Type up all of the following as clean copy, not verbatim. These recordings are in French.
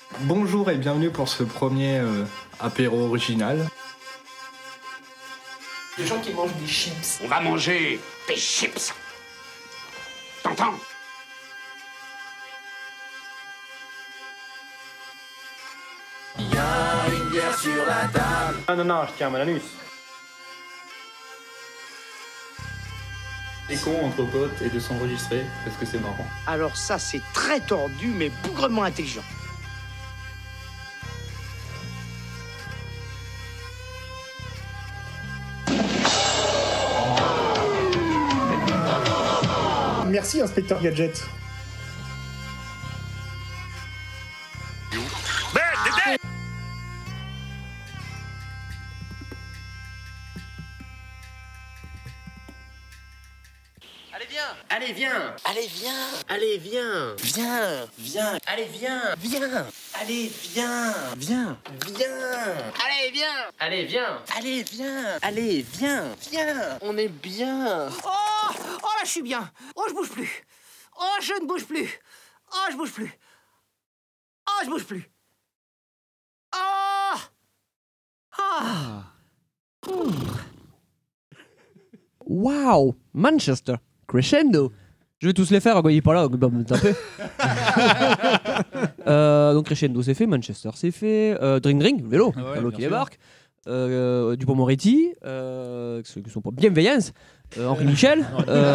Bonjour et bienvenue pour ce premier apéro original. Les gens qui mangent des chips. On va manger des chips. T'entends? Il y a une bière sur la table. Ah non, je tiens à mon anus. C'est con entre potes et de s'enregistrer parce que c'est marrant. Alors ça, c'est très tordu, mais bougrement intelligent. Merci, inspecteur Gadget. Allez, viens. Allez, viens. Allez, viens. Allez, viens. Viens. Viens. Allez, viens. Viens. Allez, viens. Viens. Viens. Allez, viens. Allez, viens. Allez, viens. Allez, viens. Viens. On est bien. Oh, là, je suis bien. Oh, je bouge plus. Oh, je ne bouge plus. Oh, je bouge plus. Oh, je bouge plus. Oh. Waouh, Manchester, crescendo. Je vais tous les faire, quoi, il est pas là, bah, me taper. Donc crescendo c'est fait, Manchester c'est fait, Dring Dring, le vélo, Ah ouais, vélo bien qui sûr. débarque, Dupond-Moretti, ceux qui sont pas bienveillance, Henri Michel,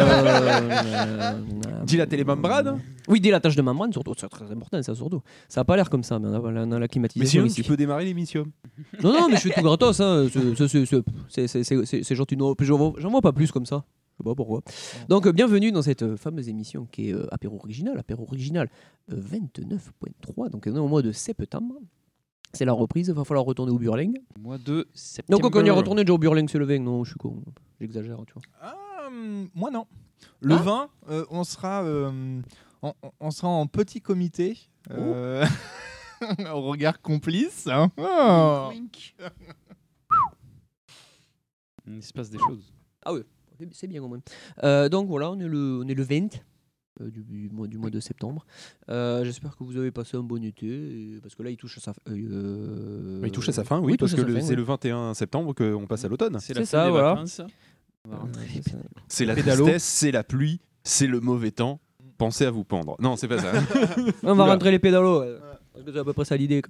Dilater les membranes. oui, dilatage de membrane surtout, c'est très important ça surtout. Ça a pas l'air comme ça, mais on a la Mais climatisation sinon, ici. tu peux démarrer l'émission. Non, mais je fais tout gratos, hein. C'est gentil. Non, j'en vois pas plus comme ça. Je sais pas pourquoi. Donc, bienvenue dans cette fameuse émission qui est Apéro Original 29.3. Donc, on est au mois de septembre. C'est la reprise, il va falloir retourner au Burling. Mois de septembre. Donc, quand on y est retourné déjà au Burling, c'est le 20. Non, je suis con. J'exagère, tu vois. Moi non. Le 20, on sera en petit comité. Au regard complice. Hein. Oh. Il se passe des choses. Ah oui, c'est bien quand même. Donc voilà, on est le 20 du mois de septembre. J'espère que vous avez passé un bon été, parce que là il touche à sa fin. Il touche à sa fin, oui, oui, parce touche que à sa fin, c'est oui. le 21 septembre qu'on passe à l'automne. C'est ça, voilà. On va rentrer. C'est la pédalo. tristesse, c'est la pluie, c'est le mauvais temps. Pensez à vous pendre. Non, c'est pas ça. On va Oula. rentrer les pédalos. Parce que c'est à peu près ça l'idée.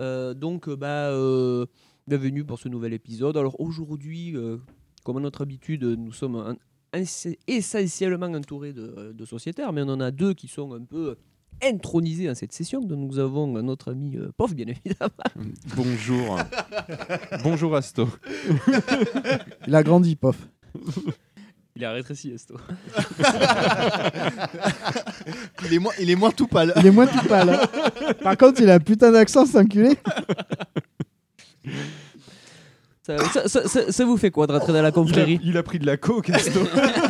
Bienvenue pour ce nouvel épisode. Alors aujourd'hui, comme à notre habitude, nous sommes essentiellement entourés de sociétaires, mais on en a deux qui sont un peu intronisés dans cette session. Donc nous avons notre ami Pof, bien évidemment. Bonjour. Bonjour Asto. Il a grandi, Pof. Il a rétréci, Esto. Il est moins tout pâle. Il est moins tout pâle. Hein. Par contre, il a un putain d'accent, cet enculé. Ça vous fait quoi de rentrer dans la confrérie? Il a pris de la coke, Asto.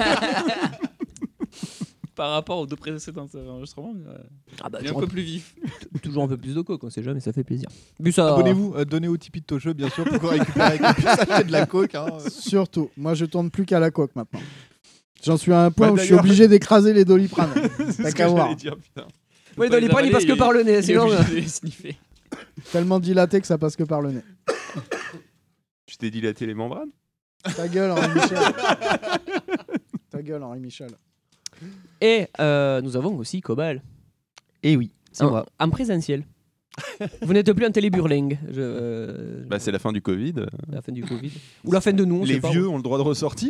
Par rapport aux deux précédents enregistrements, il est un peu plus vif. Toujours un peu plus de coke, on sait jamais, ça fait plaisir. Vu ça, Abonnez-vous, donnez au Tipeee de Tocheux, bien sûr, pour qu'on récupère qu'on puisse acheter de la coke. Hein. Surtout, moi je tourne plus qu'à la coque maintenant. J'en suis à un point Bah, où je suis d'ailleurs- obligé d'écraser les Doliprane. C'est T'as ce que qu'à voir. j'allais dire, putain. oui, dans les bras, il passe que par le nez, sinon. sniffer. Tellement dilaté que ça passe que par le nez. Tu t'es dilaté les membranes? Ta gueule, Henri Michel. Ta gueule, Henri Michel. Et nous avons aussi Cobal. Et oui, c'est moi. En présentiel. Vous n'êtes plus en téléburling. Bah, c'est la fin du Covid. La fin du Covid. Ou la fin de nous. on Les sait pas. vieux ont le droit de ressortir.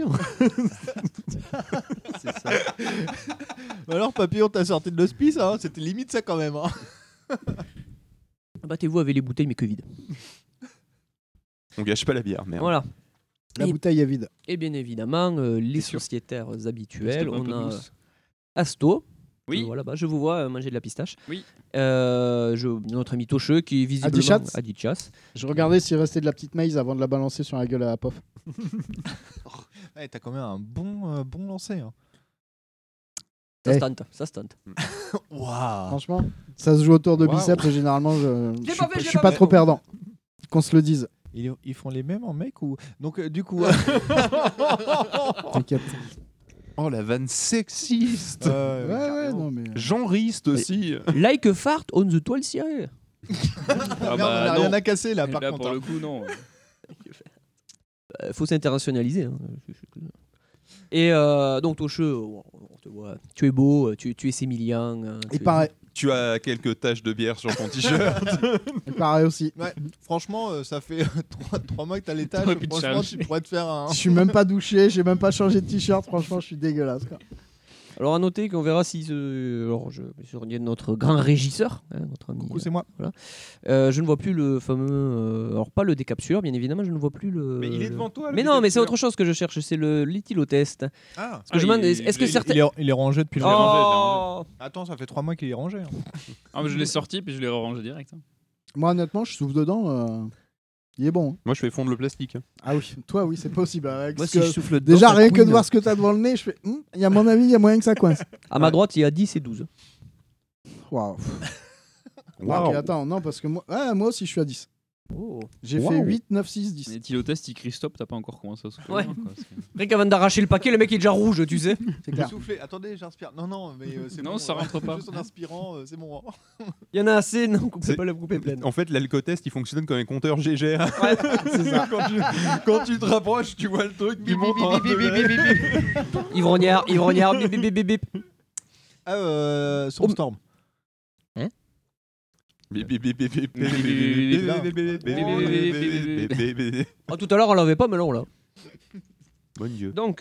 C'est ça. Alors, Papillon, t'as sorti de l'hospice, hein. C'était limite ça quand même. Hein. Battez-vous avec les bouteilles, mais que vide. On gâche pas la bière, merde. Voilà. La bouteille est vide. Et bien évidemment, les sûr. sociétaires habituels. Un peu On de a mousse. Asto. Oui. Voilà, je vous vois manger de la pistache. Oui. Notre ami Tocheux qui est visiblement Adichatz. Adichatz. Je regardais s'il restait de la petite maïs avant de la balancer sur la gueule à la Pof. Ouais, t'as quand même un bon lancer. Hein. Ça Eh. se tente, ça se tente. Waouh. Franchement, ça se joue autour de Waouh. biceps et généralement je l'ai suis pas fait, pas- je je l'ai suis pas pas fait. trop perdant. Qu'on se le dise. Ils font les mêmes en mec ou donc du coup. T'inquiète. Oh, la vanne sexiste. Ouais, non mais. Genriste aussi. Like a fart on the toile cirée. Merde, on a rien à casser là, par Là, contre. pour le coup, non. Faut s'internationaliser. Hein. Et donc, Toche, on te voit. Tu es beau, tu es sémillant. Et pareil. Tu as quelques taches de bière sur ton t-shirt. Et pareil aussi. Ouais, franchement, ça fait 3 mois que t'as les tâches. T'aurais pu te Franchement, challenger. tu pourrais te faire un. Je suis même pas douché, j'ai même pas changé de t-shirt. Franchement, je suis dégueulasse. Quoi. Alors, à noter qu'on verra si. Alors, sur notre grand régisseur, hein, notre ami. Coucou, c'est moi. Voilà. Je ne vois plus le fameux. Alors, pas le décapsuleur, bien évidemment, je ne vois plus le. Mais il est devant toi. Mais non, mais c'est autre chose que je cherche, c'est l'éthylotest. Ah, Parce que je me demande, est-ce que certains. il est rangé depuis le Oh Attends, ça fait 3 mois qu'il est rangé. Hein. Ah, mais je l'ai sorti puis je l'ai rangé direct. Hein. Moi, honnêtement, je souffle dedans. Il est bon. Hein. Moi, je fais fondre le plastique. Ah oui, toi, oui, c'est possible. Avec Moi, ce si que- je souffle dedans, Déjà, ça rien que de couine. voir ce que t'as devant le nez, je fais. Il y a mon avis, il y a moyen que ça coince. À ma droite, il y a 10 et 12. Waouh. Waouh. Ok, attends, non, parce que moi, moi aussi, je suis à 10. Oh. J'ai fait Waouh. 8, 9, 6, 10. Mais Tylotest, il crie stop, t'as pas encore commencé à souffler. Ouais. dedans, quoi, parce que- Rien qu'avant d'arracher le paquet, le mec est déjà rouge, tu sais. C'est clair. Soufflez, attendez, j'inspire. Non, mais c'est Non, bon. ça rentre pas. Juste en inspirant, c'est bon. Il y en a assez, non, coupez C'est- pas la coupée pleine. En fait, l'alcotest, il fonctionne comme un compteur GGR. C'est ça. Quand tu te rapproches, tu vois le truc qui monte. Ivrognard, bip bip bip bip. Ah, Storm. Ah, tout à l'heure, on l'avait pas, mais là, on l'a. Bon Dieu. Donc,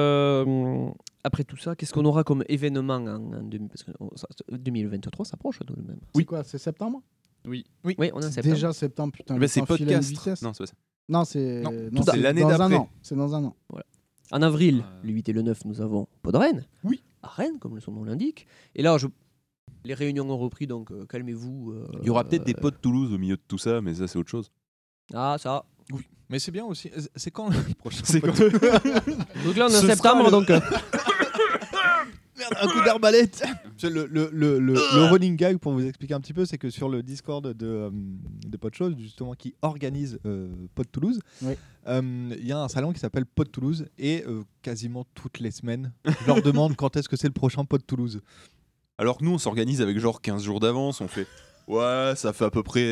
après tout ça, qu'est-ce qu'on aura comme événement parce que 2023 s'approche tout de même. C'est quoi, c'est septembre? Oui, on est en septembre. Déjà septembre, putain. Mais le c'est temps file à une podcast. vitesse. Non, c'est pas ça. Non, c'est Non, non, c'est l'année dans d'après. un an. C'est dans un an. En avril, le 8 et le 9, nous avons Podren. Oui. À Rennes, comme son nom l'indique. Et là, les réunions ont repris, donc calmez-vous. Il y aura peut-être des potes de Toulouse au milieu de tout ça, mais ça, c'est autre chose. Ah, ça. Oui. Mais c'est bien aussi. C'est quand le prochain C'est pod- Donc là, on est en Ce sera septembre, le- donc. Merde, un coup d'arbalète. Le running gag, pour vous expliquer un petit peu, c'est que sur le Discord de Podchose, justement, qui organise Pod Toulouse, Oui. il y a un salon qui s'appelle Pod Toulouse et quasiment toutes les semaines, je leur demande quand est-ce que c'est le prochain Pod Toulouse. Alors que nous, on s'organise avec genre 15 jours d'avance. On fait. Ouais, ça fait à peu près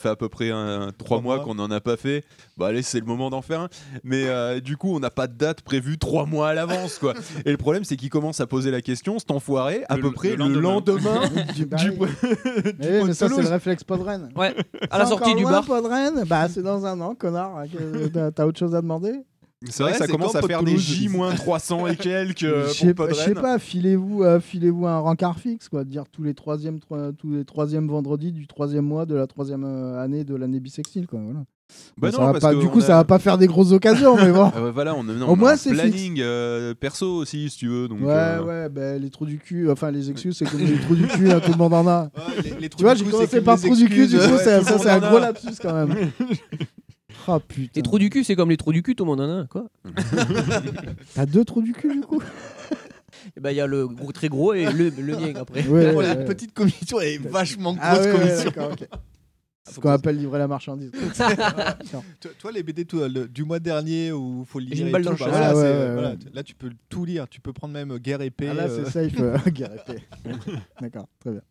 3 mois qu'on n'en a pas fait. Bah allez, c'est le moment d'en faire un. Mais du coup, on n'a pas de date prévue 3 mois à l'avance, quoi. Et le problème, c'est qu'il commence à poser la question, cet enfoiré, à peu près le lendemain Bah du oui. Pod Mais oui, mais ça, c'est Toulouse. le réflexe Podren. Ouais, à la C'est sortie encore du loin, bar. Podren, bah c'est dans un an, connard. T'as autre chose à demander? C'est vrai Ouais, que ça c'est commence quand à Pod faire des Toulouse J-300 et quelques Je sais pour pas, Podren. filez-vous un rencard fixe, quoi. Dire tous les troisièmes vendredis du 3e mois de la 3e année de l'année bissextile, quoi. Voilà. Bah Ça non, va parce pas, que du on coup, a- ça va pas faire des grosses occasions, mais bon. Ah bah voilà, on a, Au moins, un c'est planning perso aussi, si tu veux. Donc, Ouais, bah, les trous du cul, enfin les excuses, c'est comme les trous du cul, hein, tout le monde en a. Les Tu vois, j'ai commencé par trous du cul, du coup, ça c'est un gros lapsus quand même. Oh putain. Les trous du cul, c'est comme les trous du cul, tout le monde en a un, quoi. T'as 2 trous du cul, du coup? Et ben, il y a le gros, très gros et le mien après. Ouais, Oh, ouais, la ouais. petite commission est vachement grosse Ah ouais, ouais, commission. d'accord, ok. C'est ce qu'on appelle livrer la marchandise. Toi, les BD du mois dernier où faut lire J'ai une et balle tout, dans le bah chat. voilà, Ah ouais, c'est- ouais, voilà, ouais. là tu peux tout lire, tu peux prendre même Guerre épée. Ah là, c'est safe. Guerre épée. D'accord, très bien.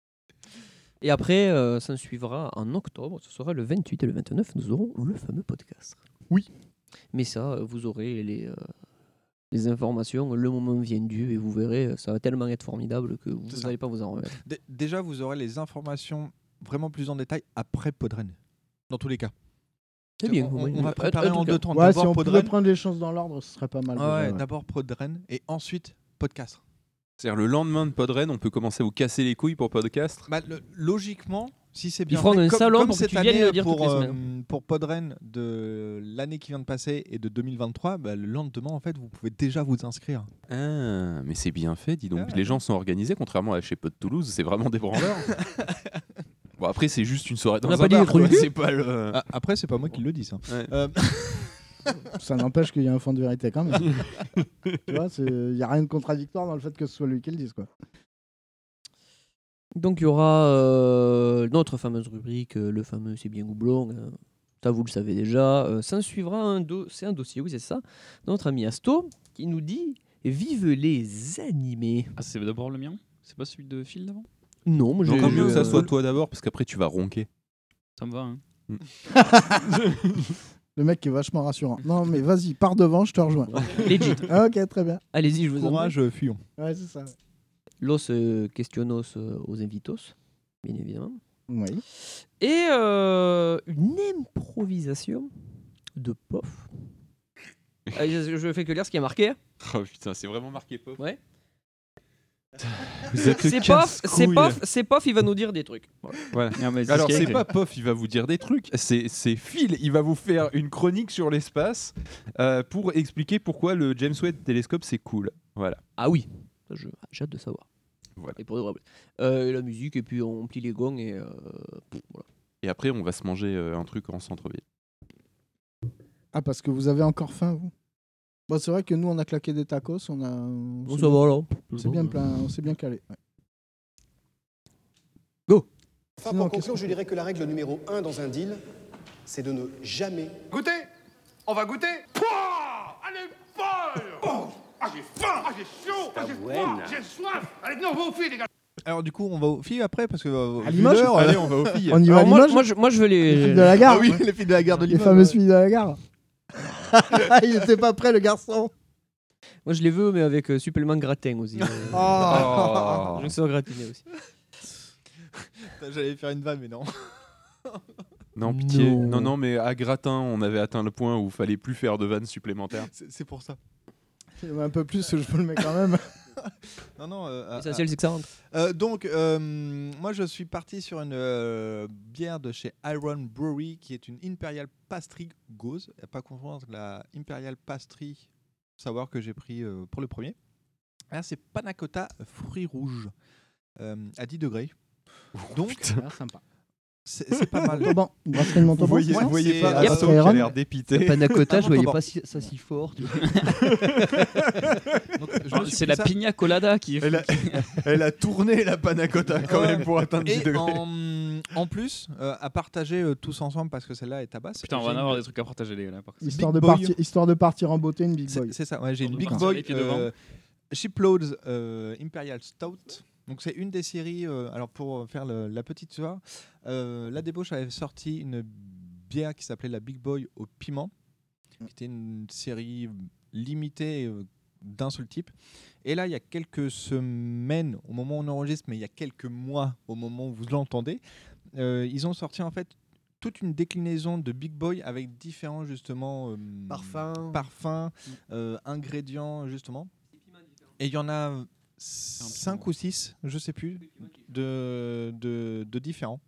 Et après, ça suivra en octobre, ce sera le 28 et le 29, nous aurons le fameux podcast. Oui. Mais ça, vous aurez les informations, le moment vient Dieu, et vous verrez, ça va tellement être formidable que vous C'est ça. n'allez pas vous en remettre. Déjà, vous aurez les informations vraiment plus en détail après Podren. Dans tous les cas. C'est bien. On va En préparer tout en cas. 2 temps. Ouais, si D'abord on pouvait Podren. prendre les choses dans l'ordre, ce serait pas mal. Ah déjà, ouais, ouais. d'abord Podren et ensuite podcast. c'est-à-dire le lendemain de Podren, on peut commencer à vous casser les couilles pour podcast. Bah, logiquement, si c'est bien feront fait, un salon comme pour que cette tu viennes année le dire toutes les semaines. pour Podren de l'année qui vient de passer et de 2023, bah, le lendemain en fait, vous pouvez déjà vous inscrire. Ah, mais c'est bien fait, dis donc. Ah ouais. Les gens sont organisés, contrairement à chez Pod Toulouse, c'est vraiment des branleurs. Bon, après, c'est juste une soirée dans On a un pas dit bar, les trous du quoi. cul C'est pas le. Ah, après, c'est pas moi qui le dis ça. Ouais. Ça n'empêche qu'il y a un fond de vérité quand même. Tu vois, il n'y a rien de contradictoire dans le fait que ce soit lui qui le dise, quoi. Donc il y aura notre fameuse rubrique, le fameux C'est bien Goublon. Ça, vous le savez déjà. S'en suivra c'est un dossier, oui, c'est ça. Notre ami Asto qui nous dit Vive les animés. Ah, c'est d'abord le mien? C'est pas celui de Phil d'avant? Non, moi Donc, mieux que ça soit toi d'abord, parce qu'après, tu vas ronquer. Ça me va, hein. Le mec est vachement rassurant. Non, mais vas-y, pars devant, je te rejoins. Legit. Ok, très bien. Allez-y, je vous en prie. Courage, fuyons. Ouais, c'est ça. Los questionos aux invitos, bien évidemment. Oui. Et une improvisation de Pof. Je fais que lire ce qui est marqué. Oh putain, c'est vraiment marqué Pof. Ouais. Vous êtes C'est Pof, il va nous dire des trucs. Voilà. Non, mais Alors, ce qui est c'est écrit. pas Pof, il va vous dire des trucs, c'est Phil, il va vous faire une chronique sur l'espace pour expliquer pourquoi le James Webb télescope c'est cool. Voilà. Ah oui, j'ai hâte de savoir. Voilà. Et pour de vrai. Et la musique, et puis on plie les gongs, et voilà. Et après, on va se manger un truc en centre-ville. Ah, parce que vous avez encore faim, vous. Bon, c'est vrai que nous, on a claqué des tacos, on a. Bon, ça va là. C'est bien plein, on s'est bien calé. Ouais. Go. Enfin, pour conclure, je dirais que la règle numéro 1 dans un deal, c'est de ne jamais... Goûter. On va goûter. Pouah, elle est folle. Oh, ah, j'ai faim, ah, j'ai chaud, ah, j'ai froid, j'ai soif. Allez, non, on va aux filles, les gars. Alors du coup, on va aux filles après parce que à Limoges. Allez, on va aux filles. On y va à Limoges. Moi, je veux Les les. filles de la gare. Ah oui, les filles de la gare de Les Limoges. fameuses filles de la gare. Il était pas prêt, le garçon. Moi, je les veux, mais avec supplément de gratin aussi. Oh. Je me suis gratiné aussi. J'allais faire une vanne, mais non. Non, pitié. Non. Non, mais à gratin, on avait atteint le point où il fallait plus faire de vannes supplémentaires. C'est pour ça. Un peu plus, je vous le mets quand même. Non. L'essentiel, c'est que ça rentre. Donc, moi, je suis parti sur une bière de chez Iron Brewery qui est une Imperial Pastry Gose. Pas confondre avec la Imperial Pastry Sour que j'ai pris pour le premier. Là, c'est Panna Cotta fruits rouges à 10 degrés. Donc, Sympa. c'est pas mal. Montauban, brasserie de Montauban. Vous voyez pas Yep. Asso qui a l'air dépité. Panna cotta, je voyais Montauban. pas ça si fort. Tu vois. Donc, je me suis C'est pris la ça. pina colada qui est. Elle a tourné la panna cotta quand même pour atteindre 10 Et degrés. en plus, à partager tous ensemble parce que celle-là est tabasse. Putain, on va en j'ai avoir une- des trucs à partager, les gars. Là, par contre. Histoire de partir en beauté, une big boy. C'est ça, ouais, j'ai une Sans Big doute. Boy Les pieds devant. Shiploads Imperial Stout. Donc c'est une des séries. Alors pour faire la petite histoire, la débauche avait sorti une bière qui s'appelait la Big Boy au piment, qui était une série limitée d'un seul type. Et là, il y a quelques semaines, au moment où on enregistre, mais il y a quelques mois, au moment où vous l'entendez, ils ont sorti en fait toute une déclinaison de Big Boy avec différents justement parfums, ingrédients justement. Et il y en a 5 ou 6, je sais plus, de différents.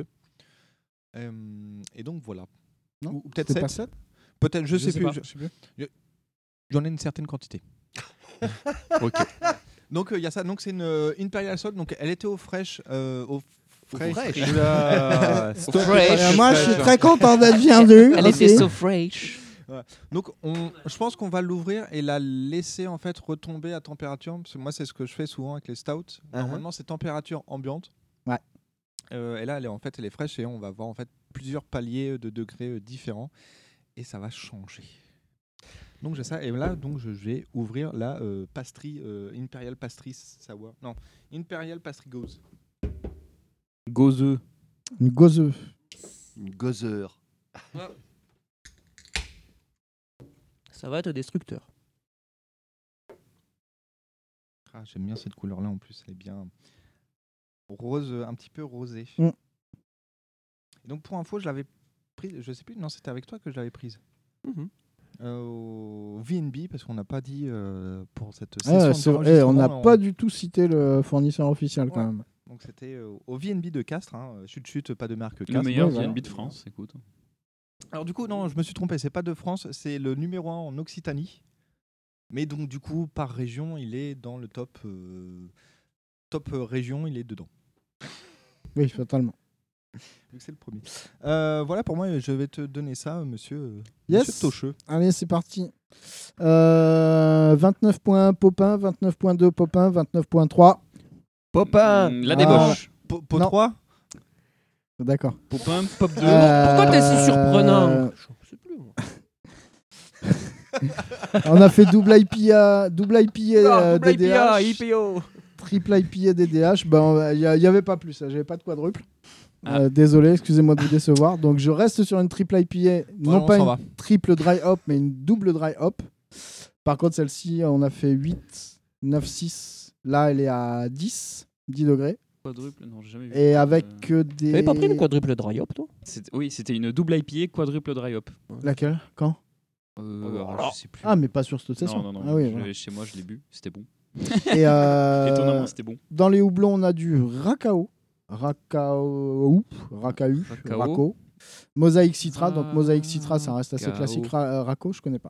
Et donc voilà. Non, ou peut-être c'est pas 7. sept. Peut-être, je sais sais plus. pas. Je sais plus. J'en ai une certaine quantité. Ok. Donc il y a ça. Donc c'est une Imperial Stout. Donc elle était au fraîche. fraîche. Oula, stop. Fresh. Moi, je suis très content d'être bienvenu. Elle aussi. était so fresh. Donc je pense qu'on va l'ouvrir et la laisser en fait retomber à température. Parce que moi c'est ce que je fais souvent avec les stouts. Normalement c'est température ambiante. Ouais. Et là elle est fraîche et on va avoir en fait plusieurs paliers de degrés différents et ça va changer. Donc j'ai ça et là donc je vais ouvrir la pastry Imperial Pastry Sour. Non, Imperial Pastry Gose. Gozeux. Une gozeux. Une gozeur. Ça va être destructeur. Ah, j'aime bien cette couleur là en plus, elle est bien rose, un petit peu rosée. Mm. Et donc pour info, je l'avais prise, je sais plus, non c'était avec toi que je l'avais prise. Au VNB parce qu'on n'a pas dit pour cette session On n'a pas du tout cité le fournisseur officiel quand même. Donc c'était au VNB de Castres, chut, pas de marque Le Castres. meilleur voilà. VNB de France, écoute. Alors du coup non, je me suis trompé, c'est pas de France, c'est le numéro 1 en Occitanie. Mais donc du coup par région, il est dans le top région, il est dedans. Oui, totalement. Vu que c'est le premier. Voilà pour moi, je vais te donner ça, monsieur Yes. Tocheux. Allez, c'est parti. 29 points Popin, 29.2 Popin, 29.3 Popin. La débauche. Po Non. 3 D'accord. Popin, Pop 2. Pourquoi t'es si surprenant? Je sais plus, moi. On a fait double IPA, Double IPA, DDH, IPO. triple IPA DDH. Il n'y avait pas plus, j'avais pas de quadruple. Désolé, excusez-moi de vous décevoir. Donc je reste sur une triple IPA, non pas une triple dry hop, mais une double dry hop. Par contre, celle-ci, on a fait 8, 9, 6. Là, elle est à 10 degrés. Quadruple, non, j'ai jamais vu. Et avec des. T'avais pas pris une quadruple dry hop, toi? Oui, c'était une double IPA quadruple dry hop. Laquelle? Quand? Je sais plus. Ah, mais pas sur cette session. Non. Ah, oui, Je voilà. l'ai chez moi, je l'ai bu, c'était bon. Et Étonnamment, c'était bon. Dans les houblons, on a du Rakao. Rakao. Mosaïque Citra. Donc Mosaïque Citra, ça reste assez classique. Rako, je connais pas.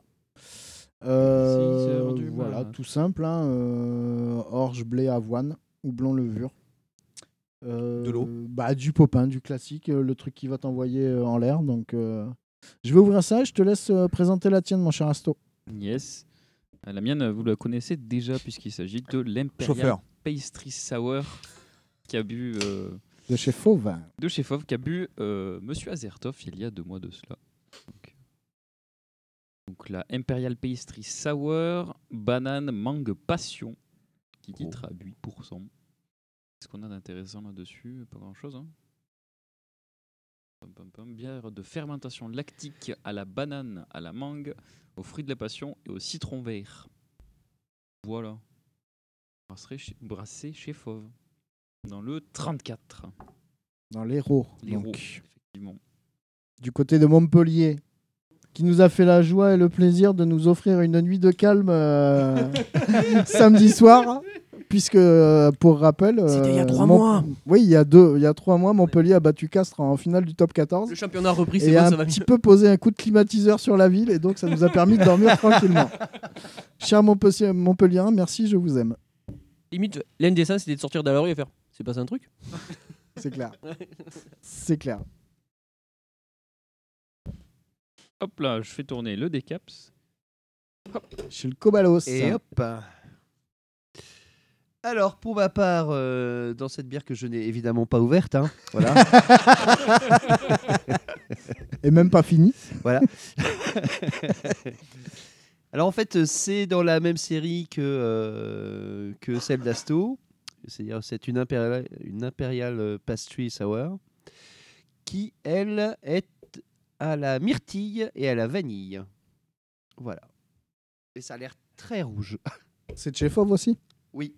Voilà, tout simple. Hein. Orge, blé, avoine, houblon, levure. De l'eau. Du popin, du classique, le truc qui va t'envoyer en l'air. Donc, je vais ouvrir ça et je te laisse présenter la tienne, mon cher Asto. Yes. La mienne, vous la connaissez déjà puisqu'il s'agit de l'Imperial Pastry Sour qui a bu de chez Fauve. De chez Fauve qui a bu Monsieur Azertov il y a 2 mois de cela. Donc la Imperial Pastry Sour, banane, mangue, passion, qui titre à 8%. Qu'est-ce qu'on a d'intéressant là-dessus? Pas grand-chose. Hein. Bière de fermentation lactique à la banane, à la mangue, aux fruits de la passion et au citron vert. Voilà. Brassé chez Fauve. Dans le 34. Dans l'Hérault. L'Hérault, effectivement. Du côté de Montpellier, qui nous a fait la joie et le plaisir de nous offrir une nuit de calme samedi soir. Puisque, pour rappel... C'était il y a 3 mois. Oui, il y a 3 mois, Montpellier a battu Castres en finale du top 14. Le championnat a repris, c'est et bon, a ça va un petit mieux. peu posé un coup de climatiseur sur la ville, et donc ça nous a permis de dormir tranquillement. Cher Montpellier, merci, je vous aime. Limite, l'indécent, c'était de sortir de la rue et faire « C'est passé un truc ?» C'est clair. C'est clair. Hop là, je fais tourner le décaps. Hop. Chez le Cobalos. Et hop. Alors, pour ma part, dans cette bière que je n'ai évidemment pas ouverte, hein, voilà. Et même pas fini. Voilà. Alors, en fait, c'est dans la même série que celle d'Asto. C'est-à-dire, c'est une Imperial Pastry Sour qui, elle, est à la myrtille et à la vanille. Voilà. Et ça a l'air très rouge. C'est de chez Fauve aussi? Oui.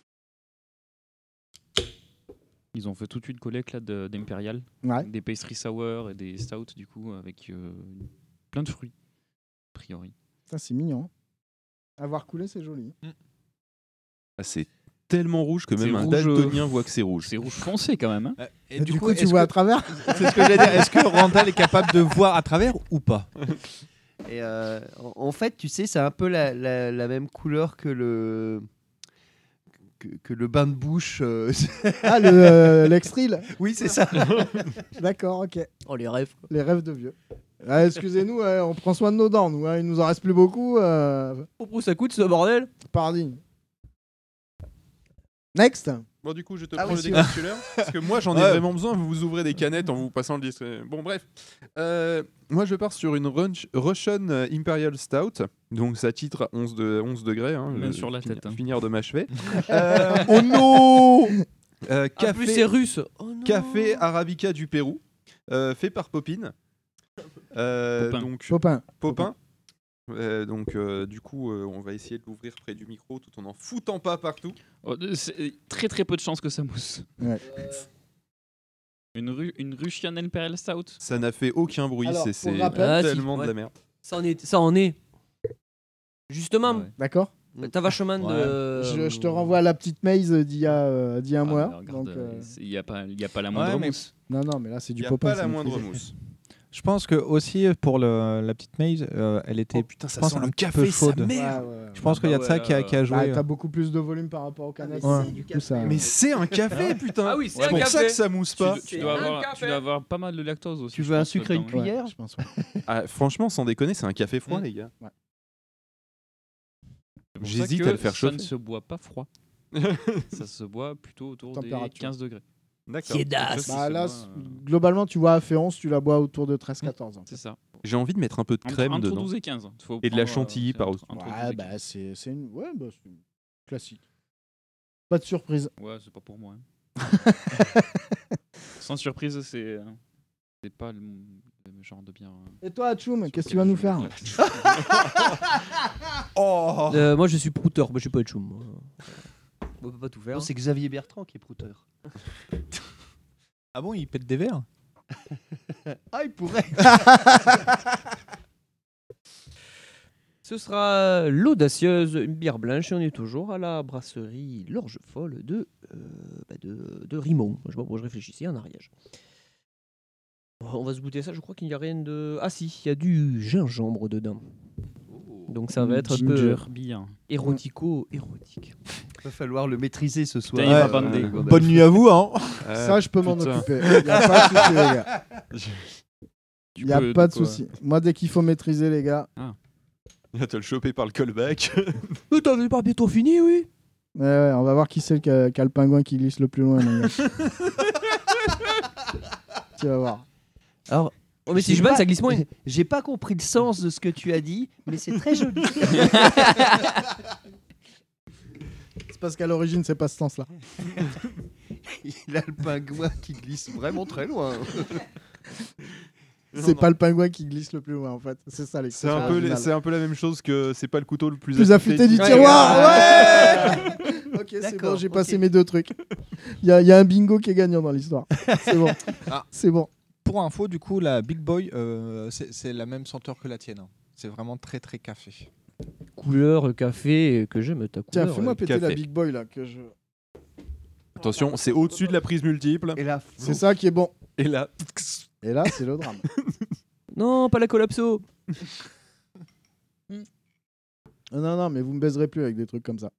Ils ont fait toute une collecte là d'Imperial, des pastry sour et des stouts du coup avec plein de fruits a priori. Ça c'est mignon. Avoir coulé c'est joli. C'est tellement rouge que même un daltonien voit que c'est rouge. C'est rouge foncé quand même. Hein. Et du coup tu vois à travers. C'est ce que j'allais dire. Est-ce que Randall est capable de voir à travers ou pas? Et en fait, tu sais, c'est un peu la même couleur que le bain de bouche. Ah, l'extril. Oui, c'est ça. D'accord, ok. Oh, les rêves. Les rêves de vieux. Ah, excusez-nous, on prend soin de nos dents, nous. Il nous en reste plus beaucoup. Pourquoi ça coûte ce bordel? Pardon. Next. Bon, du coup, je te prends le décapsuleur. Parce que moi, j'en ai vraiment besoin. Vous ouvrez des canettes en vous passant le disque. Bon, bref. Moi, je pars sur une Russian Imperial Stout. Donc, ça titre à 11 degrés. Hein, même sur la tête. Finir de m'achever. Oh non En plus, c'est russe. Oh non. Café Arabica du Pérou. Fait par Popin. Popin. Donc, du coup, on va essayer de l'ouvrir près du micro tout en n'en foutant pas partout. Oh, c'est très très peu de chances que ça mousse. Ouais. Une Russian Imperial Stout. Ça n'a fait aucun bruit, alors, c'est tellement de la merde. Ça en est. Justement. Ouais. D'accord. T'as vachement de. Je te renvoie à la petite maze d'il y a un mois. Il n'y a pas la moindre mousse. Non, mais là c'est du Il n'y a popin. pas la moindre mousse. Je pense que aussi pour la petite Maze, elle était ça je pense, sent le un café, peu chaude. ouais. Je pense qu'il y a de ça qui a joué. T'as beaucoup plus de volume par rapport au canettes. Du coup, ça... Mais c'est un café, putain. Ah oui, c'est pour ça que ça mousse pas. Tu dois avoir pas mal de lactose aussi. Tu veux un sucre et une cuillère? Je pense. Franchement, sans déconner, c'est un café froid, les gars. Ouais. J'hésite à le faire chauffer. Ça ne se boit pas froid. Ça se boit plutôt autour des 15 degrés. D'accord. Là, globalement, tu vois, à Féronce, tu la bois autour de 13-14. C'est ça. J'ai envie de mettre un peu de crème entre dedans. 12 et 15. Et de la chantilly par-dessus. Ouais, c'est une classique. Pas de surprise. Ouais, c'est pas pour moi. Sans surprise, c'est pas le genre de bière. Et toi, Tchoum, qu'est-ce que tu vas nous faire? Moi, je suis prouteur, mais je suis pas Tchoum. On peut pas tout faire. Non, c'est Xavier Bertrand qui est prouteur. Ah bon, il pète des verres? Ah, il pourrait. Ce sera l'audacieuse, une bière blanche, et on est toujours à la brasserie L'Orge Folle de Rimont. Je sais pas pourquoi je réfléchissais, en Ariège. On va se goûter ça, je crois qu'il n'y a rien de... Ah si, il y a du gingembre dedans. Donc ça va être un peu érotico-érotique. Il va falloir le maîtriser ce soir. Putain, il va bander. Bonne nuit à vous, hein. Ça, je peux m'en occuper. Il n'y a pas de souci, les gars. Il n'y a pas de souci. Moi, dès qu'il faut maîtriser, les gars... Tu vas le choper par le callback. T'avais pas bientôt fini, oui. Ouais, on va voir qui c'est qui a le pingouin qui glisse le plus loin. Tu vas voir. Alors, mais si je bats, ça glisse moins. J'ai pas compris le sens de ce que tu as dit, mais c'est très joli. C'est parce qu'à l'origine, c'est pas ce sens-là. Il a le pingouin qui glisse vraiment très loin. C'est pas le pingouin qui glisse le plus loin, en fait. C'est ça, c'est un peu la même chose que c'est pas le couteau le plus affûté du tiroir. Ouais. Ok, c'est bon, j'ai passé mes 2 trucs. Il y a un bingo qui est gagnant dans l'histoire. C'est bon. C'est bon. Pour info, du coup, la Big Boy, c'est la même senteur que la tienne. Hein. C'est vraiment très très café. Couleur café que j'aime ta couleur. Tiens, fais-moi péter café. la Big Boy là que je. Attention, c'est au-dessus de la prise multiple. Et là, c'est ça qui est bon. Et là, c'est le drame. Non, pas la collapso. Non, mais vous me baiserez plus avec des trucs comme ça.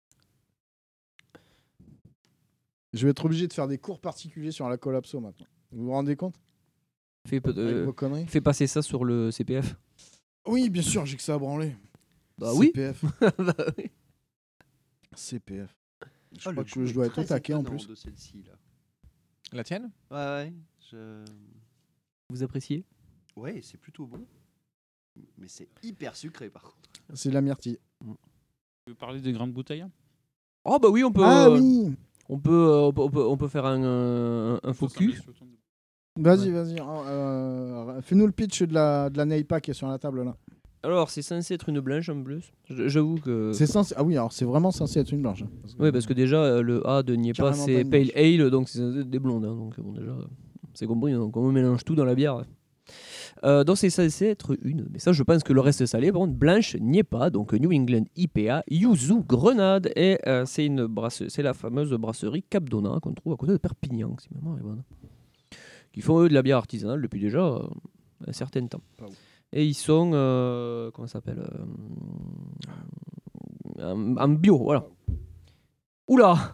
Je vais être obligé de faire des cours particuliers sur la collapso maintenant. Vous vous rendez compte? Fais passer ça sur le CPF. Oui, bien sûr, j'ai que ça à branler. Bah oui. CPF. Bah oui. CPF. Je crois que je dois être au taquet en plus. De celle-ci, là. La tienne? Ouais. Vous appréciez? Ouais, c'est plutôt bon. Mais c'est hyper sucré par contre. C'est de la myrtille. Tu veux parler des grandes bouteilles? Oh bah oui, on peut. Ah oui. On peut faire un focus. Vas-y. Fais-nous le pitch de la Neipa qui est sur la table là. Alors, c'est censé être une blanche en plus. J'avoue que. C'est censé. Ah oui, alors c'est vraiment censé être une blanche. Oui, parce que déjà, le A de Niepa, c'est Pale Ale, donc c'est des blondes. Hein, donc bon, déjà, c'est compris. Donc on mélange tout dans la bière. Donc c'est censé être une. Mais ça, je pense que le reste salé, par contre, blanche, Niepa, donc New England IPA, Yuzu, Grenade. Et c'est la fameuse brasserie Capdona qu'on trouve à côté de Perpignan, si ma mémoire est bonne. Qui font eux de la bière artisanale depuis déjà un certain temps. Et ils sont, comment ça s'appelle, en bio, voilà. Oula!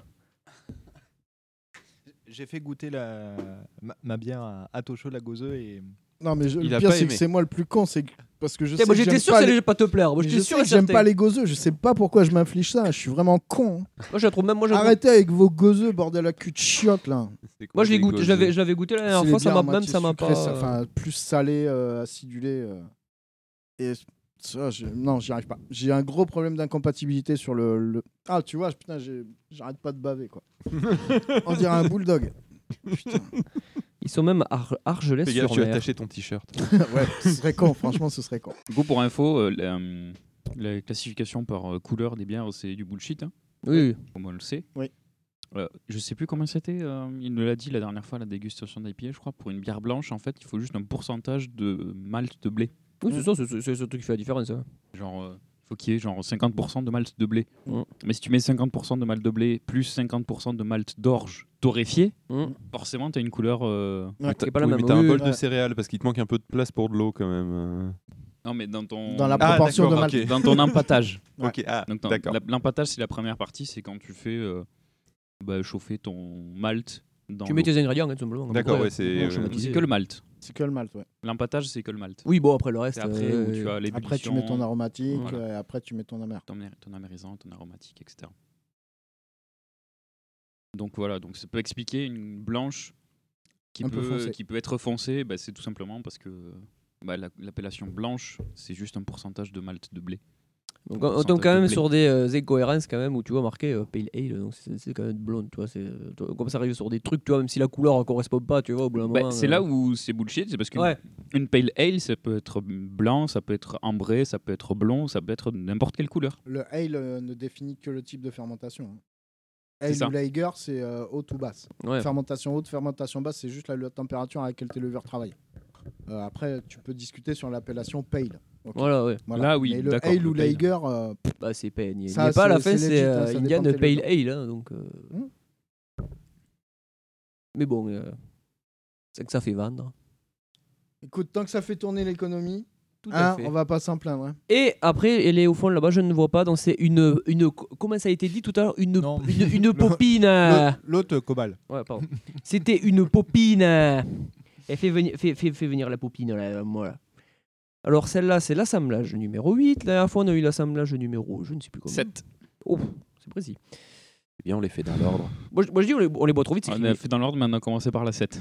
J'ai fait goûter ma bière à Atocho la Gozeux et... Non mais le pire c'est que c'est moi le plus con, c'est parce que je sais moi que j'étais sûr que ça allait pas te plaire. Moi j'étais sûr que j'aime pas les gozeux, je sais pas pourquoi je m'inflige ça, je suis vraiment con. Moi je la trouve même Arrêtez avec vos gozeux bordel à cul de chiotte là. Moi je l'ai goûté, je l'avais goûté la dernière fois, ça m'a pas enfin plus salé, acidulé et ça non, j'y arrive pas. J'ai un gros problème d'incompatibilité sur le Ah, tu vois, putain, j'arrête pas de baver quoi. On dirait un bulldog. Putain. Ils sont même Argelès sur mer. Tu as attaché ton t-shirt. Ouais, ce serait con, franchement, ce serait con. Du coup, pour info, la classification par couleur des bières, c'est du bullshit. Hein. Oui. Comme on le sait. Oui. Je sais plus comment c'était. Il nous l'a dit la dernière fois, la dégustation d'IPA, je crois. Pour une bière blanche, en fait, il faut juste un pourcentage de malt de blé. Oui, c'est ça, c'est ce truc qui fait la différence. Hein. Genre, faut qu'il y ait genre 50% de malt de blé. Mais si tu mets 50% de malt de blé plus 50% de malt d'orge torréfié, forcément, tu as une couleur. C'est pas la même. Mais t'as un bol de céréales parce qu'il te manque un peu de place pour de l'eau quand même. Non, mais dans la proportion de malt. Dans ton empâtage. Ok, d'accord. L'empâtage, c'est la première partie, c'est quand tu fais chauffer ton malt. Tu mets tes ingrédients, tout simplement. D'accord, ouais, c'est que le malt. C'est que le malt, ouais. L'empâtage, c'est que le malt. Oui, bon, après le reste. Après, où tu as l'ébullition. Après, tu mets ton aromatique, et après, tu mets ton amer. Ton amérisant, ton aromatique, etc. Donc voilà, donc ça peut expliquer une blanche qui peut être foncée, c'est tout simplement parce que l'appellation blanche, c'est juste un pourcentage de malt de blé. Donc on tombe quand même sur des incohérences quand même où tu vois marqué Pale Ale, donc c'est quand même blonde, tu vois, comme ça arrive sur des trucs, tu vois, même si la couleur ne correspond pas, tu vois, au bout d'un moment. C'est là où c'est bullshit, c'est parce qu'une Pale Ale, ça peut être blanc, ça peut être ambré, ça peut être blond, ça peut être n'importe quelle couleur. Le ale ne définit que le type de fermentation. Ale ou lager, c'est haute ou basse. Ouais. Fermentation haute, fermentation basse, c'est juste la température à laquelle tes levures travaillent. Après, tu peux discuter sur l'appellation pale. Okay. Voilà. Là, oui. Mais le ale ou lager, c'est pas. Il n'y a pas à la fin, c'est Indian Pale Ale. Hein, donc, Mais bon, c'est que ça fait vendre. Écoute, tant que ça fait tourner l'économie, on va pas s'en plaindre. Hein. Et après, elle est au fond là-bas, je ne vois pas. Donc c'est une comment ça a été dit tout à l'heure, une popine. L'autre cobalt. Ouais, pardon. C'était une popine. Elle fait venir la popine là, moi. Alors celle-là, c'est l'assemblage numéro 8. La dernière fois, on a eu l'assemblage numéro, je ne sais plus comment. 7. Oh, c'est précis. Eh bien, on les fait dans l'ordre. Moi, je dis, on les boit trop vite. On les fait dans l'ordre, mais on a commencé par la 7.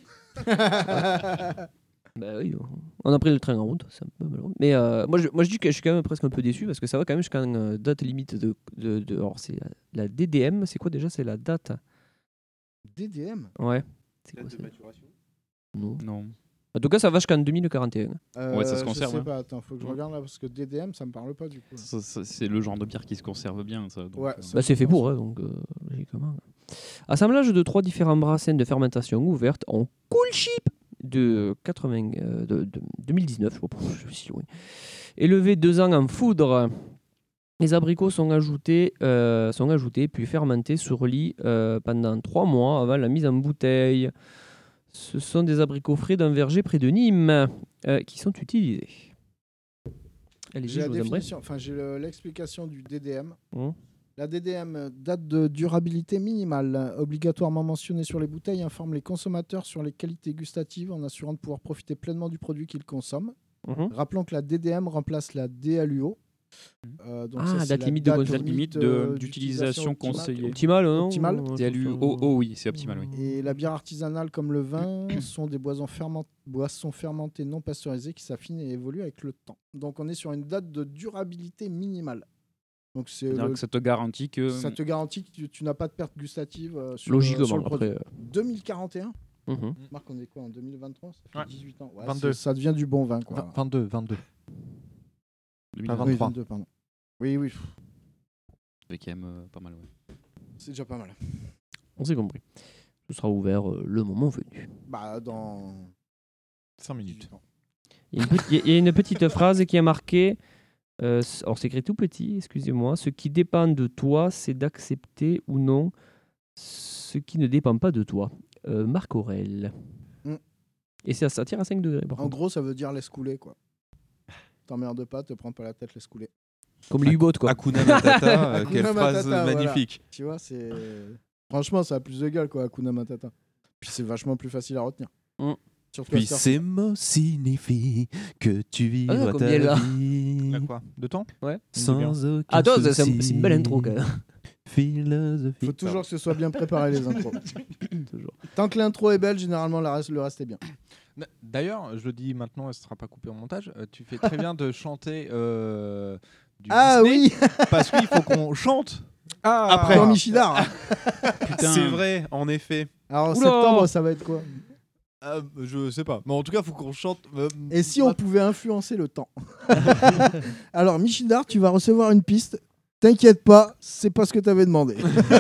Bah oui, on a pris le train en route, c'est un peu malheureux. Mais moi je dis que je suis quand même presque un peu déçu parce que ça va quand même jusqu'à une date limite de alors c'est la DDM, c'est quoi déjà? C'est la date DDM? Ouais. C'est quoi, de maturation? Non. En tout cas, ça va jusqu'en 2041. Ouais, ça se conserve. Je sais pas, attends, faut que je regarde là parce que DDM, ça me parle pas du coup. C'est le genre de bière qui se conserve bien, ça. Donc, ouais, c'est fait pour, donc logiquement. Assemblage de 3 différents brassins de fermentation ouvertes en cool chip de 2019, je suis loin. Élevé 2 ans en foudre. Les abricots sont ajoutés puis fermentés sur lit pendant 3 mois avant la mise en bouteille. Ce sont des abricots frais d'un verger près de Nîmes qui sont utilisés. J'ai l'explication du DDM. La DDM, date de durabilité minimale, obligatoirement mentionnée sur les bouteilles, informe les consommateurs sur les qualités gustatives en assurant de pouvoir profiter pleinement du produit qu'ils consomment. Rappelons que la DDM remplace la DLUO. Donc date limite d'utilisation conseillée. Optimale, non? Optimale. DLUO, oui, c'est optimal, oui. Et la bière artisanale comme le vin sont des boissons fermentées non pasteurisées qui s'affinent et évoluent avec le temps. Donc on est sur une date de durabilité minimale. Donc ça te garantit que tu n'as pas de perte gustative sur le produit. 2041. Marc, on est quoi en 2023? Ça fait 18 ans. Ouais, 22. Ça devient du bon vin, quoi. 22. 2023. Oui, 22, pardon. Oui. C'est quand même pas mal, ouais. C'est déjà pas mal. On s'est compris. Ce sera ouvert le moment venu. Bah, dans 5 minutes. Il y a une petite phrase qui est marquée. Alors c'est écrit tout petit, excusez-moi. Ce qui dépend de toi, c'est d'accepter ou non ce qui ne dépend pas de toi. Marc Aurèle. Et ça tire à 5 degrés. En gros, ça veut dire laisse couler, quoi. T'emmerdes pas, te prends pas la tête, laisse couler. Comme les U-boats, quoi. Hakuna Matata, quelle phrase magnifique. Voilà. Tu vois, c'est... Franchement, ça a plus de gueule, quoi, Hakuna Matata. Puis c'est vachement plus facile à retenir. Puis ces mots signifient que tu vivras ta vie. Quoi? De temps? Ouais. Sans aucun Attends, souci. c'est une belle intro, quand même. Philosophie. Faut toujours que ce soit bien préparé, les intros. Toujours. Tant que l'intro est belle, généralement, le reste est bien. D'ailleurs, je le dis maintenant, elle ne sera pas coupée en montage. Tu fais très bien de chanter du Disney, oui, parce qu'il faut qu'on chante après. Pour Michidar. C'est vrai, en effet. Alors en septembre, ça va être quoi? Je sais pas. Mais en tout cas, il faut qu'on chante. Et si on pouvait influencer le temps? Alors, Michidar, tu vas recevoir une piste. T'inquiète pas, c'est pas ce que t'avais demandé.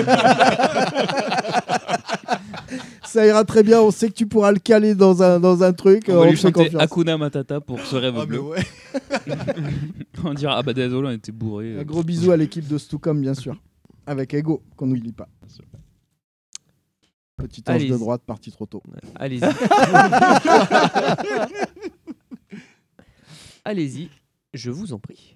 Ça ira très bien, on sait que tu pourras le caler dans un truc. On va lui chanter Hakuna Matata pour ce rêve bleu. Ouais. On dira, ah bah désolé, on était bourrés. Un gros bisou à l'équipe de Stucom, bien sûr. Avec Ego, qu'on n'oublie pas. Petit ange de droite, parti trop tôt. Allez-y. Allez-y, je vous en prie.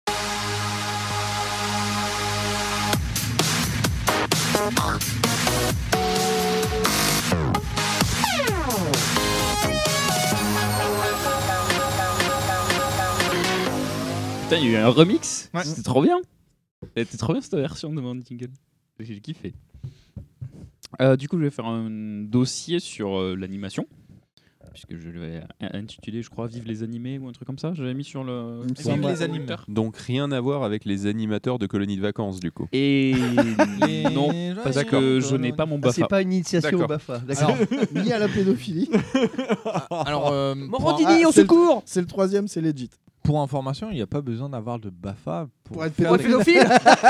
Putain, il y a eu un remix. Ouais. C'était trop bien. Elle était trop bien cette version de mon jingle. J'ai kiffé. Du coup, je vais faire un dossier sur l'animation. puisque je l'avais intitulé, je crois, Vive les animés ou un truc comme ça. J'avais mis sur le. Vive les animateurs. Donc rien à voir avec les animateurs de colonies de vacances, du coup. Et non, parce que je n'ai pas mon BAFA. C'est pas une initiation au BAFA. Alors, ni à la pédophilie. Alors, Morandini, au secours. C'est le troisième, c'est legit. pour information, il n'y a pas besoin d'avoir de BAFA Pour être pédophile.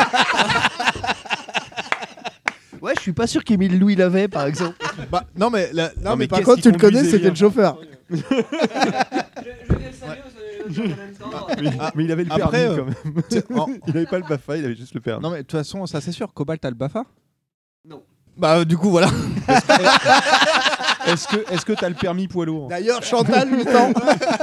Ouais, je suis pas sûr qu'Émile Louis l'avait, par exemple. Bah, non, mais, non, mais par contre, tu le connais, c'était le chauffeur. Mais il avait le Après, permis quand même. Il avait pas le BAFA, il avait juste le permis. Non, mais de toute façon, ça c'est sûr, Cobalt a le BAFA. Non. Bah, du coup, voilà. Est-ce que t'as le permis poids lourd? D'ailleurs, Chantal, 8 ans.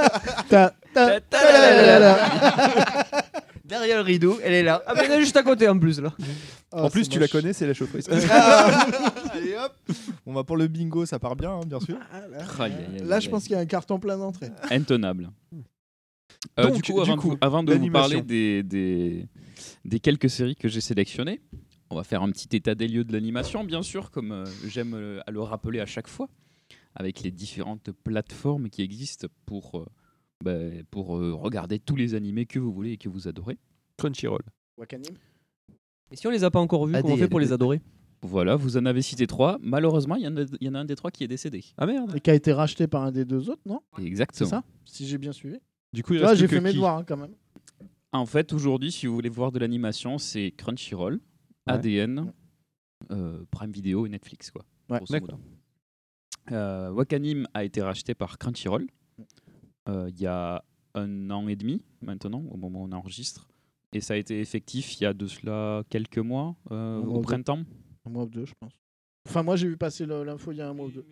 Derrière le rideau, elle est là. Ah, mais elle est juste à côté en plus là. En plus, tu la connais, c'est la chaufferie. Allez hop, on va pour le bingo, ça part bien, hein, bien sûr. Là, je pense qu'il y a un carton plein d'entrée. Intenable. Donc, du coup, avant de vous l'animation. parler des quelques séries que j'ai sélectionnées, on va faire un petit état des lieux de l'animation, bien sûr, comme j'aime à le rappeler à chaque fois, avec les différentes plateformes qui existent pour regarder tous les animés que vous voulez et que vous adorez. Crunchyroll. Wakanim. Et si on les a pas encore vus, comment on fait pour les adorer? Voilà, vous en avez cité 3. Malheureusement, il y en a un des 3 qui est décédé. Ah merde. Et qui a été racheté par un des deux autres, non? Exactement. C'est ça? Si j'ai bien suivi. Du coup, il Là, reste j'ai que fait mes qui devoirs hein, quand même. En fait, aujourd'hui, si vous voulez voir de l'animation, c'est Crunchyroll, Ouais. ADN, Prime Video et Netflix, quoi. Ouais, grosso modo. Wakanim a été racheté par Crunchyroll il y a 1 an et demi maintenant, au moment où on enregistre. Et ça a été effectif il y a de cela quelques mois, au printemps. Un mois ou deux, je pense. Enfin, moi, j'ai vu passer l'info il y a un mois ou deux.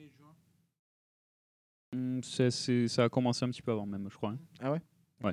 Ça a commencé un petit peu avant même, je crois. Hein. Ah ouais? Ouais.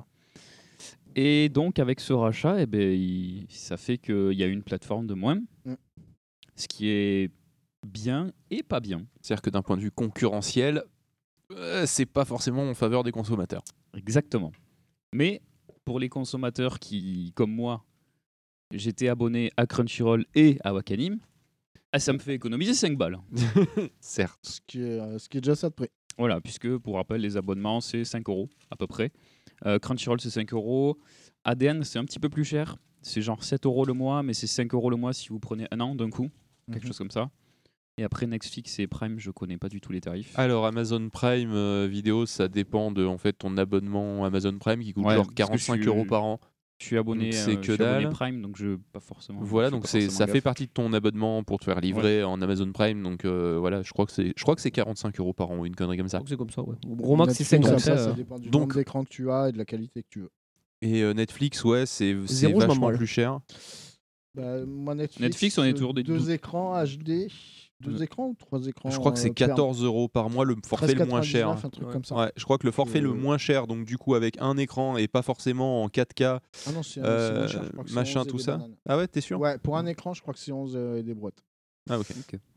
Et donc, avec ce rachat, eh ben, ça fait qu'il y a une plateforme de moins, ce qui est bien et pas bien. C'est-à-dire que d'un point de vue concurrentiel, c'est pas forcément en faveur des consommateurs. Exactement. Mais pour les consommateurs qui, comme moi, j'étais abonné à Crunchyroll et à Wakanim, ça me fait économiser 5 balles. Certes. Ce qui est déjà ça de prix. Voilà, puisque pour rappel, les abonnements, c'est 5 € à peu près. Crunchyroll, c'est 5 €. ADN, c'est un petit peu plus cher. C'est genre 7 € le mois, mais c'est 5 € le mois si vous prenez un an d'un coup. Quelque chose comme ça. Et après, Netflix et Prime, je connais pas du tout les tarifs. Alors, Amazon Prime vidéo, ça dépend de en fait, ton abonnement Amazon Prime qui coûte genre 45 € par an. Je suis abonné, c'est que dalle. Prime, donc je pas forcément. Voilà, donc ça fait partie de ton abonnement pour te faire livrer en Amazon Prime. Donc voilà, je crois que c'est 45 € par an ou une connerie comme ça. Donc c'est comme ça, ouais. Au gros max, c'est 50. Ça dépend du nombre d'écrans que tu as et de la qualité que tu veux. Et Netflix, ouais, c'est Zéro, je m'en vachement branle. plus cher. Bah, moi, Netflix, on est autour des 2 écrans HD. 2 écrans ou 3 écrans? Je crois que c'est 14 € par mois le forfait le moins cher. 13,99, un truc comme ça. Ouais, je crois que le forfait le moins cher, donc du coup avec un écran et pas forcément en 4K, Ah non, c'est moins cher, je crois que c'est machin 11 et tout des ça. bananes. Ah ouais, t'es sûr? Ouais, pour un écran, je crois que c'est 11 et des boîtes. Ah ok.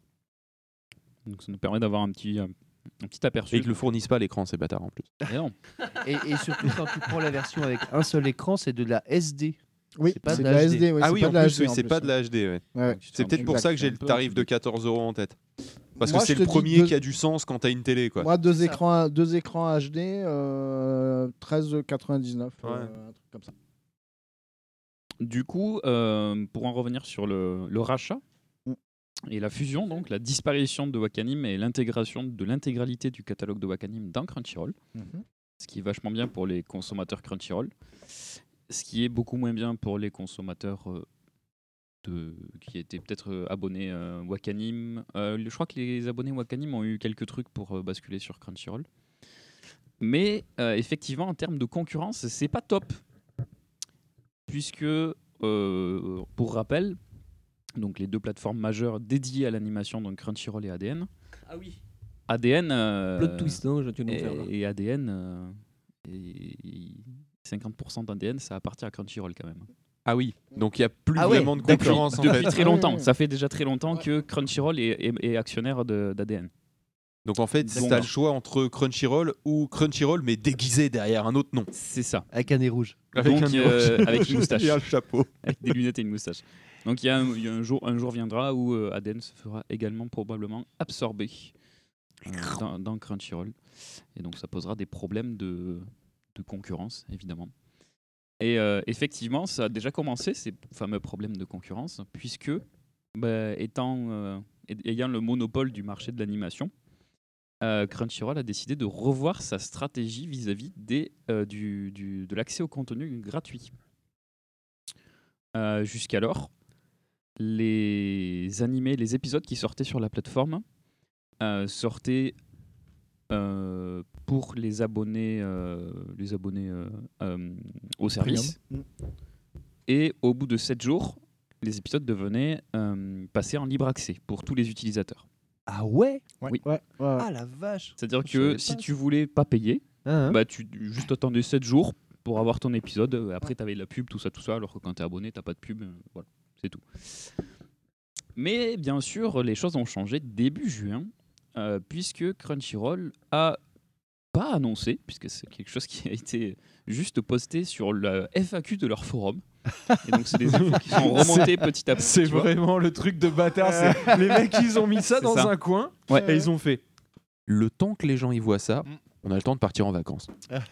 Donc ça nous permet d'avoir un petit aperçu. Et ils ne le fournissent pas l'écran, c'est bâtard en plus. Et non. Et surtout, quand tu prends la version avec un seul écran, c'est de la SD. Oui, c'est pas c'est de de la SD. Oui, ah c'est oui, pas en de la plus, HD, oui, en c'est plus, pas de la HD. Ouais. Ouais. C'est peut-être pour ça que j'ai le tarif de 14 € en tête. Parce Moi, que c'est je le te dis premier deux- qui a du sens quand t'as une télé. Quoi. Moi, 2 écrans HD, 13,99. Un truc comme ça. Du coup, pour en revenir sur le rachat et la fusion, donc la disparition de Wakanim et l'intégration de l'intégralité du catalogue de Wakanim dans Crunchyroll, ce qui est vachement bien pour les consommateurs Crunchyroll, ce qui est beaucoup moins bien pour les consommateurs qui étaient peut-être abonnés Wakanim. Je crois que les abonnés Wakanim ont eu quelques trucs pour basculer sur Crunchyroll. Mais effectivement, en termes de concurrence, c'est pas top. Puisque, pour rappel, donc les deux plateformes majeures dédiées à l'animation, donc Crunchyroll et ADN. Ah oui. ADN. Plot twist, non, tu vas nous faire, là. Et ADN. Et 50% d'ADN, ça appartient à Crunchyroll quand même. Ah oui, donc il n'y a plus Ah ouais, vraiment de d'accord. concurrence en Depuis fait. très longtemps. Ça fait déjà très longtemps que Crunchyroll est actionnaire d'ADN. Donc en fait, Donc, t'as le choix entre Crunchyroll ou Crunchyroll mais déguisé derrière un autre nom. C'est ça. Avec un nez rouge. Avec Donc, un nez rouge. avec une moustache. Et un chapeau. Avec des lunettes et une moustache. Donc il y a un jour viendra où ADN se fera également probablement absorber dans Crunchyroll. Et donc ça posera des problèmes de concurrence, évidemment. Et effectivement, ça a déjà commencé, ces fameux problèmes de concurrence, puisque ayant le monopole du marché de l'animation, Crunchyroll a décidé de revoir sa stratégie vis-à-vis de l'accès au contenu gratuit. Jusqu'alors, les animés, les épisodes qui sortaient sur la plateforme sortaient pour les abonnés au service. Et au bout de 7 jours, les épisodes devenaient passés en libre accès pour tous les utilisateurs. Ah ouais? Oui. Ah la vache. C'est-à-dire que si tu voulais pas payer, tu juste attendais 7 jours pour avoir ton épisode. Après, tu avais la pub, tout ça, alors que quand tu es abonné, tu n'as pas de pub. Voilà, c'est tout. Mais bien sûr, les choses ont changé début juin, puisque Crunchyroll a pas annoncé, puisque c'est quelque chose qui a été juste posté sur le FAQ de leur forum. Et donc, c'est des infos qui sont remontées petit à petit. C'est vraiment le truc de bâtard. Les mecs, ils ont mis ça dans un coin et ils ont fait. Le temps que les gens y voient ça, on a le temps de partir en vacances.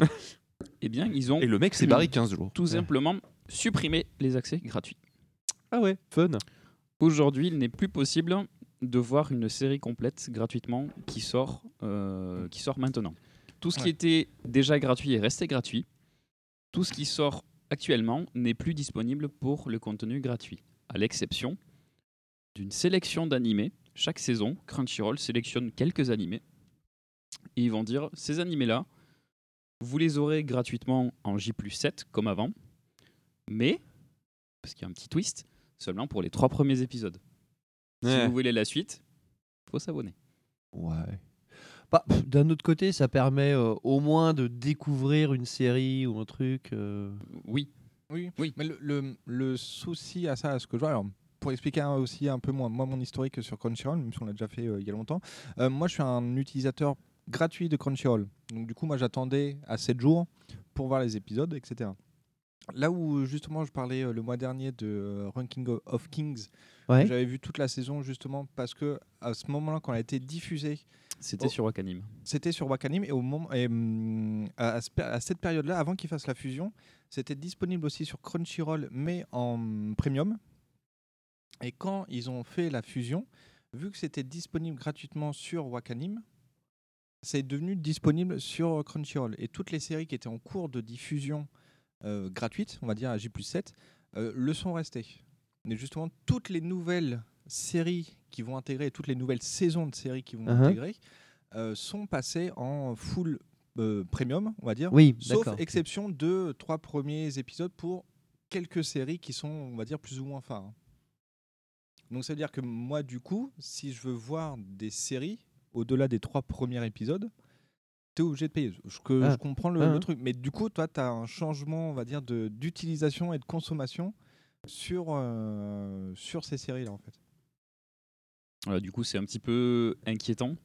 Eh bien, ils ont. Et le mec s'est barré 15 jours. Tout simplement supprimé les accès gratuits. Ah ouais, fun. Aujourd'hui, il n'est plus possible de voir une série complète gratuitement qui sort maintenant. Tout ce qui était déjà gratuit est resté gratuit. Tout ce qui sort actuellement n'est plus disponible pour le contenu gratuit, à l'exception d'une sélection d'animés. Chaque saison, Crunchyroll sélectionne quelques animés et ils vont dire ces animés-là, vous les aurez gratuitement en J+7 comme avant, mais, parce qu'il y a un petit twist, seulement pour les 3 premiers épisodes. Si vous voulez la suite, il faut s'abonner. Ouais. Bah, d'un autre côté, ça permet au moins de découvrir une série ou un truc. Oui. Mais le souci à ça, à ce que je vois, alors pour expliquer aussi un peu mon historique sur Crunchyroll, même si on l'a déjà fait il y a longtemps, moi je suis un utilisateur gratuit de Crunchyroll. Donc du coup, moi j'attendais à 7 jours pour voir les épisodes, etc. Là où justement je parlais le mois dernier de Ranking of Kings, j'avais vu toute la saison justement parce que à ce moment-là, quand elle a été diffusée, c'était sur Wakanim. C'était sur Wakanim et au moment à cette période-là, avant qu'ils fassent la fusion, c'était disponible aussi sur Crunchyroll mais en premium. Et quand ils ont fait la fusion, vu que c'était disponible gratuitement sur Wakanim, c'est devenu disponible sur Crunchyroll et toutes les séries qui étaient en cours de diffusion gratuite, on va dire à J+7, le sont restées. Mais justement, toutes les nouvelles séries qui vont intégrer, toutes les nouvelles saisons de séries qui vont intégrer, sont passées en full premium, on va dire, sauf exception de 3 premiers épisodes pour quelques séries qui sont, on va dire, plus ou moins phares. Donc ça veut dire que moi, du coup, si je veux voir des séries au-delà des 3 premiers épisodes, tu es obligé de payer. Je comprends le truc. Mais du coup, toi, tu as un changement, on va dire, d'utilisation et de consommation sur ces séries-là, en fait. Voilà, du coup, c'est un petit peu inquiétant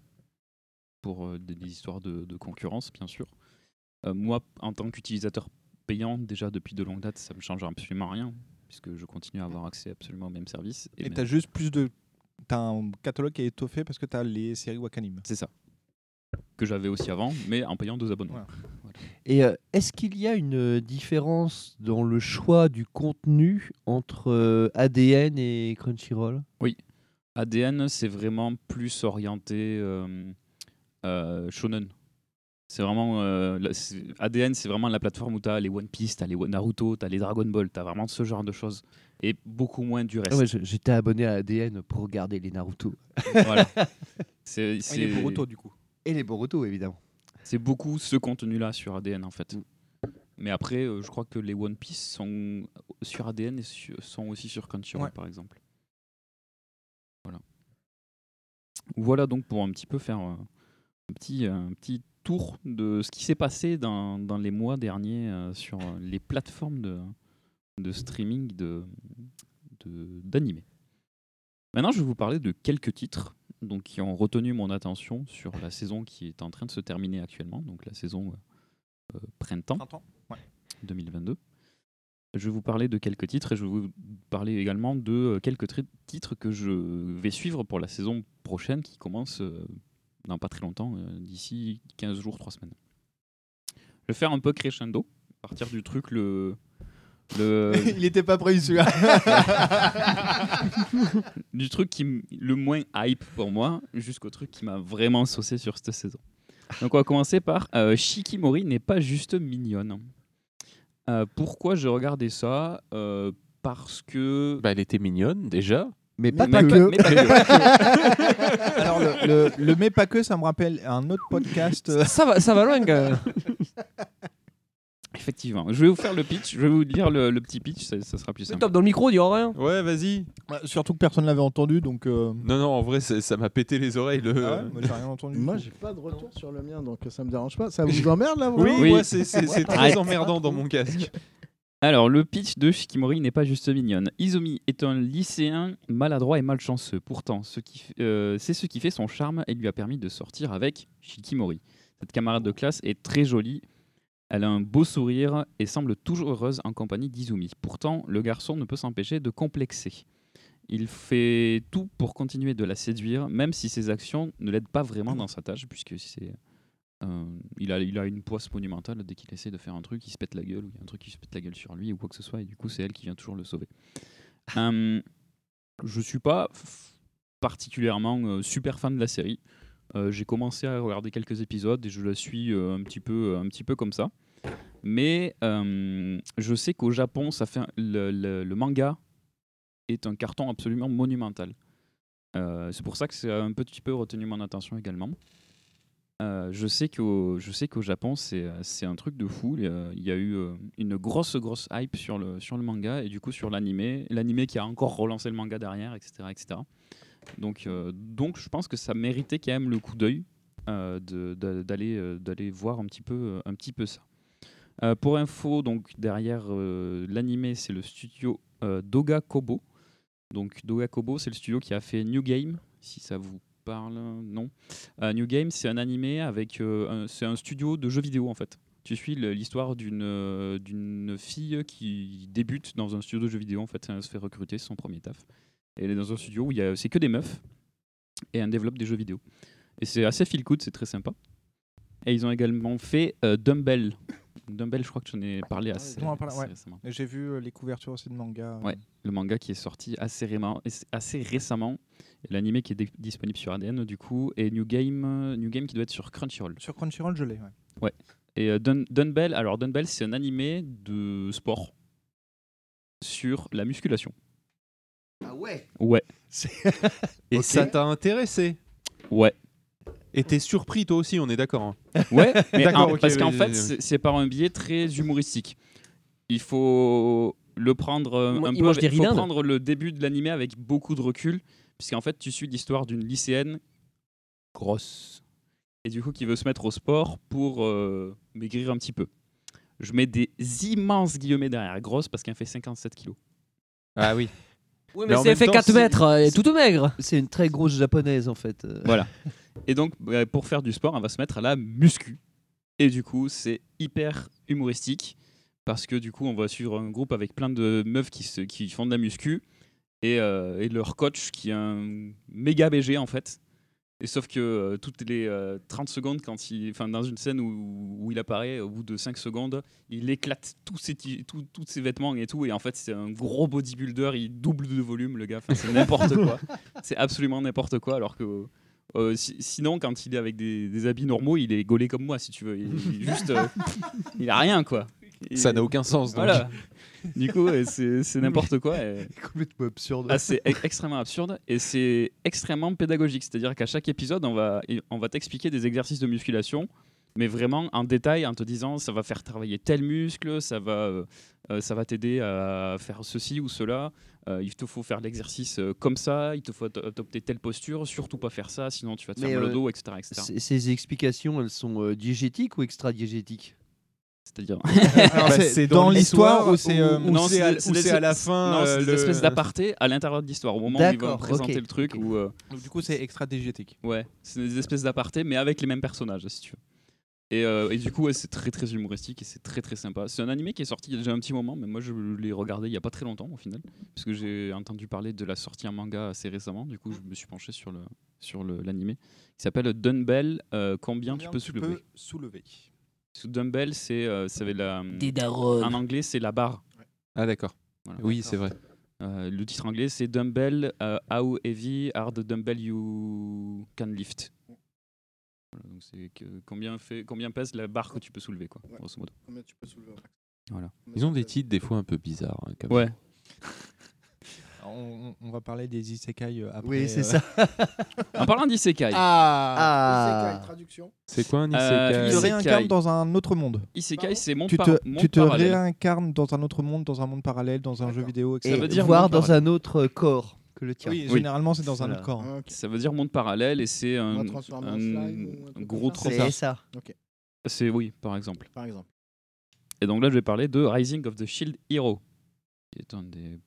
pour des histoires de concurrence, bien sûr. Moi, en tant qu'utilisateur payant, déjà depuis de longue date, ça ne me change absolument rien, puisque je continue à avoir accès absolument au même service. Et tu as juste t'as un catalogue qui est étoffé parce que tu as les séries Wakanim. C'est ça. Que j'avais aussi avant, mais en payant 2 abonnements. Voilà. Et est-ce qu'il y a une différence dans le choix du contenu entre ADN et Crunchyroll? Oui. ADN, c'est vraiment plus orienté shonen. C'est vraiment ADN, c'est vraiment la plateforme où tu as les One Piece, tu as les Naruto, tu as les Dragon Ball, tu as vraiment ce genre de choses. Et beaucoup moins du reste. Ouais, j'étais abonné à ADN pour regarder les Naruto. Voilà. Et les Boruto, du coup. Et les Boruto, évidemment. C'est beaucoup ce contenu-là sur ADN, en fait. Mais après, je crois que les One Piece sont sur ADN et sont aussi sur Crunchyroll, par exemple. Voilà donc pour un petit peu faire un petit tour de ce qui s'est passé dans les mois derniers sur les plateformes de streaming d'animés. Maintenant, je vais vous parler de quelques titres qui ont retenu mon attention sur la saison qui est en train de se terminer actuellement, donc la saison printemps 2022. Je vais vous parler de quelques titres et je vais vous parler également de quelques titres que je vais suivre pour la saison prochaine qui commence dans pas très longtemps, d'ici 15 jours, 3 semaines. Je vais faire un peu crescendo, partir du truc Il était pas prévu celui-là. du truc le moins hype pour moi, jusqu'au truc qui m'a vraiment saucé sur cette saison. Donc on va commencer par Shikimori n'est pas juste mignonne. Pourquoi je regardais ça Parce que... elle était mignonne déjà. Mais pas que. Alors le mais pas que, ça me rappelle un autre podcast. Ça va loin, gars. Effectivement. Je vais vous faire le pitch. Je vais vous lire le petit pitch. Ça sera plus simple. Top dans le micro, dis rien. Ouais, vas-y. Surtout que personne l'avait entendu, donc. Non, en vrai, ça m'a pété les oreilles. Ah ouais, moi j'ai rien entendu. Moi, j'ai pas de retour sur le mien, donc ça me dérange pas. Ça vous emmerde là, vraiment? Oui, moi, c'est très emmerdant dans mon casque. Alors, le pitch de Shikimori n'est pas juste mignonne. Izumi est un lycéen maladroit et malchanceux. Pourtant, c'est ce qui fait son charme et lui a permis de sortir avec Shikimori. Cette camarade de classe est très jolie. Elle a un beau sourire et semble toujours heureuse en compagnie d'Izumi. Pourtant, le garçon ne peut s'empêcher de complexer. Il fait tout pour continuer de la séduire, même si ses actions ne l'aident pas vraiment dans sa tâche, puisque il a une poisse monumentale. Dès qu'il essaie de faire un truc, il se pète la gueule, ou il y a un truc qui se pète la gueule sur lui, ou quoi que ce soit, et du coup, c'est elle qui vient toujours le sauver. Je suis pas particulièrement super fan de la série. J'ai commencé à regarder quelques épisodes et je la suis un petit peu comme ça. Mais je sais qu'au Japon, le manga est un carton absolument monumental. C'est pour ça que c'est un petit peu retenu mon attention également. Je sais qu'au Japon, c'est un truc de fou. Il y a eu une grosse hype sur le manga et du coup sur l'animé qui a encore relancé le manga derrière, etc. Donc je pense que ça méritait quand même le coup d'œil d'aller voir un petit peu ça. Pour info, donc derrière l'animé, c'est le studio Doga Kobo. Donc Doga Kobo, c'est le studio qui a fait New Game, si ça vous parle, non. New Game, c'est un animé c'est un studio de jeux vidéo en fait. Tu suis l'histoire d'une fille qui débute dans un studio de jeux vidéo en fait, elle se fait recruter, c'est son premier taf. Et elle est dans un studio où c'est que des meufs et elle développe des jeux vidéo. Et c'est assez feel good, c'est très sympa. Et ils ont également fait Dumbbell. Dumbbell, je crois que j'en ai parlé assez récemment. J'ai vu les couvertures aussi de manga. Ouais, le manga qui est sorti assez récemment. Et l'animé qui est disponible sur ADN du coup. Et New Game qui doit être sur Crunchyroll. Sur Crunchyroll, je l'ai, ouais. Et Dumbbell, c'est un animé de sport sur la musculation. Ah ouais. Ouais. Et ça t'a intéressé? Ouais. Et t'es surpris toi aussi, on est d'accord hein? Ouais, mais parce qu'en fait, c'est par un biais très humoristique. Il faut le prendre il faut prendre le début de l'animé avec beaucoup de recul, puisqu'en fait, tu suis l'histoire d'une lycéenne grosse et du coup qui veut se mettre au sport pour maigrir un petit peu. Je mets des immenses guillemets derrière grosse parce qu'elle fait 57 kilos. Ah oui. Oui, mais c'est fait 4 mètres et toute maigre. C'est une très grosse japonaise en fait. Voilà. Et donc, pour faire du sport, elle va se mettre à la muscu. Et du coup, c'est hyper humoristique parce que du coup, on va suivre un groupe avec plein de meufs qui font de la muscu et leur coach qui est un méga BG en fait. Et sauf que toutes les 30 secondes, dans une scène où il apparaît, au bout de 5 secondes, il éclate tous ses vêtements et tout. Et en fait, c'est un gros bodybuilder, il double de volume, le gars. C'est n'importe quoi. C'est absolument n'importe quoi. Alors que sinon, quand il est avec des habits normaux, il est gaulé comme moi, si tu veux. Il a rien, quoi. Ça n'a aucun sens. Donc. Voilà. Du coup, c'est n'importe quoi. Complètement absurde. Ah, c'est extrêmement absurde et c'est extrêmement pédagogique. C'est-à-dire qu'à chaque épisode, on va t'expliquer des exercices de musculation, mais vraiment en détail, en te disant ça va faire travailler tel muscle, ça va t'aider à faire ceci ou cela. Il te faut faire l'exercice comme ça, il te faut adopter telle posture, surtout pas faire ça, sinon tu vas te faire mal au dos, etc. Ces explications, elles sont diégétiques ou extra-diégétiques? C'est-à-dire c'est dans l'histoire ou c'est à la fin. Non, c'est des espèces d'apartés à l'intérieur de l'histoire. Au moment où ils vont présenter le truc. Donc, du coup, c'est extra-diégétique. Ouais, c'est des espèces d'apartés, mais avec les mêmes personnages, si tu veux. Et du coup, ouais, c'est très très humoristique et c'est très très sympa. C'est un animé qui est sorti il y a déjà un petit moment, mais moi je l'ai regardé il n'y a pas très longtemps au final, parce que j'ai entendu parler de la sortie en manga assez récemment. Du coup, je me suis penché sur l'animé qui s'appelle Dumbbell. Combien tu peux soulever. Dumbbell, ça veut Des darons. en anglais, c'est la barre. Ah d'accord. Voilà. Oui, c'est vrai. Le titre anglais, c'est Dumbbell, How Heavy Are the Dumbbell You Can Lift. Voilà, donc c'est combien pèse la barre que tu peux soulever, quoi, grosso modo. Combien tu peux soulever. Voilà. Ils ont des titres des fois un peu bizarres. Hein, comme Ouais. On va parler des isekai après. Oui, c'est ça. En parlant d'isekai. Isekai, traduction. C'est quoi un isekai Tu te réincarnes dans un autre monde. Isekai, c'est monde Tu te parallèle. réincarnes dans un autre monde, dans un monde parallèle, dans un jeu vidéo, etc. Ça veut dire voir monde dans parallèle. un autre corps que le tien. Oui, généralement c'est dans un autre corps. Ah, ok. Ça veut dire monde parallèle et c'est On un va transformer en slime ou un truc gros comme ça. trou. C'est ça. Ok. C'est oui, par exemple. Par exemple. Et donc là, je vais parler de Rising of the Shield Hero, qui est un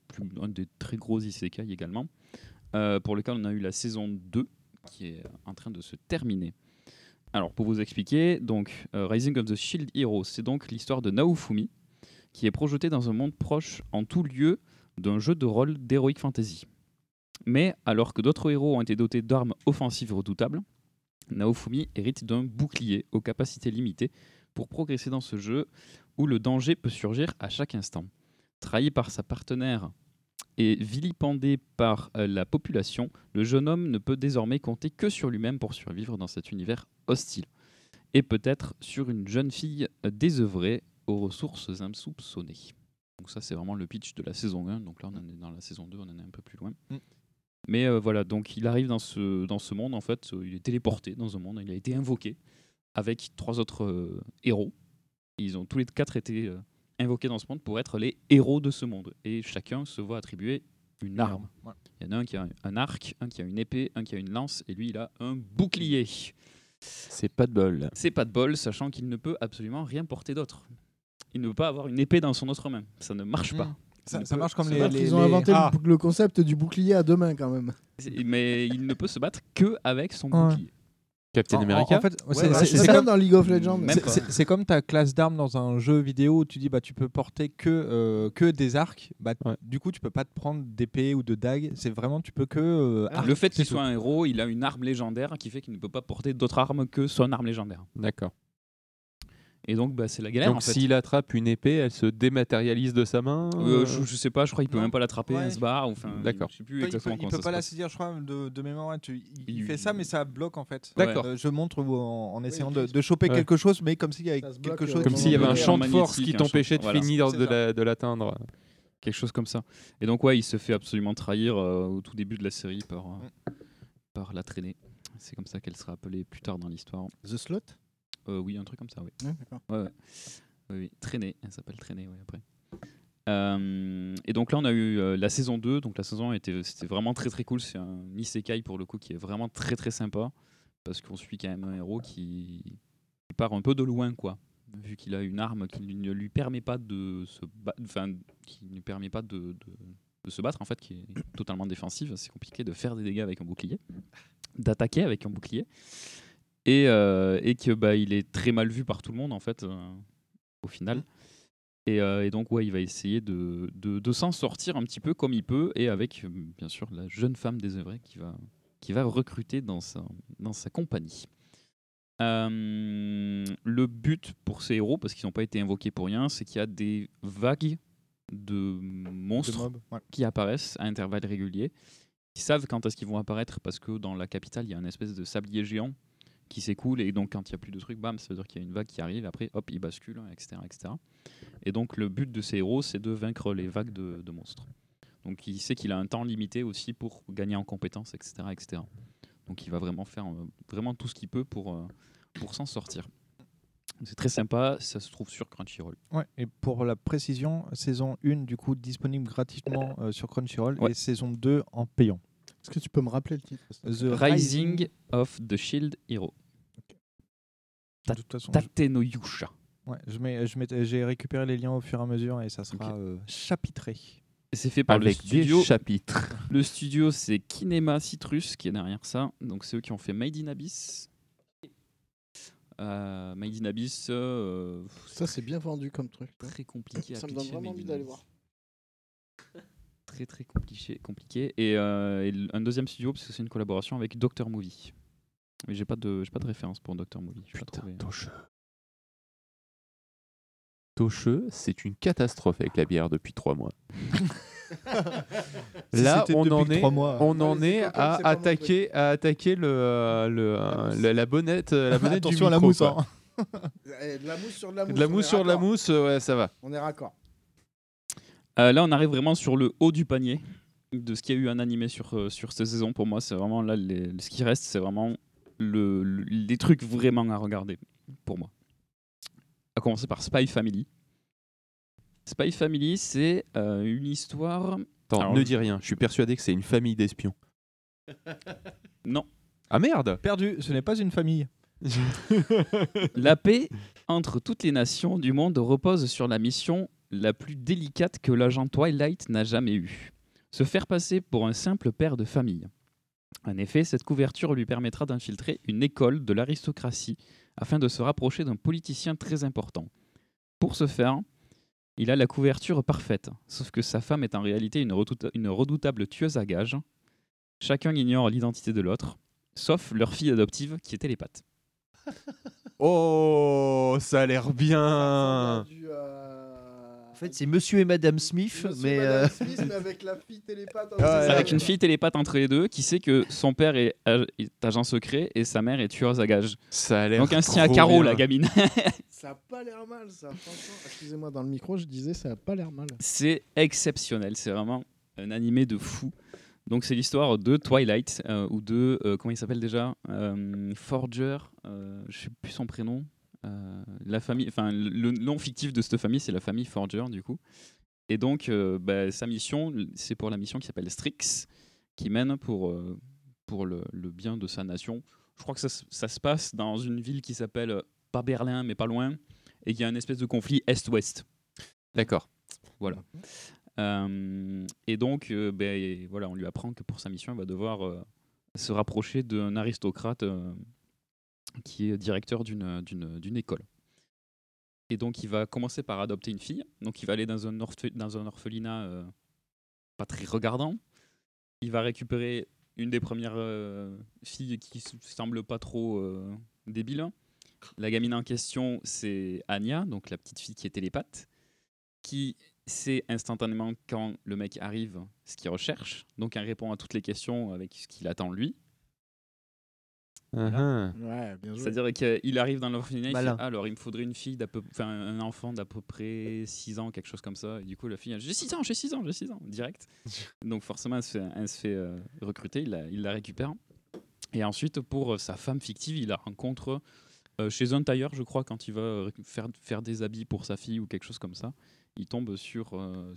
des très gros isekai également, pour lequel on a eu la saison 2, qui est en train de se terminer. Alors, pour vous expliquer, donc Rising of the Shield Hero, c'est donc l'histoire de Naofumi, qui est projetée dans un monde proche en tout lieu d'un jeu de rôle d'heroic fantasy. Mais alors que d'autres héros ont été dotés d'armes offensives redoutables, Naofumi hérite d'un bouclier aux capacités limitées pour progresser dans ce jeu où le danger peut surgir à chaque instant. Trahi par sa partenaire et vilipendé par la population, le jeune homme ne peut désormais compter que sur lui-même pour survivre dans cet univers hostile. Et peut-être sur une jeune fille désœuvrée aux ressources insoupçonnées. Donc ça, c'est vraiment le pitch de la saison 1. Donc là, on en est dans la saison 2, on en est un peu plus loin. Mais voilà, donc il arrive dans ce monde, en fait, il est téléporté dans un monde, il a été invoqué avec 3 autres héros. Ils ont tous les 4 été invoqués dans ce monde pour être les héros de ce monde. Et chacun se voit attribuer une arme. Ouais. Il y en a un qui a un arc, un qui a une épée, un qui a une lance, et lui, il a un bouclier. C'est pas de bol. C'est pas de bol, sachant qu'il ne peut absolument rien porter d'autre. Il ne peut pas avoir une épée dans son autre main. Ça ne marche pas. Ça marche comme Ils ont inventé le concept du bouclier à 2 mains quand même. Mais il ne peut se battre que avec son bouclier. Captain America. En fait, c'est comme dans League of Legends. C'est comme ta classe d'armes dans un jeu vidéo où tu dis tu peux porter que des arcs. Du coup, tu peux pas te prendre d'épée ou de dague. C'est vraiment tu peux que. Le fait qu'il soit un héros, il a une arme légendaire qui fait qu'il ne peut pas porter d'autres armes que son arme légendaire. D'accord. Et donc, c'est la galère. Donc, en fait. s'il attrape une épée, elle se dématérialise de sa main je sais pas, je crois qu'il peut même pas l'attraper, elle se barre. D'accord. Je sais plus exactement il comment peut ça pas se la passe. saisir, je crois, de mémoire. Il fait ça, mais ça bloque en fait. D'accord. Je montre en essayant de choper quelque chose, mais comme s'il y avait quelque chose. Comme s'il y avait un champ de force qui magnétique, t'empêchait de voilà. finir de l'atteindre. Quelque chose comme ça. Et donc, il se fait absolument trahir au tout début de la série par la traînée. C'est comme ça qu'elle sera appelée plus tard dans l'histoire. The Slot. Oui, un truc comme ça, oui. Ouais, d'accord. Oui. Traînée, elle s'appelle Traînée, après. Et donc là, on a eu la saison 2. Donc la saison c'était vraiment très très cool. C'est un isekai pour le coup qui est vraiment très très sympa parce qu'on suit quand même un héros qui part un peu de loin, quoi. Vu qu'il a une arme qui ne lui permet pas de se battre, en fait, qui est totalement défensive. C'est compliqué de faire des dégâts avec un bouclier, d'attaquer avec un bouclier. Et que il est très mal vu par tout le monde en fait au final. Et donc il va essayer de s'en sortir un petit peu comme il peut et avec bien sûr la jeune femme désœuvrée qui va recruter dans sa compagnie. Le but pour ces héros, parce qu'ils n'ont pas été invoqués pour rien, c'est qu'il y a des vagues de monstres qui apparaissent à intervalles réguliers. Ils savent quand est-ce qu'ils vont apparaître parce que dans la capitale il y a une espèce de sablier géant qui s'écoule et donc quand il n'y a plus de trucs, bam, ça veut dire qu'il y a une vague qui arrive, après hop, il bascule, etc., etc. Et donc le but de ces héros, c'est de vaincre les vagues de monstres. Donc il sait qu'il a un temps limité aussi pour gagner en compétences, etc., etc. Donc il va vraiment faire vraiment tout ce qu'il peut pour s'en sortir. C'est très sympa, ça se trouve sur Crunchyroll. Ouais, et pour la précision, saison 1 du coup disponible gratuitement sur Crunchyroll et saison 2 en payant. Est-ce que tu peux me rappeler le titre? The Rising of the Shield Hero. De toute façon, Tate no Yusha. Ouais, j'ai récupéré les liens au fur et à mesure et ça sera chapitré. Et c'est fait par avec le studio. des chapitres. Le studio, c'est Kinema Citrus qui est derrière ça. Donc c'est eux qui ont fait Made in Abyss. Made in Abyss. Ça, c'est bien vendu comme truc. Très compliqué à Ça me donne pitcher, vraiment Made envie in d'aller Abyss. voir. Très compliqué. Et un deuxième studio, parce que c'est une collaboration avec Dr. Movie. Mais j'ai pas de référence pour Dr. Movie. Je vais pas trouver. Tocheux, c'est une catastrophe avec la bière depuis 3 mois. Si Là, c'était on depuis en est, 3 mois. on en Ouais, est c'est pas à comme, c'est pas mon attaquer, la bonnette, la bonnette du Attention à la micro, mousse. quoi. Hein. De la mousse sur de la mousse. De la on mousse est sur de la raccord. mousse, ouais, ça va. On est raccord. Là, on arrive vraiment sur le haut du panier de ce qu'il y a eu en animé sur cette saison. Pour moi, c'est vraiment là ce qui reste, c'est vraiment les trucs vraiment à regarder pour moi. À commencer par Spy Family. Spy Family, c'est une histoire. Attends, Alors, ne dis rien, je suis persuadé que c'est une famille d'espions. Non. Ah merde. Perdu, ce n'est pas une famille. La paix entre toutes les nations du monde repose sur la mission la plus délicate que l'agent Twilight n'a jamais eue. Se faire passer pour un simple père de famille. En effet, cette couverture lui permettra d'infiltrer une école de l'aristocratie afin de se rapprocher d'un politicien très important. Pour ce faire, il a la couverture parfaite, sauf que sa femme est en réalité une redoutable tueuse à gages. Chacun ignore l'identité de l'autre, sauf leur fille adoptive qui est télépathe. Oh, ça a l'air bien. En fait, c'est Monsieur et Madame Smith, mais avec la fille télépathe. Avec une fille télépathe entre les deux qui sait que son père est agent secret et sa mère est tueuse à gages. Ça a l'air Donc un trop à carreau, bien. la gamine. Ça a pas l'air mal, ça. Franchement, excusez-moi, dans le micro, je disais, ça a pas l'air mal. C'est exceptionnel, c'est vraiment un animé de fou. Donc c'est l'histoire de Twilight ou de comment il s'appelle déjà, Forger, je sais plus son prénom. La famille, enfin le nom fictif de cette famille, c'est la famille Forger du coup. Et donc sa mission, c'est pour la mission qui s'appelle Strix, qui mène pour le bien de sa nation. Je crois que ça se passe dans une ville qui s'appelle pas Berlin mais pas loin, et qu'il y a une espèce de conflit Est-Ouest. D'accord. Voilà. Et donc, voilà, on lui apprend que pour sa mission, il va devoir se rapprocher d'un aristocrate qui est directeur d'une école. Et donc, il va commencer par adopter une fille. Donc, il va aller dans un orphelinat pas très regardant. Il va récupérer une des premières filles qui semble pas trop débile. La gamine en question, c'est Anya, donc la petite fille qui est télépathe, qui sait instantanément quand le mec arrive ce qu'il recherche. Donc, elle répond à toutes les questions avec ce qu'il attend de lui. Voilà. Ouais, bien joué. C'est-à-dire qu'il arrive dans l'orphelinat, il dit, Malin. alors il me faudrait une fille un enfant d'à peu près 6 ans, quelque chose comme ça. Et du coup, la fille, j'ai 6 ans, direct. Donc forcément, elle se fait recruter, il la récupère. Et ensuite, pour sa femme fictive, il la rencontre chez un tailleur, je crois, quand il va faire des habits pour sa fille ou quelque chose comme ça. Il tombe sur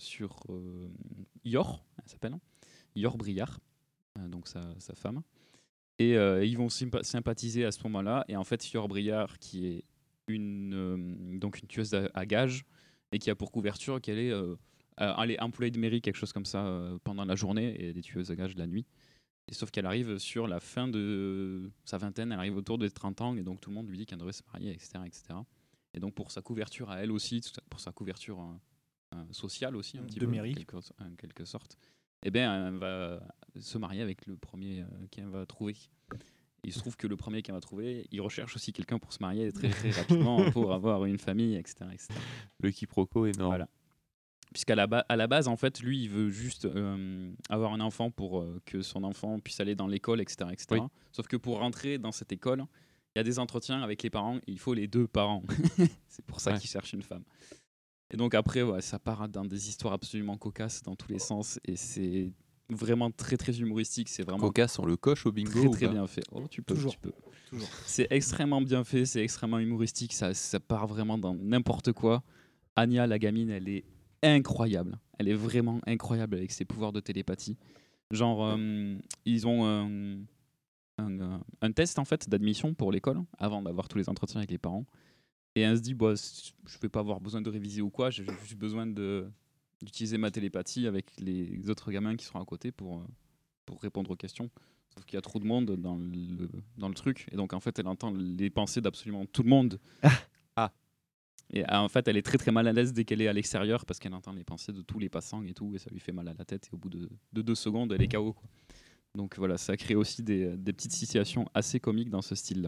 Yor, elle s'appelle, Yor Briard, donc sa femme. Et ils vont sympathiser à ce moment-là. Et en fait, Yor Briard, qui est une tueuse à gages, et qui a pour couverture qu'elle est employée de mairie, quelque chose comme ça, pendant la journée, et des tueuses à gages la nuit. Et sauf qu'elle arrive sur la fin de sa vingtaine, elle arrive autour des 30 ans, et donc tout le monde lui dit qu'elle devrait se marier, etc., etc. Et donc pour sa couverture à elle aussi, pour sa couverture sociale aussi, un petit de peu, mairie. en quelque sorte, eh bien, elle va se marier avec le premier qu'elle va trouver. Il se trouve que le premier qu'elle va trouver, il recherche aussi quelqu'un pour se marier très, très rapidement, pour avoir une famille, etc., etc. Le quiproquo énorme. Voilà. Puisqu'à la base, en fait, lui, il veut juste avoir un enfant pour que son enfant puisse aller dans l'école, etc., etc. Oui. Sauf que pour rentrer dans cette école, il y a des entretiens avec les parents, et il faut les 2 parents. C'est pour ça qu'il cherche une femme. Et donc après, ça part dans des histoires absolument cocasses dans tous les sens, et c'est vraiment très très humoristique. C'est vraiment Cocasse, on le coche au bingo très ou très pas bien fait. Oh, tu peux, Toujours. tu peux. Toujours. C'est extrêmement bien fait, c'est extrêmement humoristique, ça part vraiment dans n'importe quoi. Anya, la gamine, elle est incroyable. Elle est vraiment incroyable avec ses pouvoirs de télépathie. Genre, ils ont un test en fait d'admission pour l'école avant d'avoir tous les entretiens avec les parents. Et elle se dit, je vais pas avoir besoin de réviser ou quoi, j'ai juste besoin d'utiliser ma télépathie avec les autres gamins qui seront à côté pour répondre aux questions. Sauf qu'il y a trop de monde dans le truc. Et donc, en fait, elle entend les pensées d'absolument tout le monde. Et en fait, elle est très très mal à l'aise dès qu'elle est à l'extérieur parce qu'elle entend les pensées de tous les passants et tout. Et ça lui fait mal à la tête. Et au bout de 2 secondes, elle est KO, quoi. Donc voilà, ça crée aussi des petites situations assez comiques dans ce style-là.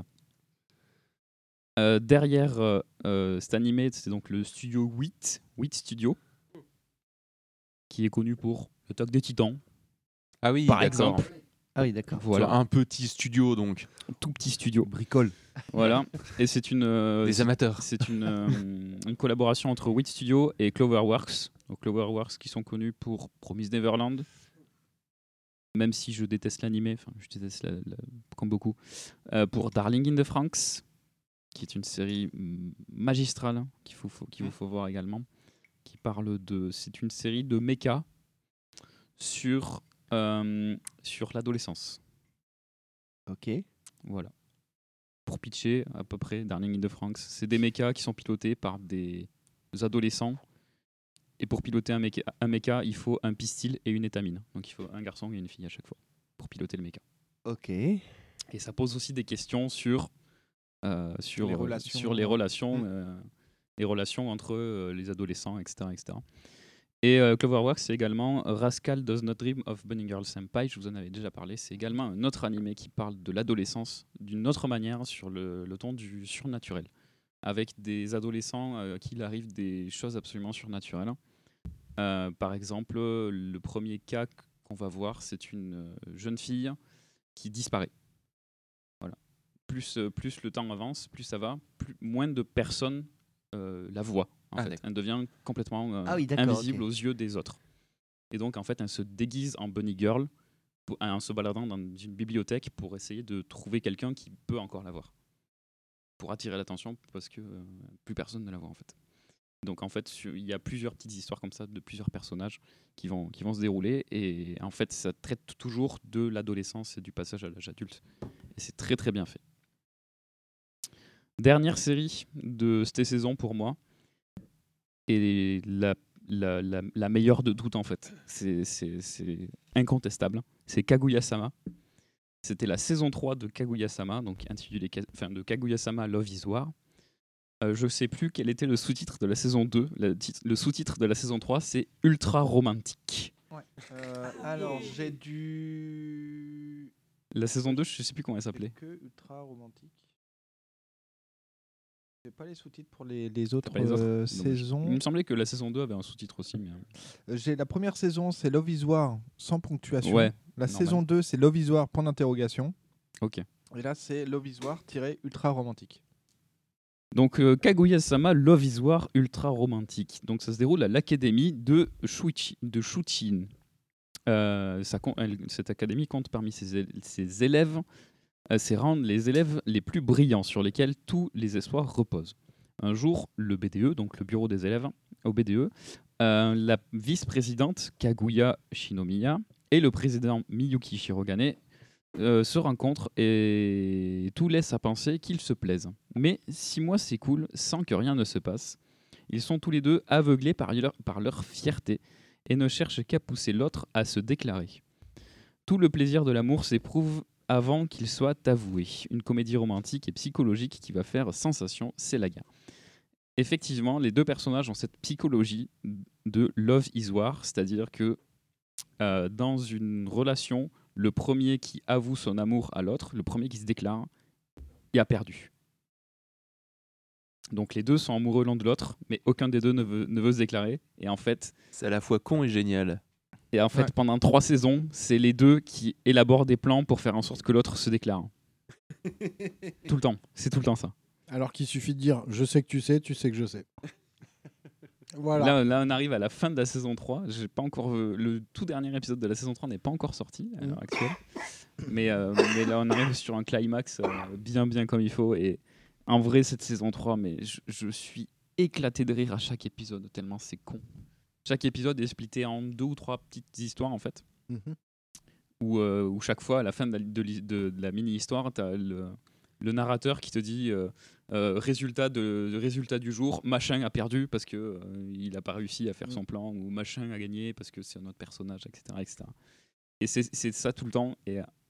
Derrière cet animé, c'est donc le studio 8 Studio, qui est connu pour l'Attaque des Titans. Ah oui, par d'accord. exemple. Ah oui, d'accord. Voilà. Un petit studio, donc. Tout petit studio. Bricole. Voilà. Et c'est des amateurs. C'est une collaboration entre 8 Studio et Cloverworks. Donc Cloverworks qui sont connus pour Promise Neverland. Même si je déteste l'animé, enfin je déteste comme beaucoup. Pour Darling in the Franxx, qui est une série magistrale qu'il vous faut voir également, qui parle c'est une série de méca sur l'adolescence. Ok. Voilà. Pour pitcher à peu près Darling in the Franxx, c'est des mechas qui sont pilotés par des adolescents. Et pour piloter un mecha, il faut un pistil et une étamine. Donc il faut un garçon et une fille à chaque fois pour piloter le mecha. Ok. Et ça pose aussi des questions sur les relations entre les adolescents, etc. etc. Et Cloverworks, c'est également Rascal Does Not Dream of Bunny Girl Senpai. Je vous en avais déjà parlé. C'est également un autre animé qui parle de l'adolescence d'une autre manière sur le ton du surnaturel. Avec des adolescents qu'il arrive des choses absolument surnaturelles. Par exemple, le premier cas qu'on va voir, c'est une jeune fille qui disparaît. Voilà. Plus le temps avance, plus ça va, moins de personnes la voient. En fait. Elle devient complètement invisible aux yeux des autres. Et donc, en fait, elle se déguise en Bunny Girl en se baladant dans une bibliothèque pour essayer de trouver quelqu'un qui peut encore la voir. Pour attirer l'attention parce que plus personne ne la voit en fait. Donc en fait, il y a plusieurs petites histoires comme ça de plusieurs personnages qui vont se dérouler et en fait, ça traite toujours de l'adolescence et du passage à l'âge adulte. Et c'est très très bien fait. Dernière série de cette saison pour moi et la meilleure de toutes en fait. C'est incontestable. C'est Kaguya-sama. C'était la saison 3 de Kaguya-sama, donc intitulée de Kaguya-sama Love is War. Je ne sais plus quel était le sous-titre de la saison 2. Le sous-titre de la saison 3, c'est Ultra Romantique. Ouais. Alors, j'ai dû... La saison 2, je ne sais plus comment elle s'appelait. Que Ultra Romantique. J'ai pas les sous-titres pour les autres saisons. Il me semblait que la saison 2 avait un sous-titre aussi. Mais... J'ai la première saison, c'est Love is War sans ponctuation. Ouais, la saison 2, c'est Love is War, point d'interrogation. Ok. Et là, c'est Love is War ultra romantique. Donc Kaguya-sama Love is War ultra romantique. Donc ça se déroule à l'académie de Shuchin. Cette académie compte parmi ses élèves, les élèves les plus brillants sur lesquels tous les espoirs reposent. Un jour, le BDE, donc le bureau des élèves, au BDE, la vice-présidente Kaguya Shinomiya et le président Miyuki Shirogane se rencontrent et tout laisse à penser qu'ils se plaisent. Mais 6 mois s'écoulent sans que rien ne se passe. Ils sont tous les deux aveuglés par leur fierté et ne cherchent qu'à pousser l'autre à se déclarer. Tout le plaisir de l'amour s'éprouve avant qu'il soit avoué. Une comédie romantique et psychologique qui va faire sensation, c'est la guerre. Effectivement, les deux personnages ont cette psychologie de Love is War, c'est-à-dire que dans une relation, le premier qui avoue son amour à l'autre, le premier qui se déclare, il a perdu. Donc les deux sont amoureux l'un de l'autre, mais aucun des deux ne veut se déclarer. Et en fait, c'est à la fois con et génial. Et en fait, pendant 3 saisons, c'est les deux qui élaborent des plans pour faire en sorte que l'autre se déclare. Tout le temps. C'est tout le temps ça. Alors qu'il suffit de dire « je sais que tu sais que je sais ». Voilà. Là, on arrive à la fin de la saison 3. J'ai pas encore le tout dernier épisode de la saison 3 n'est pas encore sorti à l'heure actuelle. Mais là, on arrive sur un climax bien comme il faut. Et en vrai, cette saison 3, mais je suis éclaté de rire à chaque épisode, tellement c'est con. Chaque épisode est splitté en 2 ou 3 petites histoires, en fait. Où chaque fois, à la fin de la mini-histoire, tu as le narrateur qui te dit résultat du jour, machin a perdu parce que il n'a pas réussi à faire son plan, ou machin a gagné parce que c'est un autre personnage, etc. etc. Et c'est ça tout le temps. Et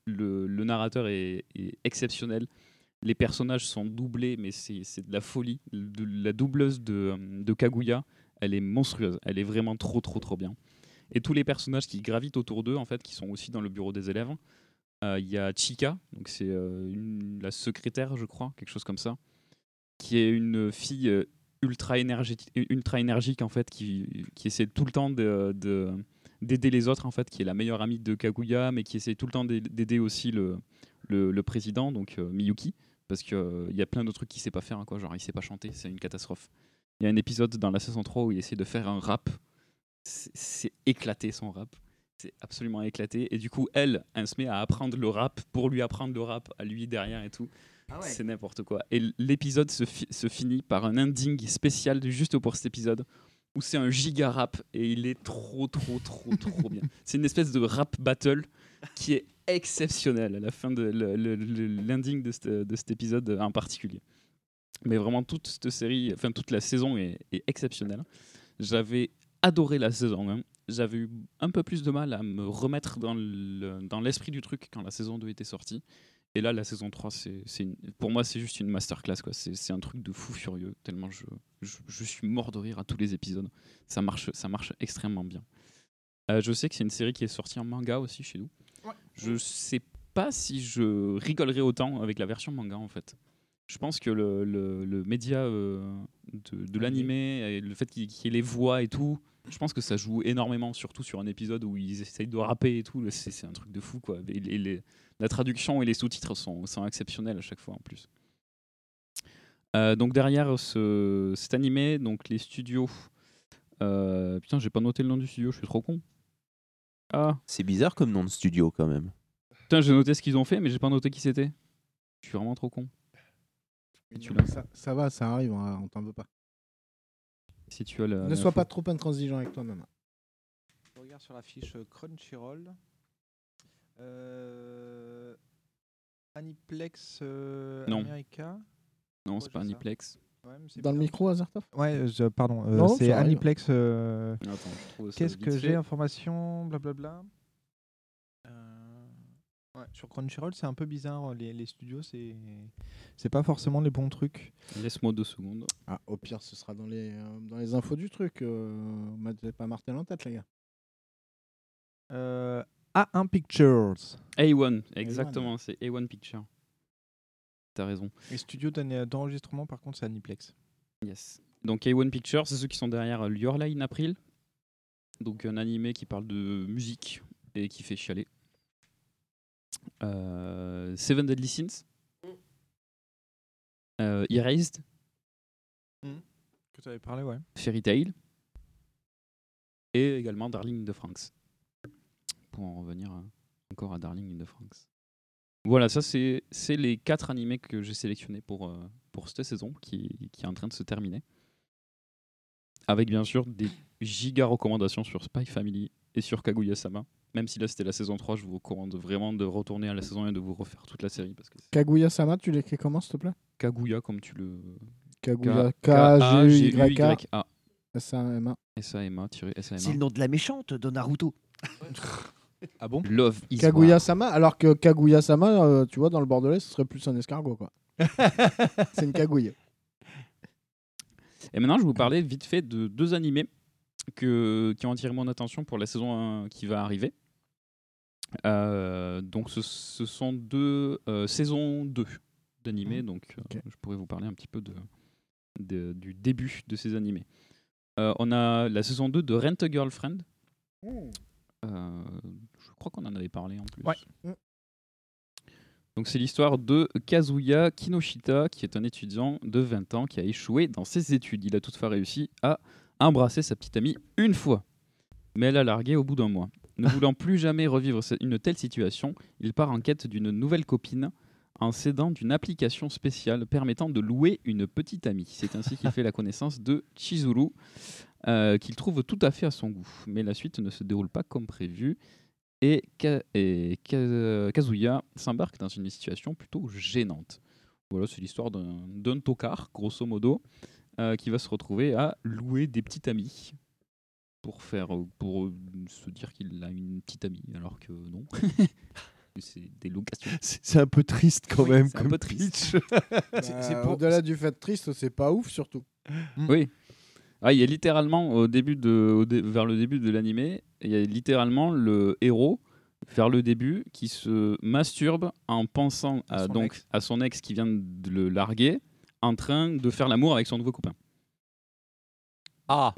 le narrateur est exceptionnel. Les personnages sont doublés, mais c'est de la folie. La doubleuse de Kaguya, elle est monstrueuse. Elle est vraiment trop bien. Et tous les personnages qui gravitent autour d'eux, en fait, qui sont aussi dans le bureau des élèves. Il y a Chika, donc c'est la secrétaire, je crois, quelque chose comme ça, qui est une fille ultra énergique en fait, qui essaie tout le temps d'aider les autres en fait, qui est la meilleure amie de Kaguya, mais qui essaie tout le temps d'aider aussi le président, donc Miyuki, parce qu'il y a plein de trucs qu'il sait pas faire, hein, quoi, genre il sait pas chanter, c'est une catastrophe. Il y a un épisode dans la saison 3 où il essaie de faire un rap, c'est éclaté son rap. C'est absolument éclaté. Et du coup, elle se met à apprendre le rap pour lui apprendre le rap à lui derrière et tout. Ah ouais. C'est n'importe quoi. Et l'épisode se finit par un ending spécial juste pour cet épisode où c'est un giga rap et il est trop bien. C'est une espèce de rap battle qui est exceptionnel à la fin de l'ending de cet épisode en particulier. Mais vraiment, toute cette série, enfin toute la saison est exceptionnelle. J'avais adoré la saison 1. J'avais eu un peu plus de mal à me remettre dans l'esprit du truc quand la saison 2 était sortie. Et là, la saison 3, pour moi, c'est juste une masterclass, quoi. C'est un truc de fou furieux, tellement je suis mort de rire à tous les épisodes. Ça marche extrêmement bien. Je sais que c'est une série qui est sortie en manga aussi chez nous. Ouais. Je sais pas si je rigolerais autant avec la version manga, en fait. Je pense que le média de l'animé, et le fait qu'il y ait les voix et tout, je pense que ça joue énormément, surtout sur un épisode où ils essayent de rapper et tout. C'est un truc de fou, quoi. Et la traduction et les sous-titres sont exceptionnels à chaque fois en plus. Donc derrière cet animé, donc les studios. Putain, j'ai pas noté le nom du studio, je suis trop con. Ah. C'est bizarre comme nom de studio quand même. Putain, j'ai noté ce qu'ils ont fait, mais j'ai pas noté qui c'était. Je suis vraiment trop con. Ça va, ça arrive, on t'en veut pas. Si tu as ne sois pas trop intransigeant avec toi-même. Je regarde sur la fiche Crunchyroll. Aniplex America. Non, c'est pas Aniplex. Ouais, dans le micro, Azertov. Ouais, pardon. C'est Aniplex. Qu'est-ce que j'ai information, blablabla. Ouais, sur Crunchyroll, c'est un peu bizarre. Les studios, c'est pas forcément les bons trucs. Laisse-moi 2 secondes. Ah, au pire, ce sera dans les infos du truc. M'avez pas martel en tête, les gars. A1 Pictures. A1, exactement, c'est A1 Pictures. T'as raison. Les studios d'enregistrement, par contre, c'est Aniplex. Yes. Donc A1 Pictures, c'est ceux qui sont derrière Your Lie in April. Donc un animé qui parle de musique et qui fait chialer. Seven Deadly Sins. Erased. Que tu avais parlé, ouais. Fairy Tail. Et également Darling in the Franxx. Pour en revenir encore à Darling in the Franxx. Voilà, ça c'est les 4 animés que j'ai sélectionnés pour cette saison qui est en train de se terminer. Avec bien sûr des giga recommandations sur Spy Family et sur Kaguya-sama. Même si là c'était la saison 3, je vous recommande vraiment de retourner à la saison 1 et de vous refaire toute la série. Parce que Kaguya-sama, tu l'écris comment s'il te plaît? Kaguya comme tu le... Kaguya, K-G-U-Y-A. S-A-M-A. S-A-M-A. C'est le nom de la méchante de Naruto. Ah bon? Love is Kaguya-sama, alors que Kaguya-sama, tu vois, dans le Bordelais, ce serait plus un escargot, quoi. C'est une Kaguya. Et maintenant, je vais vous parler vite fait de 2 animés qui ont attiré mon attention pour la saison 1 qui va arriver. Donc, ce sont 2 saisons 2 d'animés, donc je pourrais vous parler un petit peu du début de ces animés. On a la saison 2 de Rent a Girlfriend. Je crois qu'on en avait parlé en plus. Ouais. Donc c'est l'histoire de Kazuya Kinoshita, qui est un étudiant de 20 ans qui a échoué dans ses études. Il a toutefois réussi à embrasser sa petite amie une fois, mais elle l'a largué au bout d'un mois. Ne voulant plus jamais revivre une telle situation, il part en quête d'une nouvelle copine en s'aidant d'une application spéciale permettant de louer une petite amie. C'est ainsi qu'il fait la connaissance de Chizuru, qu'il trouve tout à fait à son goût. Mais la suite ne se déroule pas comme prévu et Kazuya s'embarque dans une situation plutôt gênante. Voilà, c'est l'histoire d'un tocard, grosso modo, qui va se retrouver à louer des petites amies pour se dire qu'il a une petite amie, alors que non. c'est des locations. C'est un peu triste quand même. C'est un peu triste. Au-delà du fait triste, c'est pas ouf surtout. Oui. Ah, il y a littéralement vers le début de l'animé, il y a littéralement le héros vers le début qui se masturbe en pensant à son ex qui vient de le larguer en train de faire l'amour avec son nouveau copain. Ah.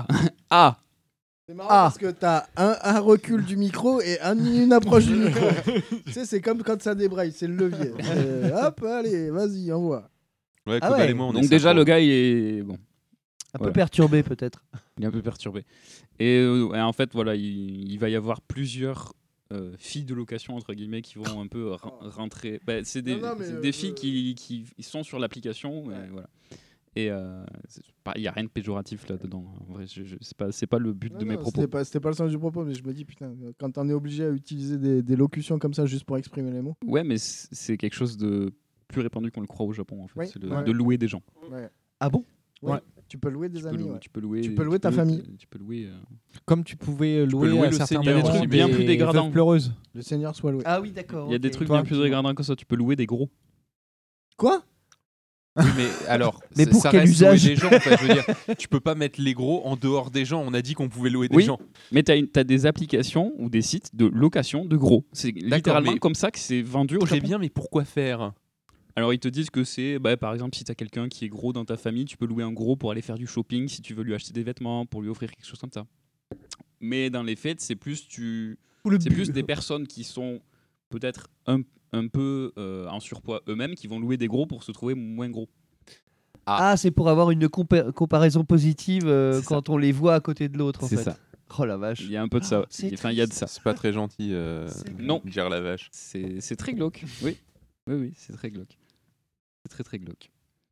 C'est marrant parce que t'as un recul du micro et une approche du micro. Tu sais, c'est comme quand ça débraille, c'est le levier. Hop, allez, vas-y, envoie. Ouais, Ah ouais. Donc déjà le gars il est bon. Un peu perturbé peut-être. Il est un peu perturbé. Et en fait voilà, il va y avoir plusieurs filles de location entre guillemets qui vont un peu rentrer. Bah, c'est des filles qui sont sur l'application. Et voilà. Et il n'y a rien de péjoratif là-dedans. En vrai, c'est pas le but de mes propos. C'était pas le sens du propos, mais je me dis, putain, quand on est obligé à utiliser des locutions comme ça juste pour exprimer les mots. Ouais, mais c'est quelque chose de plus répandu qu'on le croit au Japon, en fait. Oui. C'est de louer des gens. Ouais. Ah bon? Ouais. Tu peux louer des amis. Tu peux louer ta famille. Tu peux louer. Comme tu pouvais louer le certains Seigneur. Il y a des trucs bien plus dégradants. Pleureuses. Le Seigneur soit loué. Ah oui, d'accord. Il y a des trucs bien plus dégradants que ça. Tu peux louer des gros. Quoi? Oui, mais alors, mais pour ça quel reste usage louer des gens, en fait, je veux dire, tu peux pas mettre les gros en dehors des gens. On a dit qu'on pouvait louer des gens. Mais t'as des applications ou des sites de location de gros. C'est littéralement comme ça que c'est vendu au Japon. Très bien, mais pourquoi faire? Alors ils te disent que c'est, par exemple, si tu as quelqu'un qui est gros dans ta famille, tu peux louer un gros pour aller faire du shopping, si tu veux lui acheter des vêtements, pour lui offrir quelque chose comme ça. Mais dans les faits, c'est plus des personnes qui sont peut-être un peu en surpoids eux-mêmes qui vont louer des gros pour se trouver moins gros. Ah, c'est pour avoir une comparaison positive quand on les voit à côté de l'autre en fait. C'est ça. Oh la vache. Il y a un peu de ça. Enfin, il y a de ça. C'est pas très gentil. Non. Dire la vache. C'est très glauque. Oui, c'est très glauque. C'est très très glauque.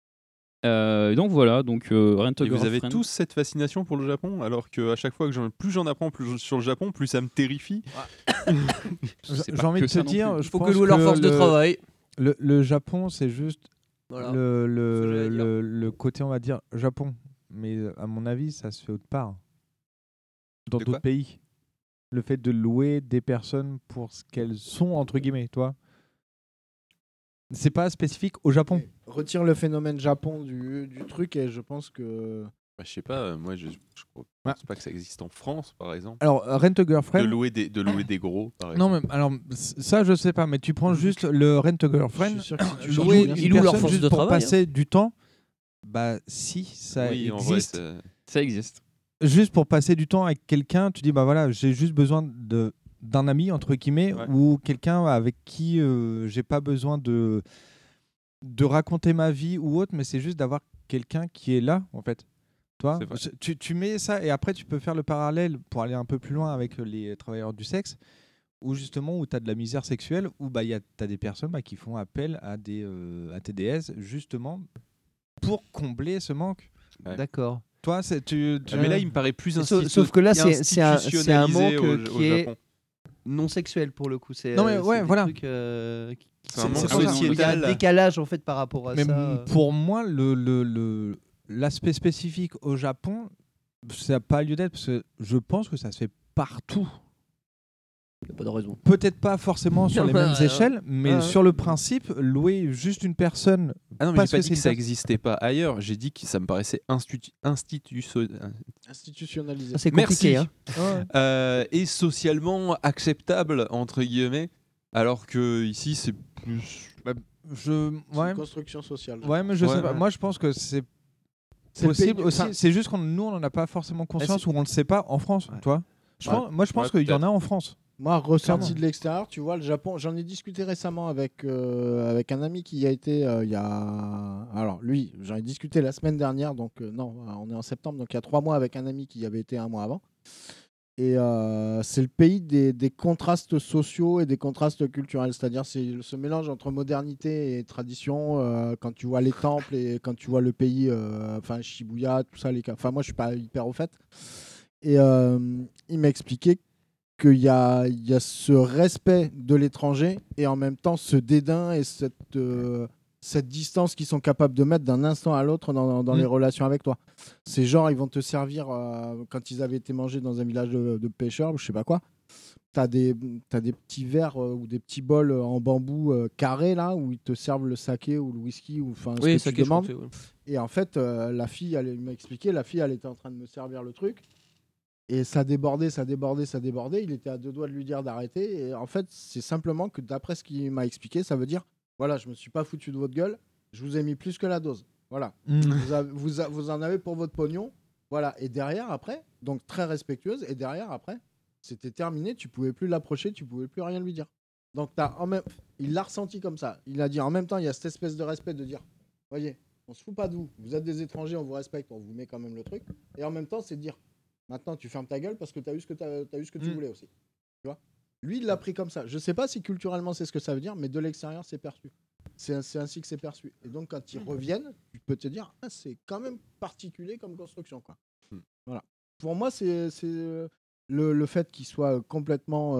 Donc voilà, Et vous avez tous cette fascination pour le Japon, alors qu'à chaque fois que plus j'en apprends plus sur le Japon, plus ça me terrifie. J'ai envie de te dire, il faut que louer leur force de travail. Le Japon, c'est juste voilà. le côté, on va dire, Japon. Mais à mon avis, ça se fait autre part. Dans d'autres pays. Le fait de louer des personnes pour ce qu'elles sont, entre guillemets, toi. C'est pas spécifique au Japon. Retire le phénomène Japon du truc et je pense que... Je sais pas, moi je pense pas que ça existe en France par exemple. Alors, Rent a Girlfriend. De louer des gros par exemple. Non, mais alors ça je sais pas, mais tu prends juste le Rent a Girlfriend. Si louer ils louent leur force juste de pour travail. passer du temps. Bah si, ça oui, existe. En vrai, ça existe. Juste pour passer du temps avec quelqu'un, tu dis bah voilà, j'ai juste besoin d'un ami entre guillemets ou quelqu'un avec qui j'ai pas besoin de raconter ma vie ou autre, mais c'est juste d'avoir quelqu'un qui est là en fait. Toi, tu mets ça et après tu peux faire le parallèle pour aller un peu plus loin avec les travailleurs du sexe où justement où tu as de la misère sexuelle où bah tu as des personnes qui font appel à des TDS justement pour combler ce manque. Ouais. D'accord. Toi, mais là il me paraît plus sauf que là c'est un manque qui est non sexuel pour le coup. Non mais ouais, voilà. Trucs, c'est un manque sociétal. Il y a un décalage en fait par rapport à mais ça. Pour moi, l'aspect spécifique au Japon, ça n'a pas lieu d'être parce que je pense que ça se fait partout. Il n'y a pas de raison. Peut-être pas forcément sur les mêmes échelles, mais sur le principe, louer juste une personne. Ah non, mais j'ai pas dit que ça n'existait pas ailleurs. J'ai dit que ça me paraissait institutionnalisé. C'est compliqué. Merci. Et socialement acceptable entre guillemets, alors que ici c'est plus. C'est une construction sociale. Ouais, mais je sais pas. Moi, je pense que c'est possible aussi. C'est juste qu'on nous, on n'en a pas forcément conscience ou on ne le sait pas en France. Toi, moi, je pense qu'il y en a en France. Moi, ressorti de l'extérieur, tu vois, le Japon, j'en ai discuté récemment avec un ami qui y a été il y a... Alors, lui, j'en ai discuté la semaine dernière, donc non, on est en septembre, donc il y a 3 mois avec un ami qui y avait été 1 mois avant. Et c'est le pays des contrastes sociaux et des contrastes culturels, c'est-à-dire c'est ce mélange entre modernité et tradition, quand tu vois les temples et quand tu vois le pays, enfin Shibuya, tout ça, enfin moi je suis pas hyper au fait. Et il m'a expliqué qu'il y a ce respect de l'étranger et en même temps ce dédain et cette distance qu'ils sont capables de mettre d'un instant à l'autre dans les relations avec toi. C'est genre, ils vont te servir, quand ils avaient été mangés dans un village de pêcheurs, je sais pas quoi, t'as des petits verres ou des petits bols en bambou carrés là où ils te servent le saké ou le whisky ou enfin ce que tu demandes. Et en fait, la fille, elle m'a expliqué, elle était en train de me servir le truc. Et ça débordait. Il était à 2 doigts de lui dire d'arrêter. Et en fait, c'est simplement que d'après ce qu'il m'a expliqué, ça veut dire voilà, je me suis pas foutu de votre gueule, je vous ai mis plus que la dose. Voilà. Vous en avez pour votre pognon. Voilà. Et derrière, après, donc très respectueuse, et derrière, après, c'était terminé, tu pouvais plus l'approcher, tu pouvais plus rien lui dire. Donc il l'a ressenti comme ça. Il a dit en même temps, il y a cette espèce de respect de dire voyez, on se fout pas de vous, vous êtes des étrangers, on vous respecte, on vous met quand même le truc. Et en même temps, c'est de dire maintenant, tu fermes ta gueule parce que tu as eu ce que tu voulais aussi. Tu vois, lui, il l'a pris comme ça. Je sais pas si culturellement c'est ce que ça veut dire, mais de l'extérieur, c'est perçu. C'est ainsi que c'est perçu. Et donc, quand ils reviennent, tu peux te dire, c'est quand même particulier comme construction, quoi. Voilà. Pour moi, c'est le fait qu'ils soient complètement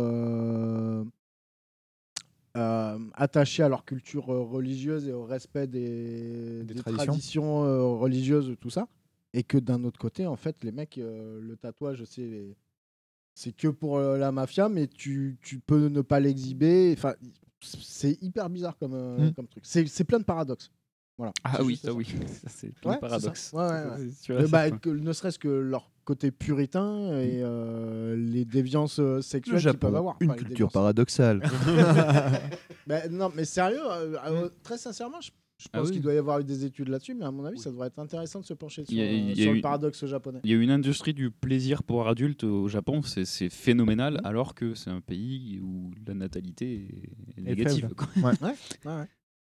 attachés à leur culture religieuse et au respect des traditions religieuses, tout ça. Et que d'un autre côté, en fait, les mecs, le tatouage, c'est que pour la mafia, mais tu peux ne pas l'exhiber. Enfin, c'est hyper bizarre comme truc. C'est plein de paradoxes. Voilà. Ah oui, ça oui. Ça, c'est plein de paradoxes. Ne serait-ce que leur côté puritain et les déviances sexuelles qu'ils peuvent avoir. Une culture paradoxale. Non, mais sérieux, très sincèrement, je pense qu'il doit y avoir eu des études là-dessus, mais à mon avis, ça devrait être intéressant de se pencher sur le paradoxe japonais. Il y a une industrie du plaisir pour adultes au Japon, c'est phénoménal, alors que c'est un pays où la natalité est négative. Ouais.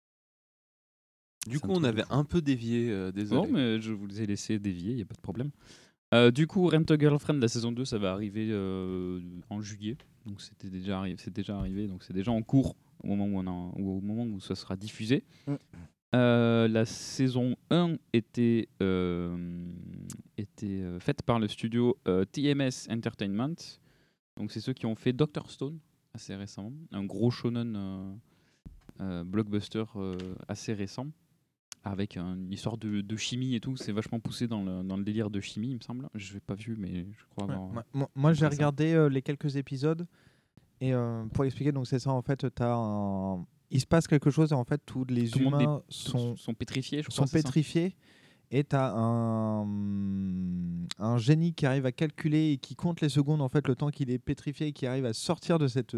Du coup, on avait un peu dévié, désolé. Non, mais je vous ai laissé dévier, il n'y a pas de problème. Du coup, Rent a Girlfriend, la saison 2, ça va arriver en juillet. Donc c'est déjà arrivé, donc c'est déjà en cours au moment où ça sera diffusé. La saison 1 était faite par le studio TMS Entertainment. Donc c'est ceux qui ont fait Dr. Stone assez récemment, un gros shonen blockbuster assez récent, avec une histoire de chimie et tout. C'est vachement poussé dans le délire de chimie, il me semble. Je l'ai pas vu, mais je crois avoir... Moi j'ai regardé les quelques épisodes. Et pour expliquer, donc c'est ça, en fait, il se passe quelque chose, et en fait, tous les humains sont pétrifiés, je crois. Sont pétrifiés, et tu as un génie qui arrive à calculer et qui compte les secondes, en fait, le temps qu'il est pétrifié, et qui arrive à sortir de cette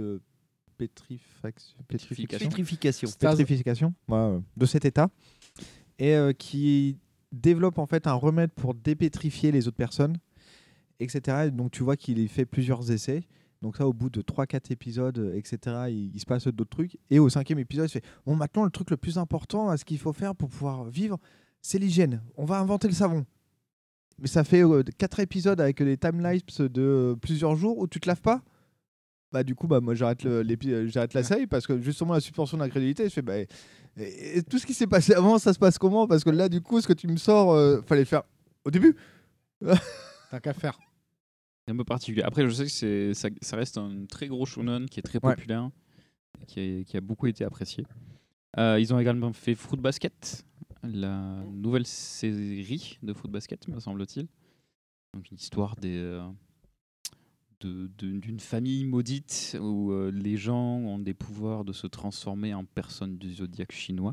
pétrification, de cet état, et qui développe en fait un remède pour dépétrifier les autres personnes, etc. Et donc tu vois qu'il fait plusieurs essais. Donc ça, au bout de 3-4 épisodes, etc., il se passe d'autres trucs. Et au 5e épisode, il fait « Bon, maintenant, le truc le plus important, ce qu'il faut faire pour pouvoir vivre, c'est l'hygiène. On va inventer le savon. » Mais ça fait 4 épisodes avec des timelapses de plusieurs jours où tu te laves pas. Du coup, moi, j'arrête la série parce que justement, la suspension d'incrédulité, je fais et tout ce qui s'est passé avant, ça se passe comment? Parce que là, du coup, ce que tu me sors, fallait le faire au début. T'as qu'à faire. C'est un peu particulier. Après, je sais que ça reste un très gros shonen qui est très populaire, qui a beaucoup été apprécié. Ils ont également fait Fruit Basket, la nouvelle série de Fruit Basket, me semble-t-il. Donc une histoire d'une famille maudite où les gens ont des pouvoirs de se transformer en personnes du zodiaque chinois.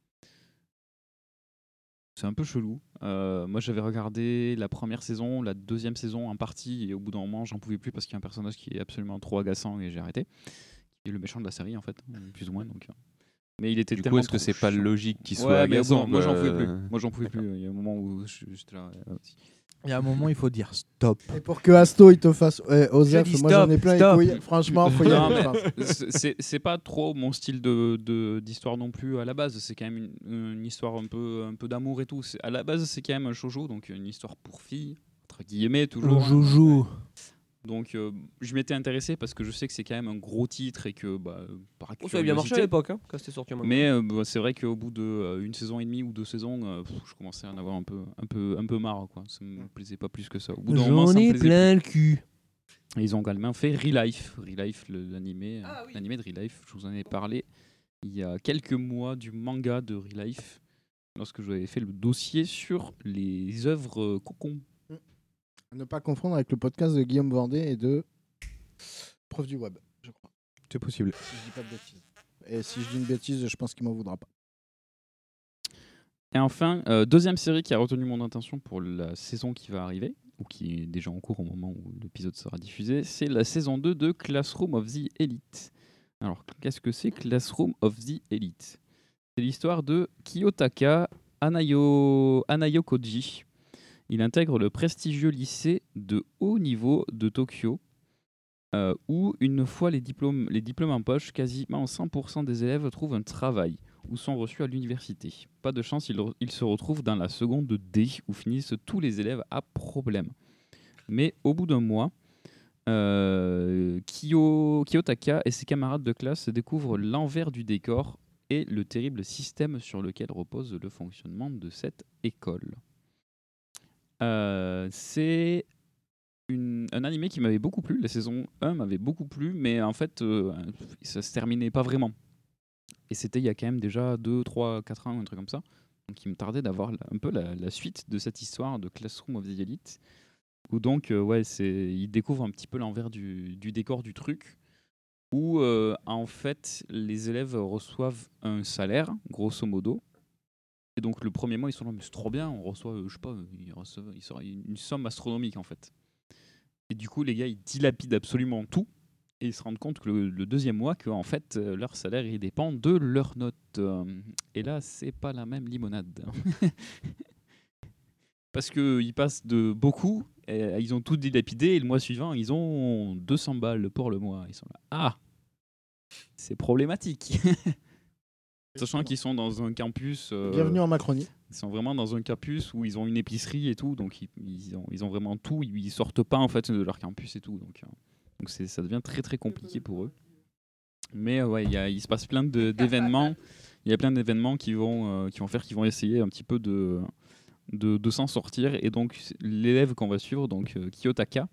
C'est un peu chelou. Moi, j'avais regardé la première saison, la deuxième saison en partie, et au bout d'un moment, j'en pouvais plus parce qu'il y a un personnage qui est absolument trop agaçant et j'ai arrêté. Qui est le méchant de la série, en fait, plus ou moins. Donc, mais il était du tellement. coup, est-ce que c'est pas logique qu'il soit agaçant? Moi, j'en pouvais plus. Il y a un moment où j'étais là. Il y a un moment, il faut dire stop. Et pour que Asto il te fasse Osef, moi j'en ai plein les couilles. Franchement, faut y aller. C'est pas trop mon style d'histoire non plus à la base. C'est quand même une histoire un peu d'amour et tout. À la base, c'est quand même un shoujo, donc une histoire pour filles, entre guillemets, toujours. Le joujou. Donc je m'étais intéressé parce que je sais que c'est quand même un gros titre et que par ça avait bien marché à l'époque quand c'était sorti. Mais c'est vrai qu'au bout d'une saison et demie ou 2 saisons, je commençais à en avoir un peu marre, quoi. Ça me plaisait pas plus que ça. Au bout d'un moment, j'en ai plein le cul. Et ils ont également fait Relife, l'animé de Relife. Je vous en ai parlé il y a quelques mois du manga de Relife lorsque j'avais fait le dossier sur les œuvres Cocon. Ne pas confondre avec le podcast de Guillaume Vendée et de l'épreuve du web, je crois. C'est possible. Si je dis pas de bêtises. Et si je dis une bêtise, je pense qu'il m'en voudra pas. Et enfin, deuxième série qui a retenu mon attention pour la saison qui va arriver, ou qui est déjà en cours au moment où l'épisode sera diffusé, c'est la saison 2 de Classroom of the Elite. Alors, qu'est-ce que c'est Classroom of the Elite ? C'est l'histoire de Kiyotaka Anayo Koji. Il intègre le prestigieux lycée de haut niveau de Tokyo, où, une fois les diplômes en poche, quasiment 100% des élèves trouvent un travail ou sont reçus à l'université. Pas de chance, ils se retrouvent dans la seconde D, où finissent tous les élèves à problème. Mais au bout d'un mois, Kiyotaka et ses camarades de classe découvrent l'envers du décor et le terrible système sur lequel repose le fonctionnement de cette école. C'est un animé qui m'avait beaucoup plu. La saison 1 m'avait beaucoup plu, mais en fait, ça se terminait pas vraiment. Et c'était il y a quand même déjà 2, 3, 4 ans, un truc comme ça. Donc il me tardait d'avoir un peu la suite de cette histoire de Classroom of the Elite, où donc, il découvre un petit peu l'envers du décor du truc, où en fait, les élèves reçoivent un salaire, grosso modo. Et donc le premier mois, ils sont là, mais c'est trop bien, on reçoit, je sais pas, ils reçoivent une somme astronomique en fait. Et du coup, les gars, ils dilapident absolument tout. Et ils se rendent compte que le deuxième mois, que en fait, leur salaire il dépend de leurs notes. Et là, c'est pas la même limonade. Parce qu'ils passent de beaucoup, et ils ont tout dilapidé, et le mois suivant, ils ont 200 balles pour le mois. Ils sont là. Ah, c'est problématique. Sachant qu'ils sont dans un campus. Bienvenue en Macronie. Ils sont vraiment dans un campus où ils ont une épicerie et tout, donc ils ont vraiment tout. Ils sortent pas en fait de leur campus et tout, donc ça devient très très compliqué pour eux. Mais il se passe plein d'événements. Il y a plein d'événements qui vont faire qu'ils vont essayer un petit peu de s'en sortir. Et donc l'élève qu'on va suivre, donc Kiyotaka,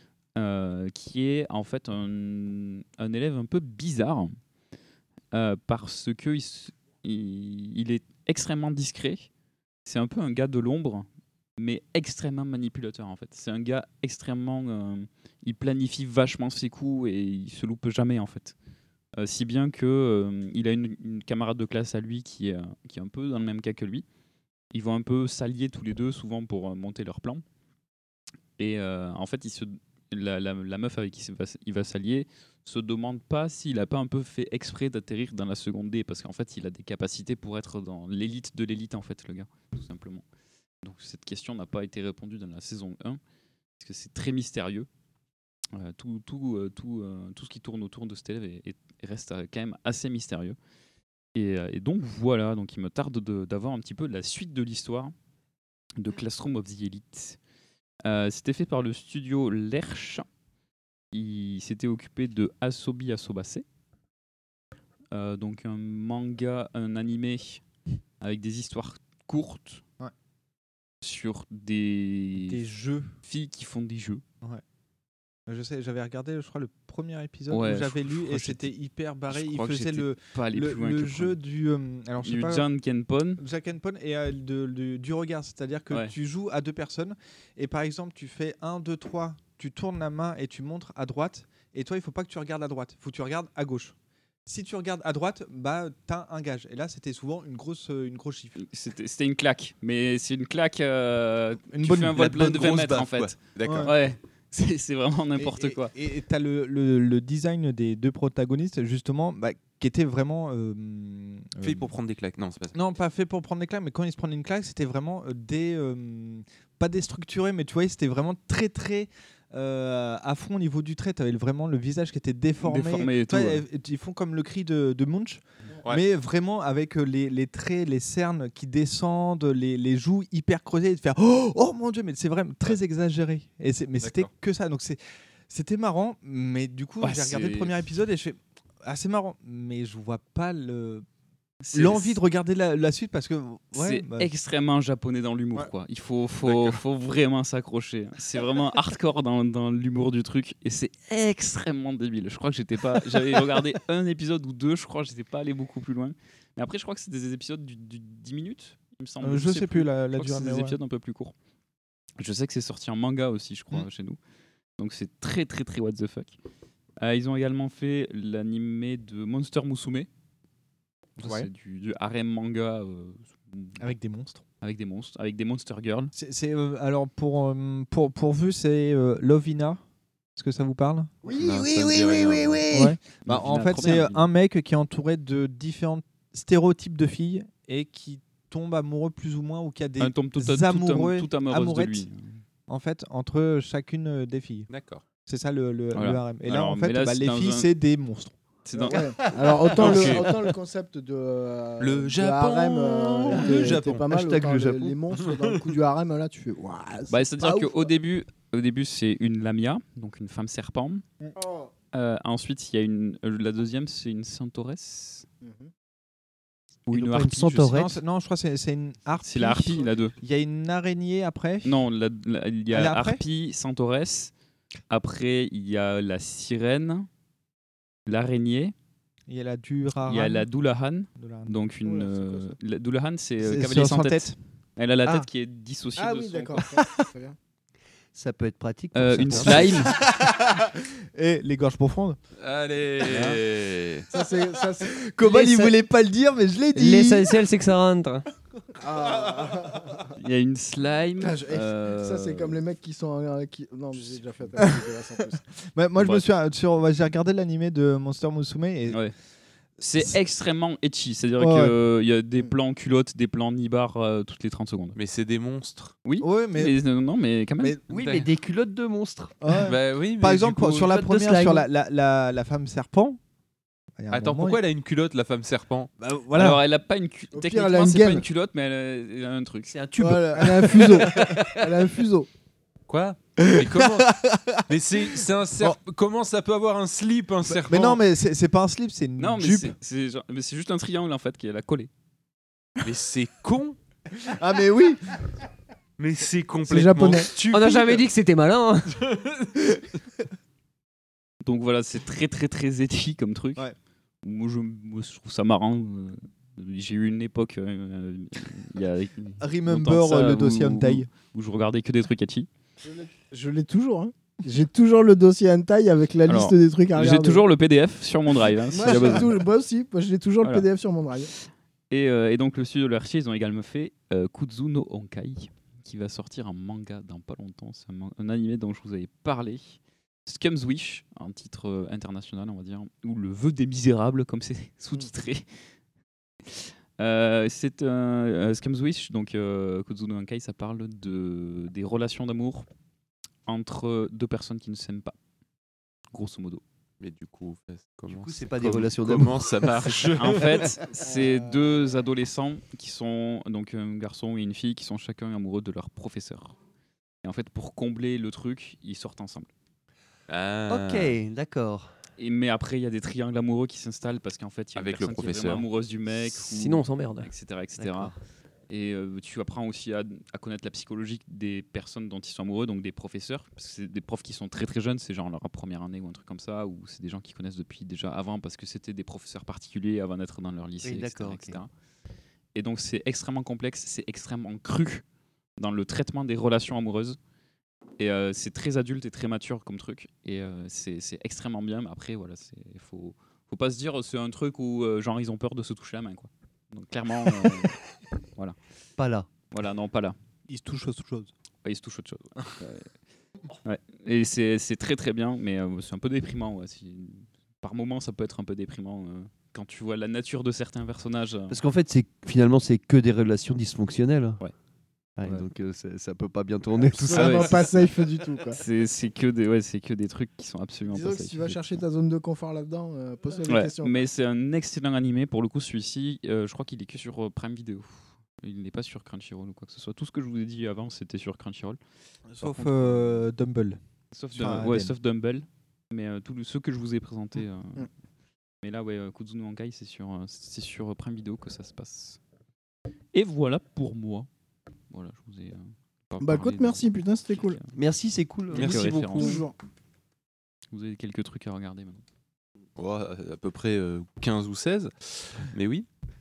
qui est en fait un élève un peu bizarre. Parce que il est extrêmement discret. C'est un peu un gars de l'ombre, mais extrêmement manipulateur en fait. C'est un gars extrêmement... il planifie vachement ses coups et il se loupe jamais en fait. Si bien que il a une camarade de classe à lui qui est un peu dans le même cas que lui. Ils vont un peu s'allier tous les deux souvent pour monter leur plan. Et en fait, la meuf avec qui il va s'allier se demande pas s'il n'a pas un peu fait exprès d'atterrir dans la seconde D, parce qu'en fait il a des capacités pour être dans l'élite de l'élite en fait, le gars, tout simplement. Donc cette question n'a pas été répondue dans la saison 1 parce que c'est très mystérieux. Tout ce qui tourne autour de cet élève reste quand même assez mystérieux. Et donc voilà, donc il me tarde d'avoir un petit peu la suite de l'histoire de Classroom of the Elite. C'était fait par le studio Lerche. Il s'était occupé de Asobi Asobase, donc un manga, un animé avec des histoires courtes sur des jeux, filles qui font des jeux. Ouais. Je sais, j'avais regardé, je crois, le premier épisode où j'avais lu et c'était hyper barré. Il faisait le jeu du. Alors, je sais pas. Jankenpon et du regard, c'est-à-dire que tu joues à deux personnes et par exemple, tu fais 1, 2, 3, tu tournes la main et tu montres à droite. Et toi, il faut pas que tu regardes à droite, il faut que tu regardes à gauche. Si tu regardes à droite, bah t'as un gage. Et là, c'était souvent une grosse chiffre. C'était une claque, mais c'est une claque. Une tu bonne, fais un vol de 20 mètres baffe, en fait. Ouais. D'accord. Ouais. C'est vraiment n'importe quoi. Et t'as le design des deux protagonistes, justement, qui était vraiment. Fait pour prendre des claques. Non, c'est pas ça. Non, pas fait pour prendre des claques, mais quand ils se prenaient une claque, c'était vraiment pas déstructuré, mais tu vois, c'était vraiment très, très. À fond au niveau du trait, tu avais vraiment le visage qui était déformé et tout, ils font comme le cri de Munch, mais vraiment avec les traits, les cernes qui descendent, les joues hyper creusées, et de faire oh mon dieu, mais c'est vraiment très exagéré. Mais c'était que ça, donc c'était marrant, mais du coup j'ai regardé le premier épisode et je fais c'est marrant, mais je vois pas l'envie de regarder la suite parce que c'est extrêmement japonais dans l'humour quoi. Il faut vraiment s'accrocher. C'est vraiment hardcore dans l'humour du truc et c'est extrêmement débile. Je crois que j'avais regardé un épisode ou deux, je crois que j'étais pas allé beaucoup plus loin. Mais après je crois que c'est des épisodes du 10 minutes, il me semble. Je sais plus la durée, c'est des épisodes un peu plus courts. Je sais que c'est sorti en manga aussi, je crois, chez nous. Donc c'est très très très what the fuck. Ils ont également fait l'animé de Monster Musume. Ça, Ouais. c'est du harem manga. Avec des monstres. Avec des Monster Girls. Alors pour vue, c'est Lovina. Est-ce que ça vous parle? Oui, Non, oui, ça me oui, dit oui, rien, oui, non. oui. Ouais. Bah, en Lovina, fait, trop c'est bien. un mec qui est entouré de différents stéréotypes de filles et qui tombe amoureux plus ou moins, ou qui a des tombe tout amoureux, amoureuse de amourettes, lui. en fait, entre chacune des filles. D'accord. C'est ça le Voilà. harem. Et là, Alors, en mais fait, là, bah, c'est les dans filles, un- c'est des monstres. C'est dans... Ouais. Alors autant, Ok. autant le concept de Le de Japon, harem, le était Japon. pas mal. Hashtag Autant le Japon. Les monstres dans le coup du harem là, tu fais ouah, Bah, c'est c'est-à-dire pas ouf, qu'au début, c'est une lamia, donc une femme serpent. Oh. Ensuite, il y a la deuxième, c'est une centauresse. Ou Et une non pas une harpie. je sais centaurette. pas. Non, je crois que c'est une harpie. C'est la harpie, la deux. Il y a une araignée après. Non, il y Elle est a après harpie, centauresse. Après, il y a la sirène, l'araignée. Il y a la Durahan. Il y a la Doulahan. Doulahan. Donc une. Oula, c'est quoi, ça La Doulahan, c'est C'est cavalier sans sans tête. tête. Elle a la Ah. tête qui est dissociée Ah de oui, son d'accord. corps. Très bien. Ça peut être pratique. pour Une certains. slime. Et les gorges profondes. Allez. Ça c'est Comment il sa- voulait pas le dire, mais je l'ai dit. L'essentiel, c'est que ça rentre. Il y a une slime. Putain, ça c'est comme les mecs qui sont non, j'ai déjà fait un truc dégueulasse en plus. Moi, je me Bref. suis j'ai regardé l'animé de Monster Musume et Ouais. C'est extrêmement etchy, c'est-à-dire Ouais. qu'il y a des plans culottes, des plans nibar toutes les 30 secondes. Mais c'est des monstres. Oui, ouais, mais non, mais quand même. Mais- Oui, mais des culottes de monstres. ouais. Bah oui, mais Par du exemple, coup- sur la culotte de première, sur slime. la femme serpent. il y a un Attends, moment, pourquoi elle a une culotte, la femme serpent? Bah, voilà. Alors, elle a pas une Au pire, elle a techniquement, une c'est pas gaine. une culotte, mais elle a un truc. C'est un tube. Voilà, elle a un fuseau. Elle a un fuseau. Quoi? Mais comment? Mais c'est un serpent. Comment ça peut avoir un slip, un serpent? Mais non, mais c'est pas un slip, c'est une Non, mais jupe. c'est juste un triangle en fait qu'elle a collé. Mais c'est con. Ah, mais oui. Mais c'est complètement japonais. stupide. On n'a jamais dit que c'était malin. hein. Donc voilà, c'est très très très éthique comme truc. Ouais. Moi, je trouve ça marrant. J'ai eu une époque, il y a Remember longtemps de ça, le dossier Hentai. où je regardais que des trucs etchi. Je l'ai toujours. Hein. J'ai toujours le dossier hentai avec la Alors, liste des trucs à regarder. J'ai toujours le PDF sur mon drive. Hein, s'il y a Moi, besoin. moi aussi, moi, j'ai toujours Voilà. le PDF sur mon drive. Et donc le studio de l'Archie, ils ont également fait Kuzu no Honkai, qui va sortir en manga dans pas longtemps. C'est un animé dont je vous avais parlé. Scum's Wish, un titre international, on va dire, ou Le Vœu des Misérables, comme c'est sous-titré. C'est un Scum's Wish, donc Kuzu no Honkai, ça parle des relations d'amour entre deux personnes qui ne s'aiment pas, grosso modo. Mais du coup, comment c'est pas des relations Comment d'amour. ça marche? En fait, c'est deux adolescents qui sont, donc un garçon et une fille, qui sont chacun amoureux de leur professeur. Et en fait, pour combler le truc, ils sortent ensemble. Ah. Ok, d'accord. Mais après, il y a des triangles amoureux qui s'installent parce qu'en fait, il y a Avec une le personne qui est professeur. vraiment amoureuse du mec. Sinon, on s'emmerde. Etc. etc. D'accord. Et tu apprends aussi à connaître la psychologie des personnes dont ils sont amoureux, donc des professeurs. Parce que c'est des profs qui sont très très jeunes, c'est genre leur première année ou un truc comme ça, ou c'est des gens qui connaissent depuis déjà avant parce que c'était des professeurs particuliers avant d'être dans leur lycée, Oui, etc., d'accord, etc. Et donc c'est extrêmement complexe, c'est extrêmement cru dans le traitement des relations amoureuses. Et c'est très adulte et très mature comme truc. Et c'est extrêmement bien, mais après, voilà, faut pas se dire c'est un truc où genre ils ont peur de se toucher la main, quoi. Donc clairement, voilà. Pas là. Voilà, non, pas là. Il se touche autre chose. Ouais, il se touche autre chose. Ouais. Et c'est très très bien, mais c'est un peu déprimant. Ouais. Par moments, ça peut être un peu déprimant quand tu vois la nature de certains personnages. Parce qu'en fait, finalement, c'est que des relations dysfonctionnelles. Ouais. Ouais, Ouais. Donc ça peut pas bien tourner tout C'est ça. vraiment pas safe du tout. Quoi. C'est que des trucs qui sont absolument Disons pas que si safe. tu vas chercher ta zone de confort là-dedans, pose-toi des Ouais, questions. mais c'est un excellent animé. Pour le coup, celui-ci, je crois qu'il est que sur Prime Video. Il n'est pas sur Crunchyroll ou quoi que ce soit. Tout ce que je vous ai dit avant, c'était sur Crunchyroll. Sauf Par contre, Dumble. Sauf, Sur ouais, ADN. sauf Dumble. Mais tous ceux que je vous ai présentés. Mm. Mais là, ouais, Kuzu no Honkai, c'est sur Prime Video que ça se passe. Et voilà pour moi. Voilà, je vous ai. Pas Bah parlé écoute, de- merci, putain, c'était cool. Merci, c'est cool. Merci beaucoup. références. Toujours. Vous avez quelques trucs à regarder maintenant. Ouais, à peu près 15 ou 16. Mais oui.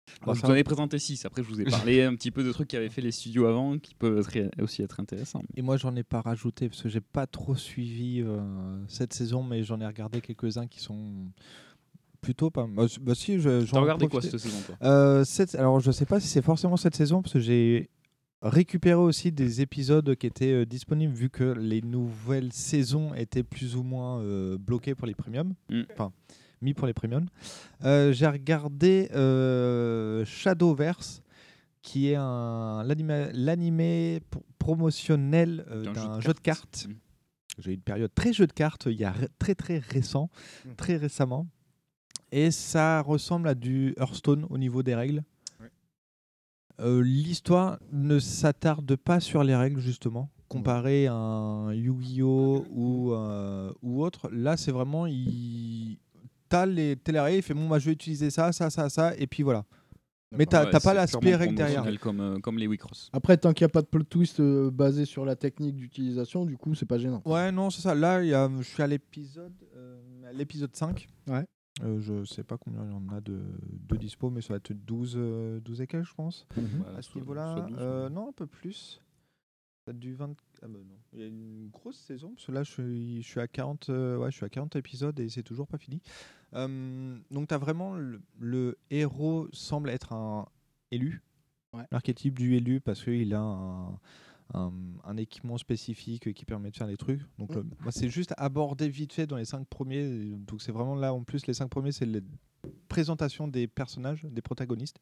Je vous en ai présenté 6. Après, je vous ai parlé un petit peu de trucs qui avaient fait les studios avant, qui peuvent aussi être intéressants. Et moi, j'en ai pas rajouté parce que j'ai pas trop suivi cette saison, mais j'en ai regardé quelques-uns qui sont plutôt pas. Si, T'as regardé quoi cette saison, toi Alors, je sais pas si c'est forcément cette saison parce que j'ai récupéré aussi des épisodes qui étaient disponibles vu que les nouvelles saisons étaient plus ou moins bloquées pour les premiums. Enfin, mis pour les premiums. J'ai regardé Shadowverse, qui est l'animé promotionnel d'un jeu de cartes. J'ai eu une période très jeu de cartes il y a très récemment. Et ça ressemble à du Hearthstone au niveau des règles. L'histoire ne s'attarde pas sur les règles, justement. Comparé à un Yu-Gi-Oh! Ou autre, là, c'est vraiment... T'as les règles, il fait bon, je vais utiliser ça, et puis voilà. Mais t'as pas l'aspect règle derrière. Comme les Wicross. Après, tant qu'il n'y a pas de plot twist basé sur la technique d'utilisation, du coup, c'est pas gênant. Ouais, non, c'est ça. Là, je suis à l'épisode 5. Ouais. Je sais pas combien il y en a de dispo, mais ça va être 12 et quelques, je pense. À ce niveau-là, non, un peu plus. Ça a du 20... Ah bah non. Il y a une grosse saison, parce que là, je suis à 40, je suis à 40 épisodes et c'est toujours pas fini. Donc, tu as vraiment le héros semble être un élu. L'archétype du élu, parce qu'il a un équipement spécifique qui permet de faire des trucs. Donc, moi, c'est juste abordé vite fait dans les 5 premiers. Donc, c'est vraiment là, en plus, les 5 premiers, c'est la présentation des personnages, des protagonistes.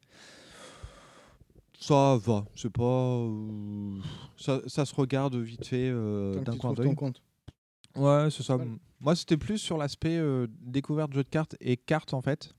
Ça va, c'est pas. Ça se regarde vite fait d'un coin d'œil. Ouais, c'est ça. Moi, c'était plus sur l'aspect découverte de jeux de cartes et cartes en fait.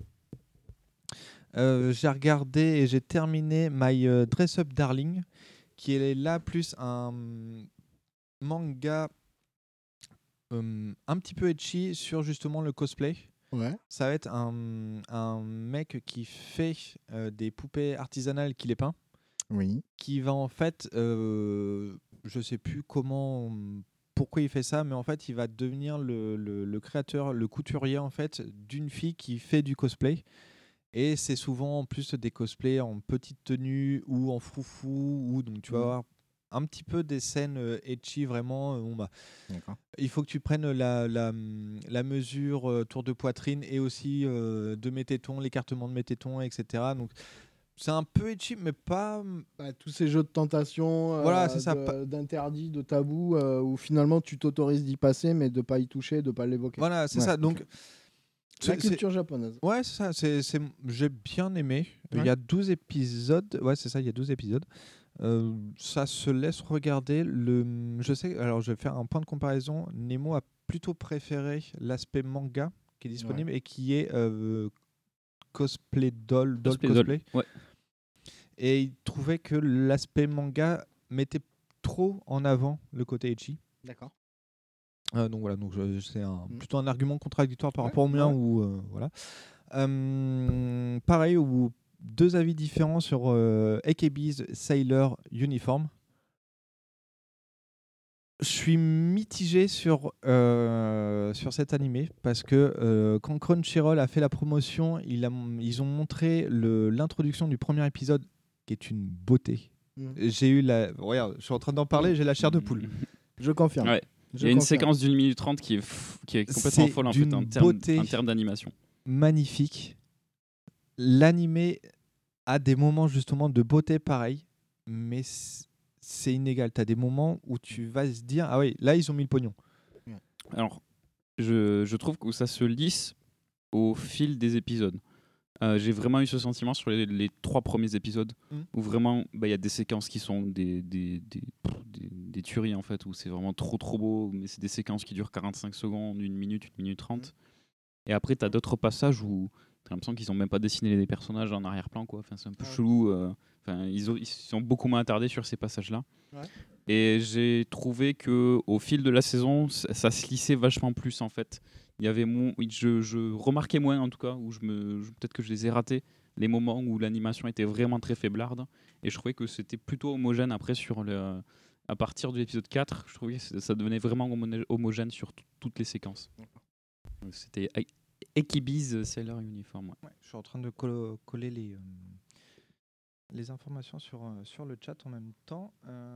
J'ai regardé et j'ai terminé My Dress Up Darling, qui est là plus un manga un petit peu ecchi sur justement le cosplay. Ça va être un mec qui fait des poupées artisanales qu'il les peint. Oui. Qui va en fait, je sais plus pourquoi il fait ça, mais en fait il va devenir le créateur, le couturier en fait d'une fille qui fait du cosplay. Et c'est souvent en plus des cosplays en petite tenue ou en froufrou, ou donc tu vas avoir un petit peu des scènes ecchi vraiment. Il faut que tu prennes la mesure tour de poitrine et aussi de mes tétons, l'écartement de mes tétons, etc. Donc c'est un peu ecchi, mais pas. Tous ces jeux de tentation, voilà, c'est ça, d'interdit, de tabou, où finalement tu t'autorises d'y passer, mais de pas y toucher, de pas l'évoquer. Voilà, c'est ça. Donc. La culture japonaise. Ouais, c'est ça. J'ai bien aimé. Il y a 12 épisodes. Ouais, c'est ça, il y a 12 épisodes. Ça se laisse regarder. Je sais, alors je vais faire un point de comparaison. Nemo a plutôt préféré l'aspect manga qui est disponible et qui est cosplay doll cosplay. Ouais. Et il trouvait que l'aspect manga mettait trop en avant le côté ecchi. D'accord. Donc voilà, c'est plutôt un argument contradictoire par rapport au mien. Voilà. Pareil, 2 avis différents sur AKB's Sailor Uniform. Je suis mitigé sur cet animé parce que quand Crunchyroll a fait la promotion, ils ont montré l'introduction du premier épisode qui est une beauté. J'ai eu regarde, je suis en train d'en parler, j'ai la chair de poule. Je confirme. Ouais. Il y a une séquence d'1 minute 30 qui est complètement folle en fait, en termes d'animation. Magnifique. L'animé a des moments justement de beauté pareil, mais c'est inégal. Tu as des moments où tu vas se dire ah oui, là ils ont mis le pognon. Alors, je trouve que ça se lisse au fil des épisodes. J'ai vraiment eu ce sentiment sur les 3 premiers épisodes où vraiment il y a des séquences qui sont des tueries en fait, où c'est vraiment trop beau, mais c'est des séquences qui durent 45 secondes, 1 minute 30. Et après tu as d'autres passages où tu as l'impression qu'ils n'ont même pas dessiné les personnages en arrière-plan quoi. Enfin, c'est un peu chelou. Ils sont beaucoup moins attardés sur ces passages-là. Et j'ai trouvé qu'au fil de la saison, ça se lissait vachement plus en fait. Il y avait je remarquais moins en tout cas, peut-être que je les ai ratés, les moments où l'animation était vraiment très faiblarde. Et je trouvais que c'était plutôt homogène après à partir de l'épisode 4, je trouvais que ça devenait vraiment homogène sur toutes les séquences. C'était Ekibiz Sailor Uniform. Ouais, je suis en train de coller les informations sur le chat en même temps.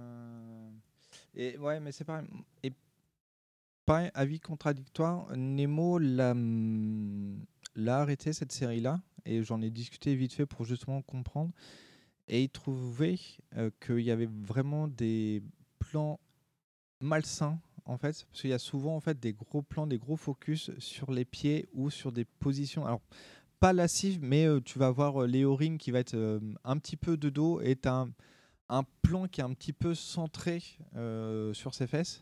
Et ouais, mais c'est pareil. Et pareil, avis contradictoire. Nemo l'a arrêté cette série-là, et j'en ai discuté vite fait pour justement comprendre. Et il trouvait qu'il y avait vraiment des plans malsains, en fait, parce qu'il y a souvent en fait des gros plans, des gros focus sur les pieds ou sur des positions. Alors pas lascives, mais tu vas voir Léo Ring qui va être un petit peu de dos, et t'as un plan qui est un petit peu centré sur ses fesses.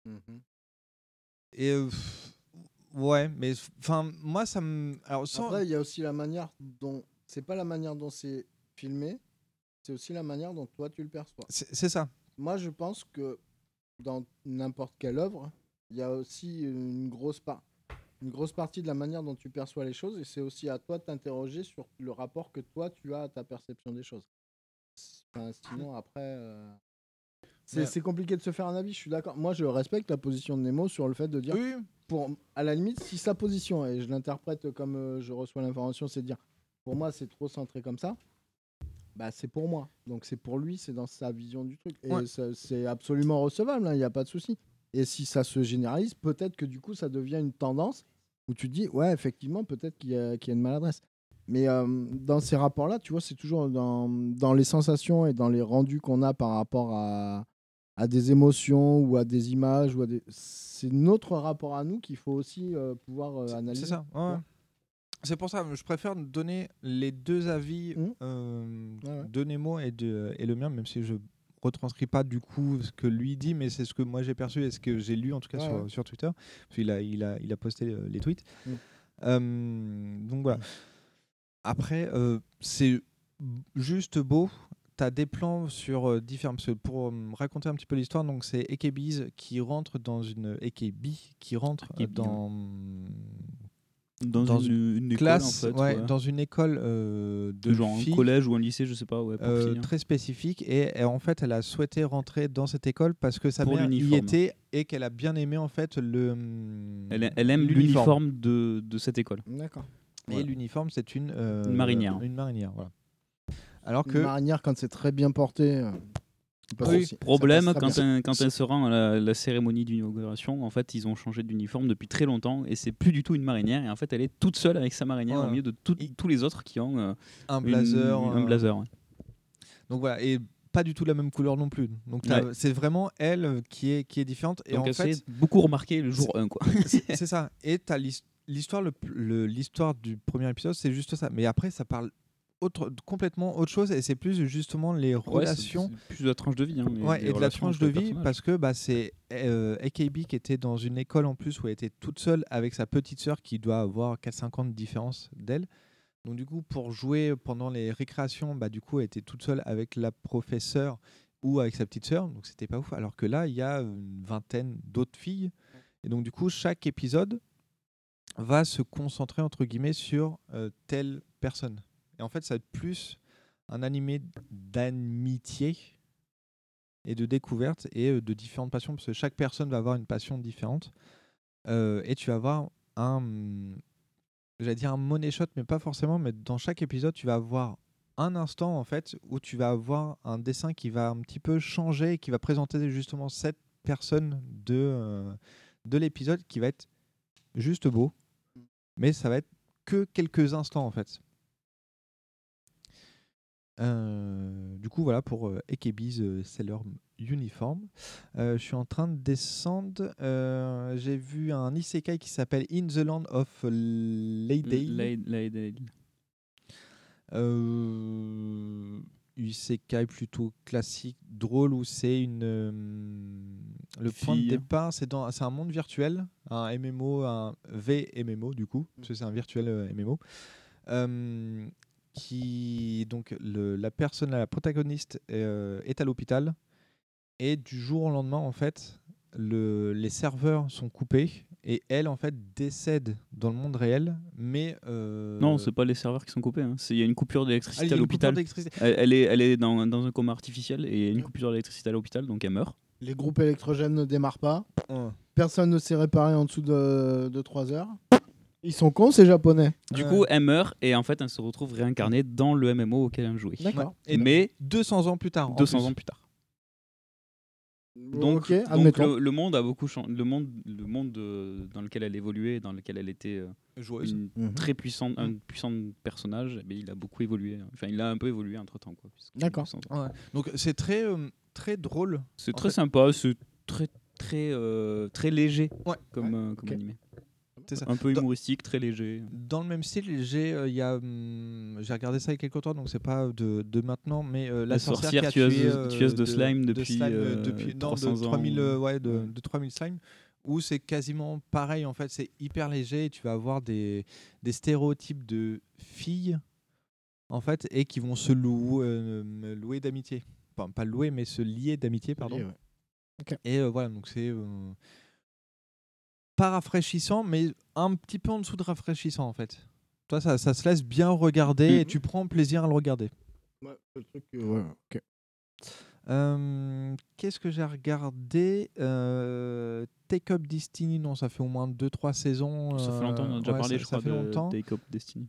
Et ouais, mais enfin moi ça me. Alors après il y a aussi la manière dont c'est pas la manière dont c'est filmé, c'est aussi la manière dont toi tu le perçois. C'est ça. Moi je pense que dans n'importe quelle œuvre, il y a aussi une grosse partie de la manière dont tu perçois les choses, et c'est aussi à toi de t'interroger sur le rapport que toi tu as à ta perception des choses. Enfin, sinon après c'est compliqué de se faire un avis, je suis d'accord. Moi je respecte la position de Nemo sur le fait de dire à la limite, si sa position, et je l'interprète comme je reçois l'information, c'est de dire pour moi c'est trop centré comme ça, bah c'est pour moi, donc c'est pour lui, c'est dans sa vision du truc, et c'est absolument recevable, il n'y a pas de souci. Et si ça se généralise, peut-être que du coup ça devient une tendance où tu te dis ouais effectivement peut-être qu'il y a une maladresse. Mais dans ces rapports-là, tu vois, c'est toujours dans les sensations et dans les rendus qu'on a par rapport à des émotions ou à des images c'est notre rapport à nous qu'il faut aussi pouvoir analyser. C'est ça. Ouais. C'est pour ça que je préfère donner les deux avis de Nemo et le mien, même si je retranscris pas du coup ce que lui dit, mais c'est ce que moi j'ai perçu et ce que j'ai lu en tout cas sur Twitter, parce qu'il il a posté les tweets. Donc voilà. Après, c'est juste beau. Tu as des plans sur différents. Pour raconter un petit peu l'histoire, donc c'est Ekebiz qui rentre dans une. Ekebi qui rentre dans une classe, école, en fait, dans une école de genre filles, un collège ou un lycée, je sais pas, très spécifique. Et en fait, elle a souhaité rentrer dans cette école parce que sa mère y était et qu'elle a bien aimé en fait Elle aime l'uniforme de cette école. D'accord. Et l'uniforme, c'est une marinière. Une marinière, voilà. Alors une marinière, quand c'est très bien porté. Problème, quand elle se rend à la cérémonie d'inauguration, en fait, ils ont changé d'uniforme depuis très longtemps et c'est plus du tout une marinière. Et en fait, elle est toute seule avec sa marinière au milieu de tous les autres qui ont un blazer. Un blazer. Ouais. Donc voilà, et pas du tout la même couleur non plus. Donc c'est vraiment elle qui est différente. Et donc en fait, beaucoup remarqué le jour 1, quoi. C'est ça. Et t'as l'histoire du premier épisode, c'est juste ça. Mais après, ça parle complètement autre chose, et c'est plus justement les relations. C'est plus de la tranche de vie. Et de la tranche de vie, parce que c'est AKB qui était dans une école en plus où elle était toute seule avec sa petite sœur qui doit avoir 4-5 ans de différence d'elle. Donc du coup, pour jouer pendant les récréations, du coup, elle était toute seule avec la professeure ou avec sa petite sœur, donc c'était pas ouf. Alors que là, il y a une vingtaine d'autres filles, et donc du coup, chaque épisode va se concentrer entre guillemets sur telle personne. Et en fait, ça va être plus un animé d'amitié et de découverte et de différentes passions, parce que chaque personne va avoir une passion différente. Et tu vas avoir j'allais dire un money shot, mais pas forcément, mais dans chaque épisode, tu vas avoir un instant en fait où tu vas avoir un dessin qui va un petit peu changer et qui va présenter justement cette personne de l'épisode, qui va être juste beau, mais ça va être que quelques instants en fait. Du coup, voilà pour Ekebiz Sailor Uniform. Je suis en train de descendre. J'ai vu un isekai qui s'appelle In the Land of Laydale. Isekai plutôt classique, drôle, où c'est le point de départ, c'est un monde virtuel, un MMO, un VMMO du coup, parce que c'est un virtuel MMO. Donc la protagoniste est à l'hôpital, et du jour au lendemain en fait les serveurs sont coupés et elle en fait décède dans le monde réel, mais non, c'est pas les serveurs qui sont coupés, il y a une coupure d'électricité à l'hôpital. Elle est dans un coma artificiel et il y a une coupure d'électricité à l'hôpital, donc elle meurt. Les groupes électrogènes ne démarrent pas. Personne ne s'est réparé en dessous de 3 heures. Ils sont cons, ces japonais. Du coup, elle meurt et en fait, elle se retrouve réincarnée dans le MMO auquel elle jouait. D'accord. Et Mais 200 ans plus tard. en 200 plus. ans plus tard. Donc, Ok, admettons. le monde a beaucoup changé. Le monde dans lequel elle évoluait, dans lequel elle était Joueuse. Mhm. très puissante, un puissant personnage, mais il a beaucoup évolué. Enfin, il a un peu évolué entre temps. D'accord. Ouais. Donc c'est très, très drôle. C'est en très fait. sympa, c'est très léger comme Ok. animé. C'est ça. Un peu humoristique, très léger. Dans le même style, j'ai regardé ça il y a quelques temps, donc c'est pas de maintenant, mais la sorcière qui a tueuse de slime depuis de 300 ans. 3000 de 3000 slime, où c'est quasiment pareil en fait, c'est hyper léger et tu vas avoir des stéréotypes de filles en fait et qui vont se louer d'amitié. Enfin, pas louer mais se lier d'amitié pardon. Lier, ouais. Ok. Et voilà, donc c'est pas rafraîchissant, mais un petit peu en dessous de rafraîchissant en fait. Toi, ça se laisse bien regarder et tu prends plaisir à le regarder. Ouais, le truc, ouais, ok. Qu'est-ce que j'ai regardé Take Up Destiny, non, ça fait au moins 2-3 saisons. Ça fait longtemps, on a déjà parlé, je crois, ça fait de longtemps. Take Up Destiny.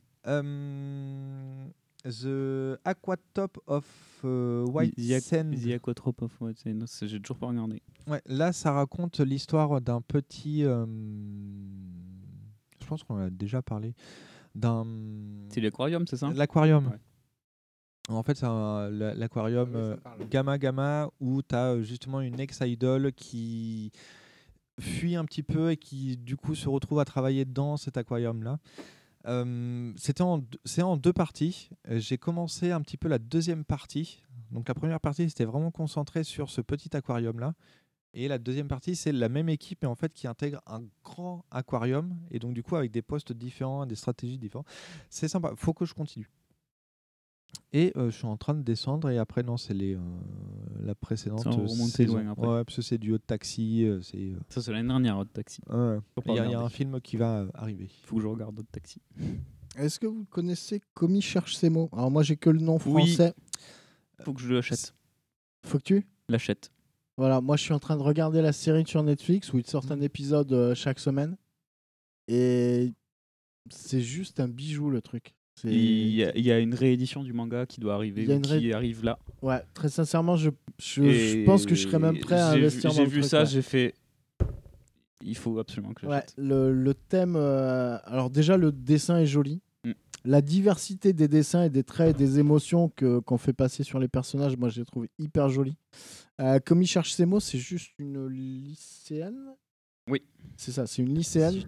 The Aquatop of White Sand. The Aquatrope of White Sand, j'ai toujours pas regardé. Ouais, là, ça raconte l'histoire d'un petit. Je pense qu'on en a déjà parlé. C'est l'aquarium, c'est ça? L'aquarium. Ouais. En fait, c'est l'aquarium Gamma Gamma où tu as justement une ex-idol qui fuit un petit peu et qui du coup se retrouve à travailler dans cet aquarium-là. C'est en 2 parties. J'ai commencé un petit peu la deuxième partie. Donc la première partie, c'était vraiment concentré sur ce petit aquarium-là. Et la deuxième partie, c'est la même équipe, mais en fait qui intègre un grand aquarium. Et donc du coup, avec des postes différents, des stratégies différentes. C'est sympa. Faut que je continue. Et je suis en train de descendre. Et après, non, c'est la précédente remonter saison. loin après. Ouais, parce que c'est du Hot Taxi. Ça, c'est l'année dernière, Hot Taxi. Ouais. Faut Il pas y a un regarder. film qui va arriver. Faut que je regarde Hot Taxi. Est-ce que vous connaissez Komi cherche ses mots? Alors moi j'ai que le nom Oui. français. Faut que je l'achète. Faut que tu L'achète. Voilà, moi je suis en train de regarder la série sur Netflix où ils sortent un épisode chaque semaine. Et c'est juste un bijou le truc. Il y a une réédition du manga qui doit arriver, Il y a ou une qui arrive là. Ouais, très sincèrement, je Et pense que je serais même prêt à investir dans J'ai le vu truc, ça, ouais. j'ai fait. Il faut absolument que Ouais, j'achète. le thème. Alors, déjà, le dessin est joli. La diversité des dessins et des traits et des émotions qu'on fait passer sur les personnages, moi, je les trouve hyper jolis. Comme il cherche ses mots, c'est juste une lycéenne. Oui. C'est ça, c'est une lycéenne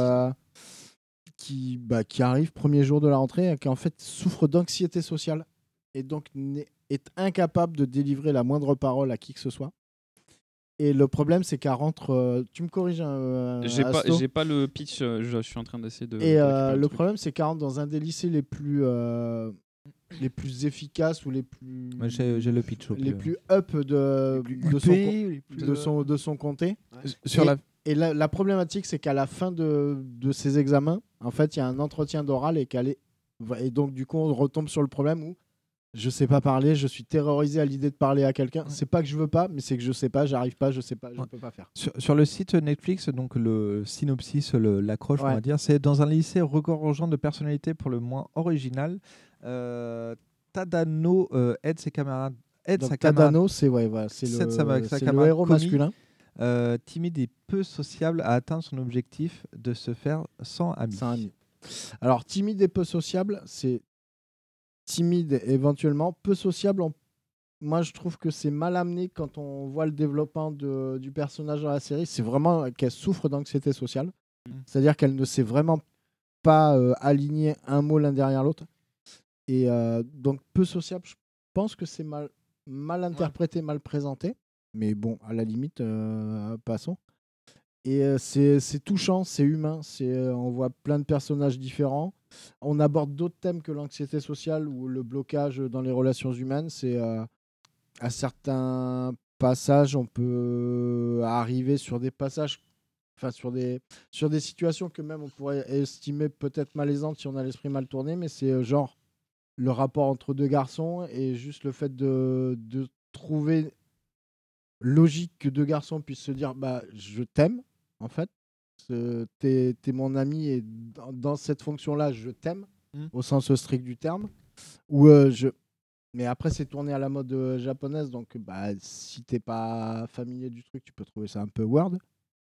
qui arrive premier jour de la rentrée et qui, en fait, souffre d'anxiété sociale et donc est incapable de délivrer la moindre parole à qui que ce soit. Et le problème, c'est qu'elle rentre. Tu me corriges, Asto. J'ai pas le pitch, je suis en train d'essayer de. Et de récupérer le truc. problème, c'est qu'elle rentre dans un des lycées les plus efficaces ou les plus. Ouais, j'ai le pitch. Les plus up de son comté. Sur et la- et la problématique, c'est qu'à la fin de ses examens, en fait, il y a un entretien d'oral et donc, du coup, on retombe sur le problème où je sais pas parler, je suis terrorisé à l'idée de parler à quelqu'un. C'est pas que je veux pas, mais c'est que je sais pas, j'arrive pas, je sais pas, je peux pas faire. Sur le site Netflix, donc le synopsis, l'accroche, on Ouais. va dire, c'est dans un lycée regorgeant de personnalités pour le moins originales. Tadano aide ses camarades. Donc, Tadano, c'est le héros Komi, masculin. timide et peu sociable, à atteindre son objectif de se faire sans amis. Alors, timide et peu sociable, c'est timide éventuellement, peu sociable. Moi, je trouve que c'est mal amené quand on voit le développement du personnage dans la série. C'est vraiment qu'elle souffre d'anxiété sociale. C'est-à-dire qu'elle ne sait vraiment pas aligner un mot l'un derrière l'autre. Et donc, peu sociable, je pense que c'est mal interprété, mal présenté. Mais bon, à la limite, passons. Et c'est touchant, c'est humain. On voit plein de personnages différents. On aborde d'autres thèmes que l'anxiété sociale ou le blocage dans les relations humaines. C'est à certains passages, on peut arriver sur des passages, enfin sur des situations que même on pourrait estimer peut-être malaisantes si on a l'esprit mal tourné, mais c'est genre le rapport entre deux garçons et juste le fait de trouver logique que deux garçons puissent se dire bah je t'aime en fait, T'es mon ami et dans cette fonction-là, je t'aime, au sens strict du terme. Mais après, c'est tourné à la mode japonaise, donc si t'es pas familier du truc, tu peux trouver ça un peu weird.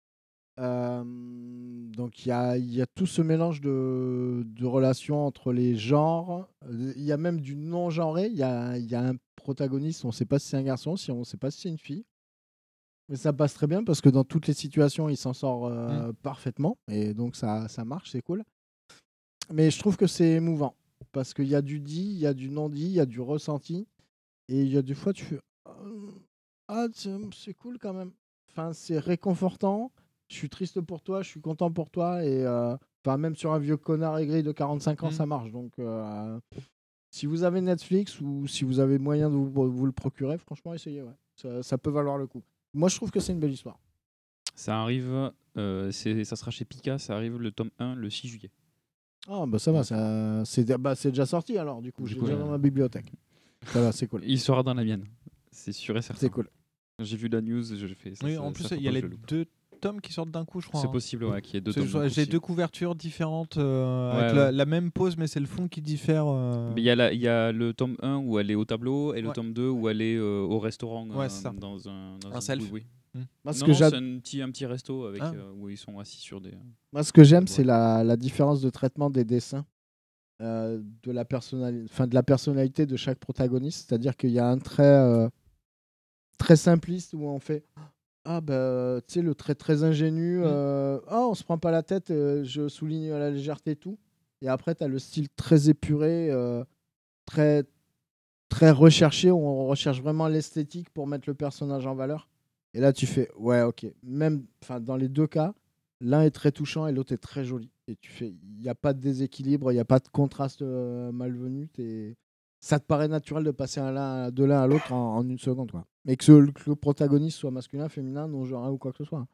Donc il y a tout ce mélange de relations entre les genres. Il y a même du non-genré. Il y a un protagoniste, on ne sait pas si c'est un garçon, on ne sait pas si c'est une fille. Mais ça passe très bien parce que dans toutes les situations, il s'en sort parfaitement. Et donc ça marche, c'est cool. Mais je trouve que c'est émouvant parce qu'il y a du dit, il y a du non-dit, il y a du ressenti. Et il y a des fois, tu fais c'est cool quand même. Enfin, c'est réconfortant. Je suis triste pour toi, je suis content pour toi. Et même sur un vieux connard aigri de 45 ans, ça marche. Donc, si vous avez Netflix ou si vous avez moyen de vous le procurer, franchement, essayez. Ouais. Ça peut valoir le coup. Moi, je trouve que c'est une belle histoire. Ça arrive, ça sera chez Pika, ça arrive le tome 1 le 6 juillet. Ah, ça va, c'est déjà sorti alors, du coup, j'ai déjà dans ma bibliothèque. Ça va, c'est cool. Il sera dans la mienne, c'est sûr et certain. C'est cool. J'ai vu la news, je fais ça. Oui, en plus, il y a les 2 tomes qui sortent d'un coup, je crois. C'est possible, ouais, qu'il y ait 2 tomes. J'ai 2 couvertures différentes avec la même pose, mais c'est le fond qui diffère. Il y a le tome 1 où elle est au tableau et le tome 2 où elle est au restaurant. Dans un self. Oui. C'est un petit resto avec, où ils sont assis sur des. Moi, ce que j'aime, c'est la différence de traitement des dessins, de la personnalité de chaque protagoniste. C'est-à-dire qu'il y a un trait très simpliste où on fait tu sais, le trait très ingénu, on se prend pas la tête, je souligne la légèreté et tout. Et après, tu as le style très épuré, très, très recherché, où on recherche vraiment l'esthétique pour mettre le personnage en valeur. Et là, tu fais, ouais, ok. Même dans les 2 cas, l'un est très touchant et l'autre est très joli. Et tu fais, il n'y a pas de déséquilibre, il n'y a pas de contraste malvenu. Ça te paraît naturel de passer de l'un à l'autre en une seconde, quoi. Mais que le protagoniste soit masculin, féminin, non genré ou quoi que ce soit.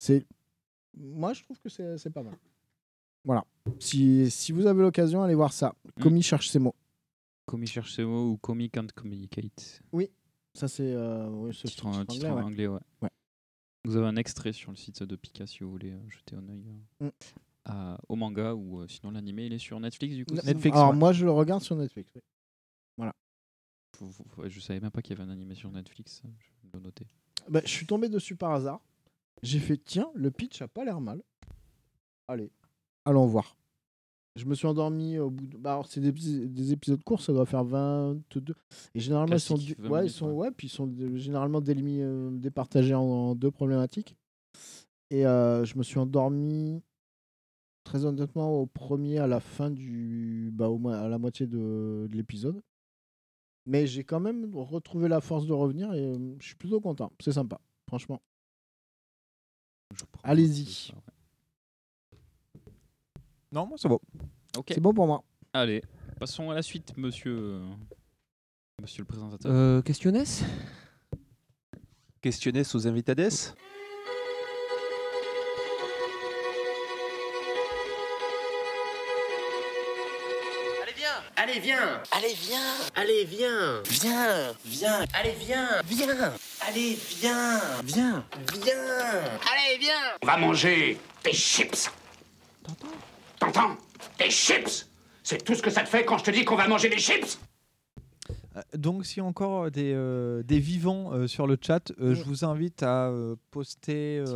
Moi, je trouve que c'est pas mal. Voilà. Si vous avez l'occasion, allez voir ça. Komi cherche ses mots. Komi cherche ses mots ou Komi can't communicate. Oui, ça c'est ce titre en anglais, ouais. Vous avez un extrait sur le site de Pika si vous voulez jeter un œil au manga ou sinon l'animé, il est sur Netflix du coup. Netflix. Alors moi, je le regarde sur Netflix. Oui. Voilà. Je savais même pas qu'il y avait un animé sur Netflix. Je vais le noter. Je suis tombé dessus par hasard. J'ai fait tiens, le pitch a pas l'air mal. Allez, allons voir. Je me suis endormi au bout de. Alors c'est des épisodes courts, ça doit faire 22. Et généralement classique, ils sont généralement départagés en 2 problématiques. Et je me suis endormi très honnêtement au premier à la fin à la moitié de l'épisode. Mais j'ai quand même retrouvé la force de revenir et je suis plutôt content. C'est sympa, franchement. Allez-y. Non, moi c'est bon. Okay. C'est bon pour moi. Allez, passons à la suite, monsieur le présentateur. Questionnes aux invitades. Allez, viens. Allez, viens. Allez, viens. Viens. Viens. Allez, viens. Viens. Allez, viens. Viens. Viens. Allez, viens. On va manger des chips. T'entends? Des chips. C'est tout ce que ça te fait quand je te dis qu'on va manger des chips? Donc, s'il y a encore des vivants sur le chat, je vous invite à poster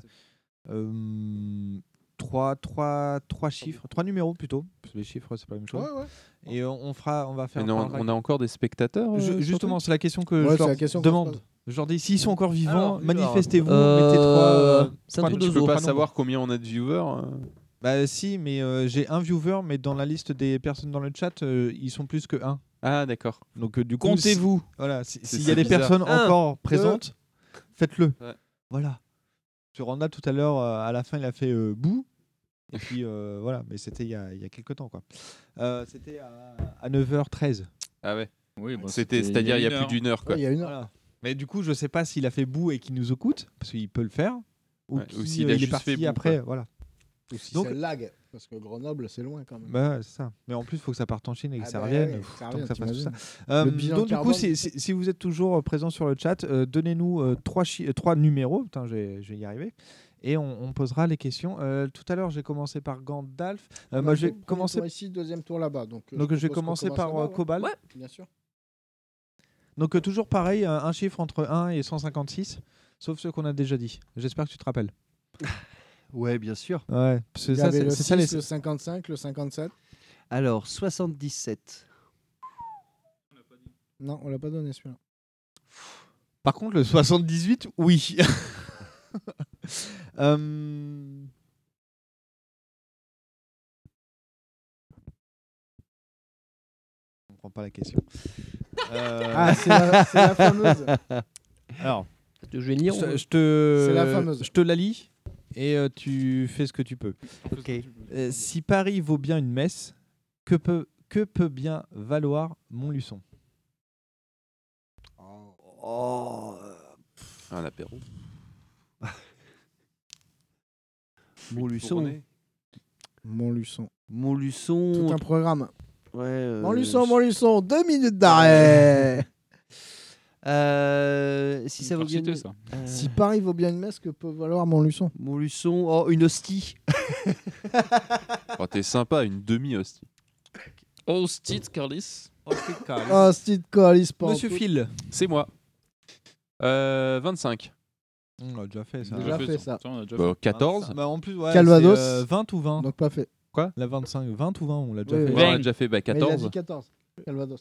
3 chiffres, 3 numéros plutôt, parce que les chiffres c'est pas la même chose. Ouais. Et on va faire. Mais on a encore des spectateurs. Justement, c'est la question que Ouais, je leur la question demande. Je leur dis s'ils sont encore vivants, Alors, manifestez-vous, mettez 3. Tu peux pas savoir combien on a de viewers. Bah si, mais j'ai un viewer, mais dans la liste des personnes dans le chat, ils sont plus que 1. Ah d'accord. Donc du coup, comptez-vous. Voilà, s'il y a des personnes encore présentes, faites-le. Ouais. Voilà. Sur Randa tout à l'heure, à la fin, il a fait bouh. Et puis voilà, mais c'était il y a quelques temps quoi. C'était à 9h13. Ah ouais. Oui, bon, c'est-à-dire il y a plus d'une heure quoi. Ouais, il y a une heure. Voilà. Mais du coup, je sais pas s'il a fait bouh et qu'il nous écoute, parce qu'il peut le faire, ou s'il est parti fait après, quoi. voilà. Ou si Donc, c'est lag, parce que Grenoble c'est loin quand même. Bah, c'est ça. Mais en plus, il faut que ça parte en Chine et que ça revienne. Donc ça fasse tout ça. Le Donc bilan du carbone. coup, si vous êtes toujours présent sur le chat, donnez-nous 3 numéros. Putain, je vais y arriver. et on posera les questions. Tout à l'heure, j'ai commencé par Gandalf. Moi, je vais commencer ici, deuxième tour là-bas. Donc je vais commencer par Cobalt. Ouais, bien sûr. Donc toujours pareil, un chiffre entre 1 et 156, sauf ceux qu'on a déjà dit. J'espère que tu te rappelles. Ouais, bien sûr. Ouais, parce que ça, le c'est 6, ça les... le 55, le 57. Alors, 77. Non, on l'a pas donné celui-là. Par contre, le 78, oui. On comprend pas la question. Ah, c'est la fameuse. Alors, C'est la fameuse. Je te la lis et tu fais ce que tu peux. Ok. Si Paris vaut bien une messe, que peut bien valoir Montluçon? Un apéro. Montluçon. Montluçon. Tout un programme. Ouais. Montluçon, 2 minutes d'arrêt. Si ça vaut bien ça. Si Paris vaut bien une messe, que peut valoir Montluçon? Montluçon, une hostie. Oh, t'es sympa, une demi-hostie. Hostie Carlis. Hostie Carlis. Monsieur Phil. C'est moi. 25. On a déjà fait ça. Déjà fait ça. 14. Bah, en plus, ouais, Calvados. 20 ou 20. Donc pas fait. Quoi? La 25, 20 ou 20, on l'a déjà Oui, fait. oui. On l'a déjà fait. 14. Mais il a dit 14. Calvados.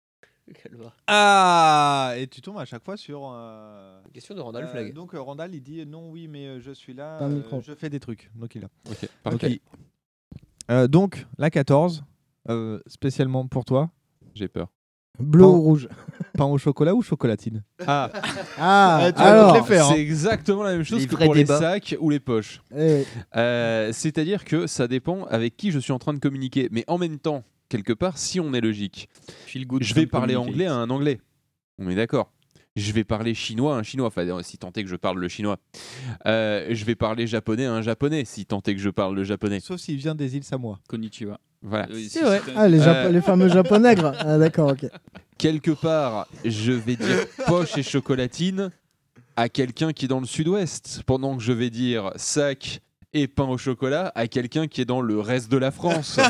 Ah, et tu tombes à chaque fois sur question de Randall Flag. Donc Randall il dit non, oui, mais je suis là, Un micro. je fais des trucs. Donc il a. Ok, parfait. Donc la 14, spécialement pour toi. J'ai peur. Bleu ou rouge? Pain au chocolat ou chocolatine? Ah, tu vas alors, toutes les faire, hein. c'est exactement la même chose Les que vrais pour débats. les sacs ou les poches. Eh, C'est-à-dire que ça dépend avec qui je suis en train de communiquer. Mais en même temps, quelque part, si on est logique, je vais parler anglais à un anglais. On est d'accord. Je vais parler chinois à un chinois, enfin, si tant est que je parle le chinois. Je vais parler japonais à un japonais, si tant est que je parle le japonais. Sauf s'il vient des îles Samoa. Konnichiwa. Voilà. c'est vrai. Ah, les fameux japonègres. Ah, d'accord, ok. Quelque part, je vais dire poche et chocolatine à quelqu'un qui est dans le sud-ouest, pendant que je vais dire sac et pain au chocolat à quelqu'un qui est dans le reste de la France.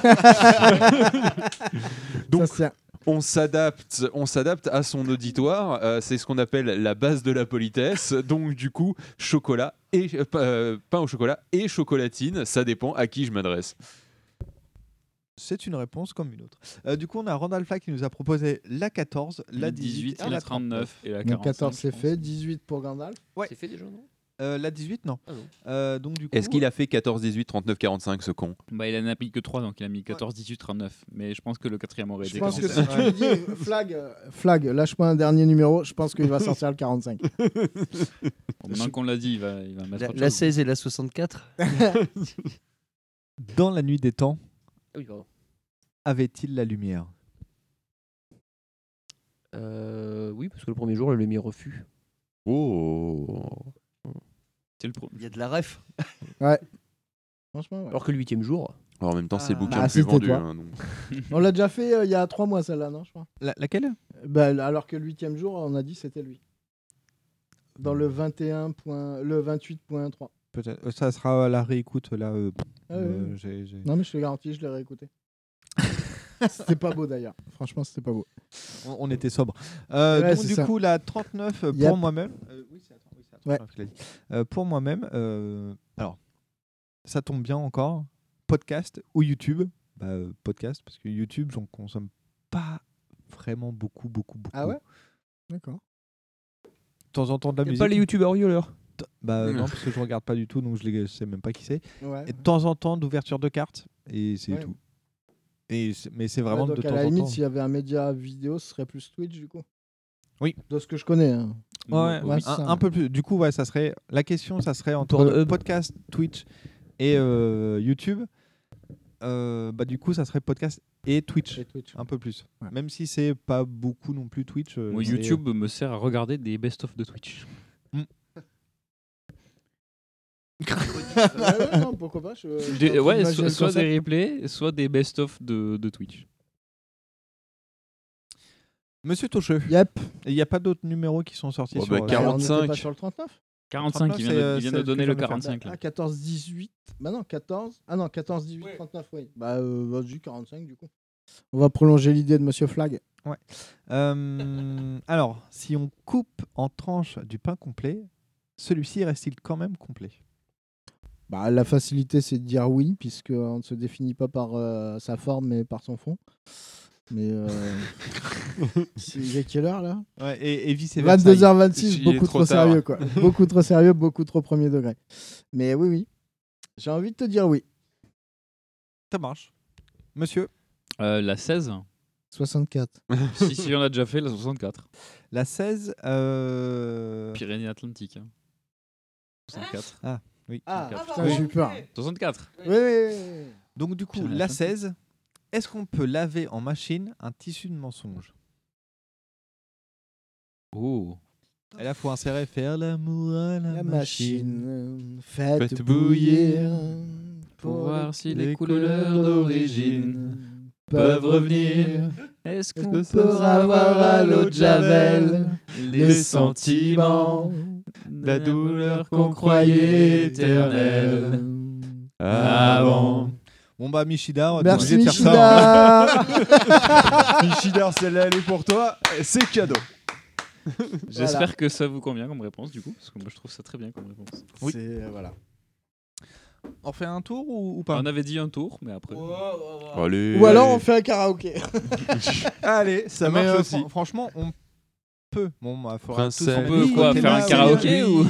Donc, on s'adapte à son auditoire. C'est ce qu'on appelle la base de la politesse. Donc, du coup, chocolat et pain au chocolat et chocolatine, ça dépend à qui je m'adresse. C'est une réponse comme une autre. Du coup, on a Randall Flack qui nous a proposé la 14, la 18 et la 39. Et la Donc 45, 14 c'est fait, 18 pour Gandalf. Ouais. C'est fait déjà, non? La 18, non. Ah non. Donc, du coup, Est-ce qu'il a fait 14, 18, 39, 45, ce con? Bah, il en a mis que 3, donc il a mis 14, 18, 39. Mais je pense que le quatrième aurait Je été. pense que si tu lui dis Flag, lâche-moi un dernier numéro, je pense qu'il va sortir le 45. Maintenant qu'on l'a dit, il va mettre autre La chose. 16 et la 64. dans la nuit des temps, Ah oui, pardon. avait-il la lumière? Oui, parce que le premier jour, la lumière refus. Oh. C'est le premier. Il y a de la ref. Ouais. Franchement, ouais. Alors que le 8e jour. Alors, en même temps, c'est le bouquin Bah, le plus c'était vendu. toi. Hein, donc. On l'a déjà fait il y a 3 mois, celle-là, non, je crois. Laquelle? Bah, alors que le 8e jour, on a dit c'était lui. Dans le 21. Le 28.3. Peut-être. Ça sera à la réécoute là. Ah ouais. j'ai- Non, mais je te garantis, je l'ai réécouté. C'était pas beau d'ailleurs. Franchement, c'était pas beau. On était sobre. Ouais, Donc c'est du ça. coup, la 39 pour Yep. moi-même. Oui, c'est à 39 qu'il a dit. Pour moi-même, alors, ça tombe bien encore. Podcast ou YouTube. Podcast, parce que YouTube, j'en consomme pas vraiment beaucoup. Ah ouais? D'accord. De temps en temps de la Il y a musique. pas les youtubeurs violeurs. Non, parce que je regarde pas du tout, donc je sais même pas qui c'est. Ouais. Et de temps en temps d'ouverture de cartes, et c'est Ouais. tout. Mais c'est vraiment Ouais, donc de à temps la en limite, temps. s'il y avait un média vidéo, ce serait plus Twitch du coup. Oui. De ce que je connais. Hein. Ouais, Ouais, c'est ça. un peu plus. Du coup, ouais, ça serait la question, ça serait entre Pornhub. podcast, Twitch et YouTube. Du coup, ça serait podcast et Twitch, Et Twitch. un peu plus. Ouais. Même si c'est pas beaucoup non plus Twitch. Moi, c'est- YouTube me sert à regarder des best-of de Twitch. Ouais, non, pourquoi pas Ouais, j'imagine le soit concept. des replays, soit des best-of de Twitch. Monsieur Tocheux. Yep. Il n'y a pas d'autres numéros qui sont sortis Oh, sur. bah, On 45. était pas sur le 39 45, il vient de donner le 45. Ah, 14-18. Bah non, 14. Ah non, 14-18, 39, oui. Bah, vas-y, 45 du coup. On va prolonger l'idée de Monsieur Flag. Ouais. Alors, si on coupe en tranches du pain complet, celui-ci reste-t-il quand même complet? Bah, la facilité, c'est de dire oui, puisqu'on ne se définit pas par sa forme, mais par son fond. Mais il est quelle heure là? Ouais, et vice-versa. 22h26, beaucoup trop sérieux quoi. Beaucoup trop sérieux, beaucoup trop premier degré. Mais oui, oui. J'ai envie de te dire oui. Ça marche. Monsieur? La 16. 64. si on a déjà fait la 64. La 16. Pyrénées-Atlantiques. 64. Ah, oui. Ah, 64. putain, j'ai eu peur. 64. Oui, oui, oui. Donc, du coup, la 16. Est-ce qu'on peut laver en machine un tissu de mensonge? Oh. Et là, il faut insérer faire l'amour à la machine. Faites bouillir pour voir si les couleurs d'origine peuvent revenir. Est-ce qu'on peut avoir à l'eau de Javel les sentiments, la douleur qu'on croyait éternelle avant? Bon bah Michidar, merci de faire ça. Michidar, celle-là elle est pour toi, c'est cadeau. J'espère que ça vous convient comme réponse du coup, parce que moi je trouve ça très bien comme réponse. Oui. Voilà. On fait un tour ou pas? On avait dit un tour, mais après. Allez, ou alors on fait un karaoké. Allez, ça marche marche aussi. Franchement, on peut. Bon, bah, faudra Princesse, tous on peut quoi, faire un karaoké ou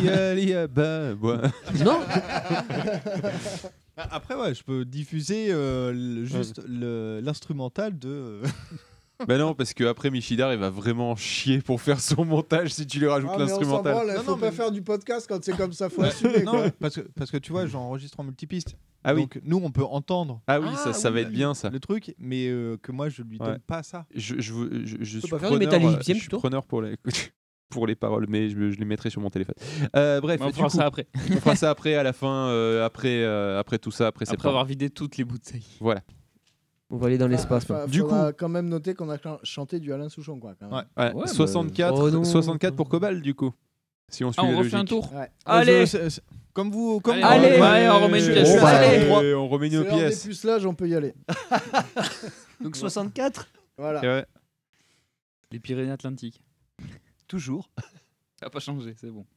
Non. Après, ouais, je peux diffuser juste l'instrumental de. Bah non, parce qu'après Michidar il va vraiment chier pour faire son montage si tu lui rajoutes l'instrumental. Il faut pas faire du podcast quand c'est comme ça, faut assumer. Non, quoi. parce que tu vois, j'enregistre en multipiste. Ah oui. Donc nous, on peut entendre. Ah oui, ça va être bien ça. Le truc, mais que moi, je lui donne pas ça. Je suis pas faire du métal égyptien, je suis plutôt preneur pour les paroles, mais je les mettrai sur mon téléphone. Bref, on fera ça après. On fera ça après, à la fin, après tout ça, après avoir vidé toutes les bouteilles. Voilà. On va aller dans l'espace. Du coup, quand même noter qu'on a chanté du Alain Souchon, quoi. Quand même. Ouais, 64, 64 pour Cobal, du coup. Si on suit la on refait logique. un tour. Ouais. Allez, comme vous. Allez, on remet une pièce. Allez, on remet une C'est l'heure des pièce. pucelages, on peut y aller. Donc 64. Voilà. Ouais. Les Pyrénées-Atlantiques. Toujours. Ça n'a pas changé, c'est bon.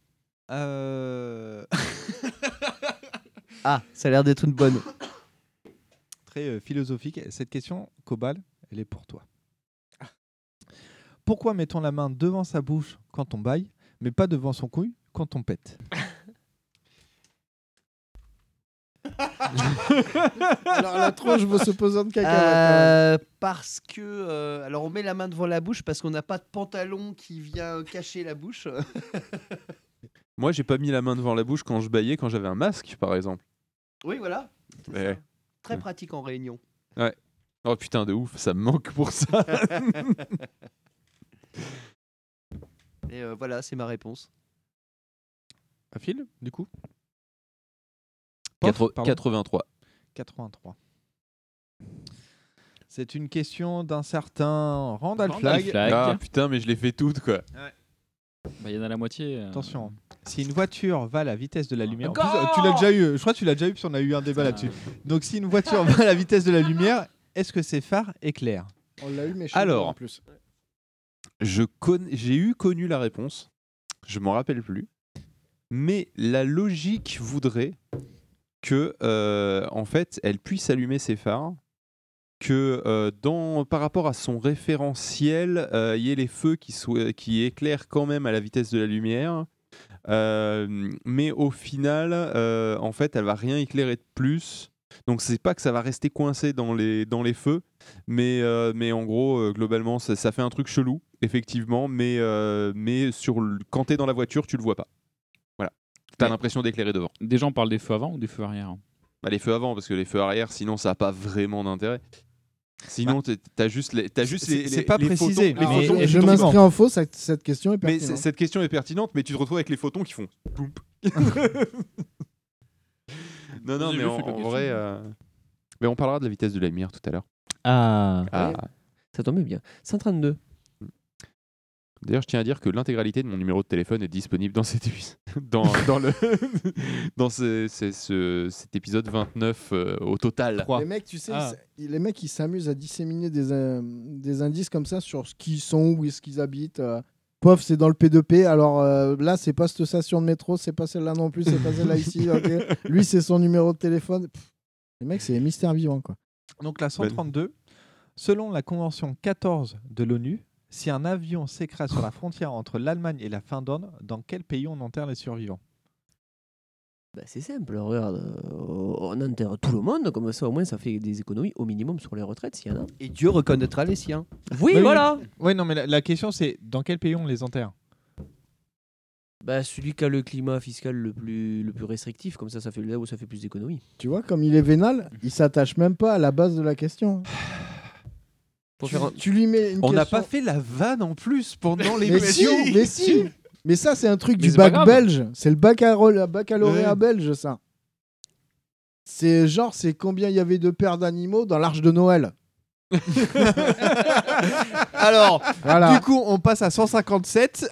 Ah, ça a l'air d'être une bonne. Très philosophique. Cette question, Cobal, elle est pour toi. Pourquoi mettons la main devant sa bouche quand on baille, mais pas devant son couille quand on pète? Alors la tronche vaut ce pesant de cacahuètes. Parce que alors on met la main devant la bouche parce qu'on n'a pas de pantalon qui vient cacher la bouche. Moi, j'ai pas mis la main devant la bouche quand je baillais, quand j'avais un masque, par exemple. Oui, voilà. Ouais. Très pratique en réunion. Ouais. Oh putain, de ouf, ça me manque pour ça. Et voilà, c'est ma réponse. À fil, du coup 83. 83. C'est une question d'un certain Randall Flagg. Ah putain, mais je l'ai fait toutes, quoi. Ouais. Bah, il y en a la moitié. Attention. Si une voiture va à la vitesse de la lumière... En plus, tu l'as déjà eu, je crois que tu l'as déjà eu, puis on a eu un débat là-dessus. Donc si une voiture va à la vitesse de la lumière, est-ce que ses phares éclairent? On l'a eu, mais chez Alors, nous, en plus. J'ai connu la réponse. Je m'en rappelle plus. Mais la logique voudrait que, en fait, elle puisse allumer ses phares, que par rapport à son référentiel, il y ait les feux qui éclairent quand même à la vitesse de la lumière. Mais au final, en fait, elle va rien éclairer de plus. Donc c'est pas que ça va rester coincé dans les feux, mais en gros, globalement, ça fait un truc chelou, effectivement, mais quand t'es dans la voiture, tu le vois pas. Voilà. T'as l'impression d'éclairer devant. Des gens parlent des feux avant ou des feux arrière? Bah, les feux avant, parce que les feux arrière, sinon ça n'a pas vraiment d'intérêt. Sinon, t'as juste les c'est pas précisé. photons, Je m'inscris en faux, cette question est mais pertinente. cette question est pertinente, mais tu te retrouves avec les photons qui font ploump. Non, mais en vrai, mais on parlera de la vitesse de la lumière tout à l'heure. Ah. Ça tombe bien. 132. D'ailleurs, je tiens à dire que l'intégralité de mon numéro de téléphone est disponible dans cet épisode, dans cet épisode 29 au total. Les mecs, tu sais, les mecs, ils s'amusent à disséminer des indices comme ça sur ce qu'ils sont, où est-ce qu'ils habitent. Pof, c'est dans le P2P. Alors là, c'est pas cette station de métro, c'est pas celle-là non plus, c'est pas celle-là ici. Okay. Lui, c'est son numéro de téléphone. Les mecs, c'est les mystères vivants, quoi. Donc la 132, selon la convention 14 de l'ONU, si un avion s'écrase sur la frontière entre l'Allemagne et la Finlande, dans quel pays on enterre les survivants? C'est simple, regarde, on enterre tout le monde, comme ça au moins ça fait des économies au minimum sur les retraites s'il y en a. Et Dieu reconnaîtra les siens. Oui, voilà. Oui, non, mais la question c'est dans quel pays on les enterre? Celui qui a le climat fiscal le plus restrictif, comme ça fait là où ça fait plus d'économies. Tu vois, comme il est vénal, il s'attache même pas à la base de la question. Tu lui mets une On n'a question- pas fait la vanne en plus pendant Mais l'émission. si, mais si. Mais ça, c'est un truc Mais du c'est pas bac grave. belge. C'est le baccalauréat Ouais. belge, ça. C'est genre, c'est combien il y avait de paires d'animaux dans l'arche de Noël. Alors, Voilà. du coup, on passe à 157.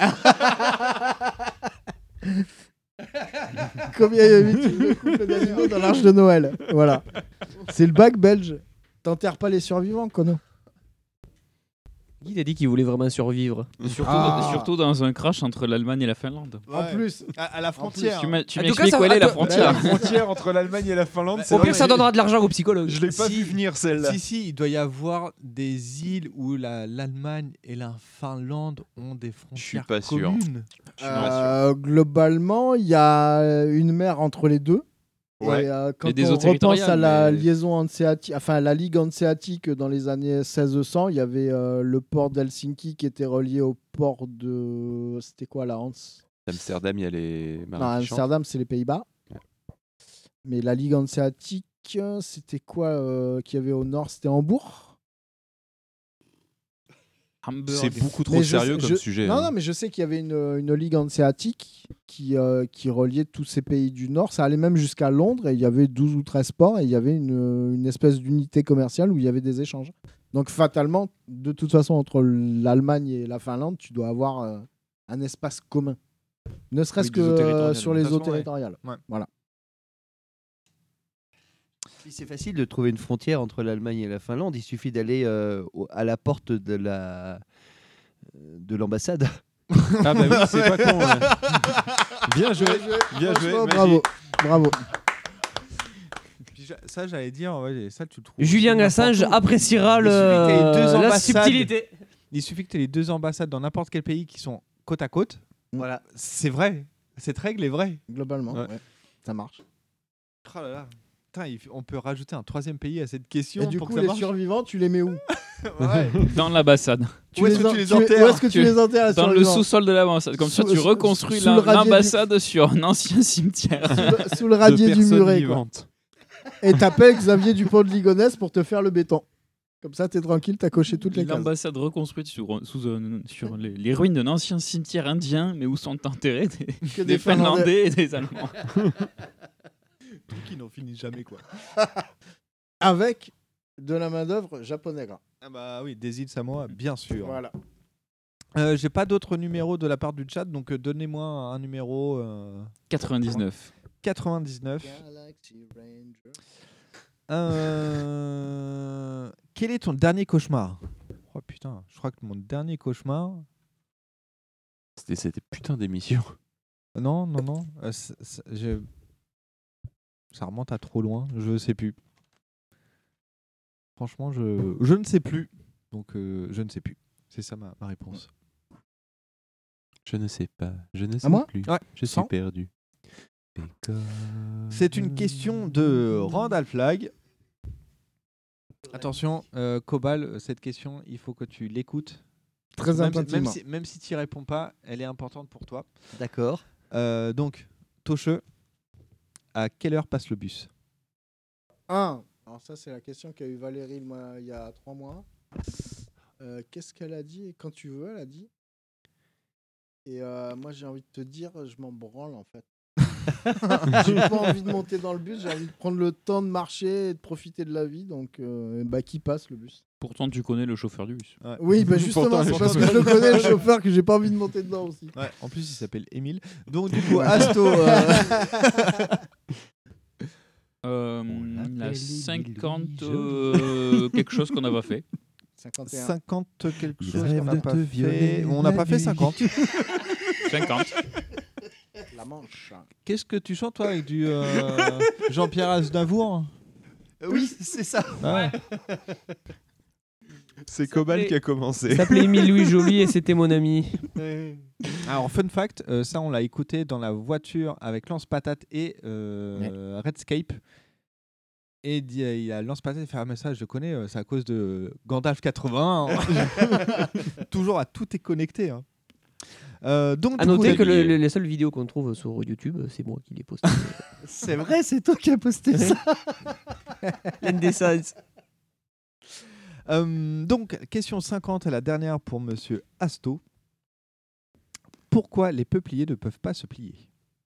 Combien il y avait de couples d'animaux dans l'arche de Noël. Voilà. C'est le bac belge. T'enterres pas les survivants, Kono. Guy t'a dit qu'il voulait vraiment survivre. Surtout dans un crash entre l'Allemagne et la Finlande. En plus, à la frontière. Tu En tout m'expliques cas, où elle est la attends, frontière. La frontière entre l'Allemagne et la Finlande. Au pire, ça donnera de l'argent aux psychologues. Je l'ai pas vu venir celle-là. Si, il doit y avoir des îles où l'Allemagne et la Finlande ont des frontières pas sûr. communes. Globalement, il y a une mer entre les deux. Ouais. Et, quand Et des on eaux repense à territoriales, la mais- liaison hanséatique, enfin la Ligue hanséatique dans les années 1600, il y avait le port d'Helsinki qui était relié au port de... C'était quoi la Hans? Amsterdam, il y a les Non, marins qui chantent. Amsterdam, c'est les Pays-Bas. Ouais. Mais la Ligue hanséatique, c'était quoi qu'il y avait au nord? C'était Hambourg? C'est beaucoup trop Mais sérieux comme sujet. Non, hein. non, mais je sais qu'il y avait une ligue hanséatique qui reliait tous ces pays du Nord. Ça allait même jusqu'à Londres et il y avait 12 ou 13 ports et il y avait une espèce d'unité commerciale où il y avait des échanges. Donc fatalement, de toute façon, entre l'Allemagne et la Finlande, tu dois avoir un espace commun. Ne serait-ce Oui, des eaux que territoriales. sur les De toute eaux façon, ouais. territoriales. Ouais. Voilà. Si c'est facile de trouver une frontière entre l'Allemagne et la Finlande, il suffit d'aller à la porte de l'ambassade. Ah bah oui, c'est pas con. Ouais. Bien joué. Bien joué. Franchement, Magie. bravo. Puis ça, j'allais dire, ouais, ça, tu le trouves. Julien aussi Assange n'importe où. appréciera Il suffit que t'aies les deux la ambassades. subtilité. Il suffit que tu aies les deux ambassades dans n'importe quel pays qui sont côte à côte. Voilà. C'est vrai. Cette règle est vraie. Globalement, Ouais. ouais. Ça marche. Oh là là. Putain, on peut rajouter un troisième pays à cette question. Et du pour coup, que ça les marche. survivants, tu les mets où? Ouais. Dans l'ambassade. Où est-ce que tu les enterres? Dans le sous-sol de l'ambassade. Comme ça, tu reconstruis sous le radier du- l'ambassade sur un ancien cimetière. Sous le radier De du personnes muret. Quoi. vivantes. Et t'appelles Xavier Dupont de Ligonnès pour te faire le béton. Comme ça, t'es tranquille, t'as coché toutes les cases. L'ambassade reconstruite sur les ruines d'un ancien cimetière indien, mais où sont enterrés Que des Finlandais et des Allemands. Trucs qui n'en finissent jamais, quoi. Avec de la main-d'œuvre japonaise. Ah bah oui, des îles Samoa, bien sûr. Voilà. J'ai pas d'autres numéros de la part du chat, donc donnez-moi un numéro 99. 99. Quel est ton dernier cauchemar? Oh putain, je crois que mon dernier cauchemar. C'était cette putain d'émission. Non. Ça remonte à trop loin, je sais plus. Franchement, je ne sais plus. Donc, je ne sais plus. C'est ça ma réponse. Je ne sais pas. Je ne sais moi plus. Ouais, Je suis sans. perdu. C'est une question de Randall Flag. Attention, Cobal, cette question, il faut que tu l'écoutes. Très attentivement. Même si tu n'y réponds pas, elle est importante pour toi. D'accord. Donc, Toche, à quelle heure passe le bus? Alors ça, c'est la question qu'a eu Valérie il y a 3 mois. Qu'est-ce qu'elle a dit? Quand tu veux, elle a dit. Et moi, j'ai envie de te dire, je m'en branle en fait. J'ai pas envie de monter dans le bus, j'ai envie de prendre le temps de marcher et de profiter de la vie. Donc, qui passe le bus? Pourtant, tu connais le chauffeur du bus. Ouais. Oui, bah justement, c'est parce que je connais le chauffeur que j'ai pas envie de monter dedans aussi. Ouais, en plus, il s'appelle Émile. Donc, du coup, Asto. La 50 quelque chose qu'on n'a pas fait. 50 quelque Il chose rêve qu'on n'a de pas te fait. violer On n'a la pas fait nuit. 50. 50. La Manche. Qu'est-ce que tu chantes, toi, avec du Jean-Pierre Aznavour? Oui, c'est ça. Ah ouais. C'est Cobal qui a commencé. Il s'appelait Émile Louis Joly et c'était mon ami. Alors, fun fact, ça, on l'a écouté dans la voiture avec Lance Patate et Redscape. Et il y a Lance Patate qui fait un message, je connais, c'est à cause de Gandalf 80. Toujours à tout est connecté. Hein. Donc, À noter que les seules vidéos qu'on trouve sur YouTube, c'est moi qui les poste. C'est vrai, c'est toi qui as posté ça. L'indécence. Donc, question 50, la dernière pour Monsieur Asto. Pourquoi les peupliers ne peuvent pas se plier?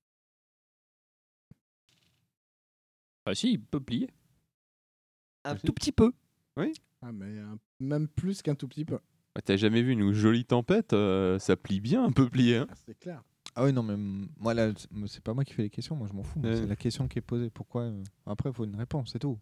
Ah si, il peut plier. Un tout petit peu. Oui. Ah, mais même plus qu'un tout petit peu. T'as jamais vu une jolie tempête? Ça plie bien un peu plié. Hein. C'est clair. Ah oui, non, mais moi, là, c'est pas moi qui fais les questions, moi je m'en fous. C'est la question qui est posée. Pourquoi Après, il faut une réponse, c'est tout.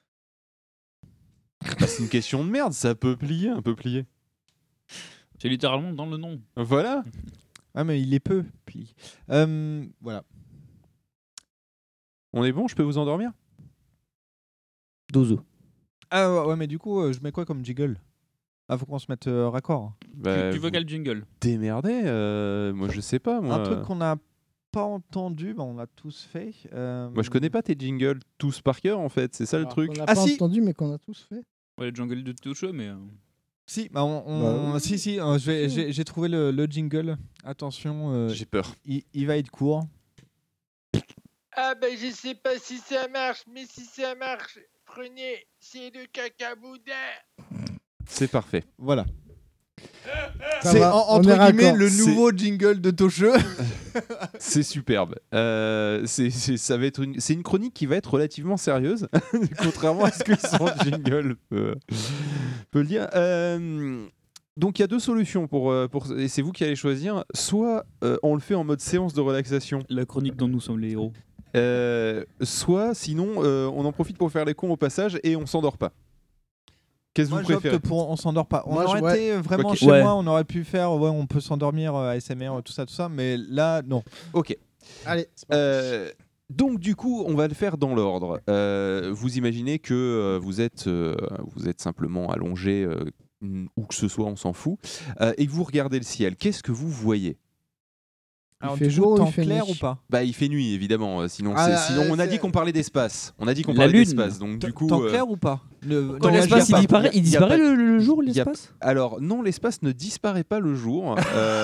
Bah, c'est une question de merde, ça peut plier, un peu plié. C'est littéralement dans le nom. Voilà. Ah, mais il est peu plié. Voilà. On est bon, je peux vous endormir? Dozo. Ah ouais, mais du coup, je mets quoi comme jiggle? Ah, faut qu'on se mette raccord. Bah, Tu veux quel jingle? Démerdez, moi je sais pas. Moi, Un truc qu'on n'a pas entendu, bah, on l'a tous fait. moi je connais pas tes jingles tous par cœur en fait, c'est ça le truc. On n'a pas entendu, mais qu'on a tous fait. Ouais, le jungle de touche, mais. Si, bah si, j'ai trouvé le jingle. Attention. J'ai peur. Il va être court. Ah ben je sais pas si ça marche, mais si ça marche, prenez, c'est le cacaboudin. C'est parfait. Voilà. Ça C'est va, on entre est guillemets raccord. le nouveau jingle de Tocheux. C'est superbe. Ça va être c'est une chronique qui va être relativement sérieuse, contrairement à ce que son jingle peut le dire. Donc il y a deux solutions et c'est vous qui allez choisir. Soit on le fait en mode séance de relaxation. La chronique dont nous sommes les héros. Soit sinon on en profite pour faire les cons au passage et on s'endort pas. Qu'est-ce que vous préférez? Pour on s'endort pas. On Moi, aurait été vraiment Ok. chez Ouais. moi, on aurait pu faire on peut s'endormir ASMR tout ça, mais là non. Ok. Allez, c'est parti. Donc du coup, on va le faire dans l'ordre. Vous imaginez que vous êtes simplement allongé, où que ce soit, on s'en fout, et que vous regardez le ciel. Qu'est-ce que vous voyez? Alors, fait du coup, jour ou temps il fait clair nuit ou pas? Bah, il fait nuit évidemment. Sinon, Ah, sinon on a c'est- dit qu'on parlait d'espace. On a dit qu'on La parlait lune. d'espace. Donc du coup, Temps clair ou pas? Quand l'espace il disparaît, il y a pas- le jour, il y a- l'espace alors non, l'espace ne disparaît pas le jour.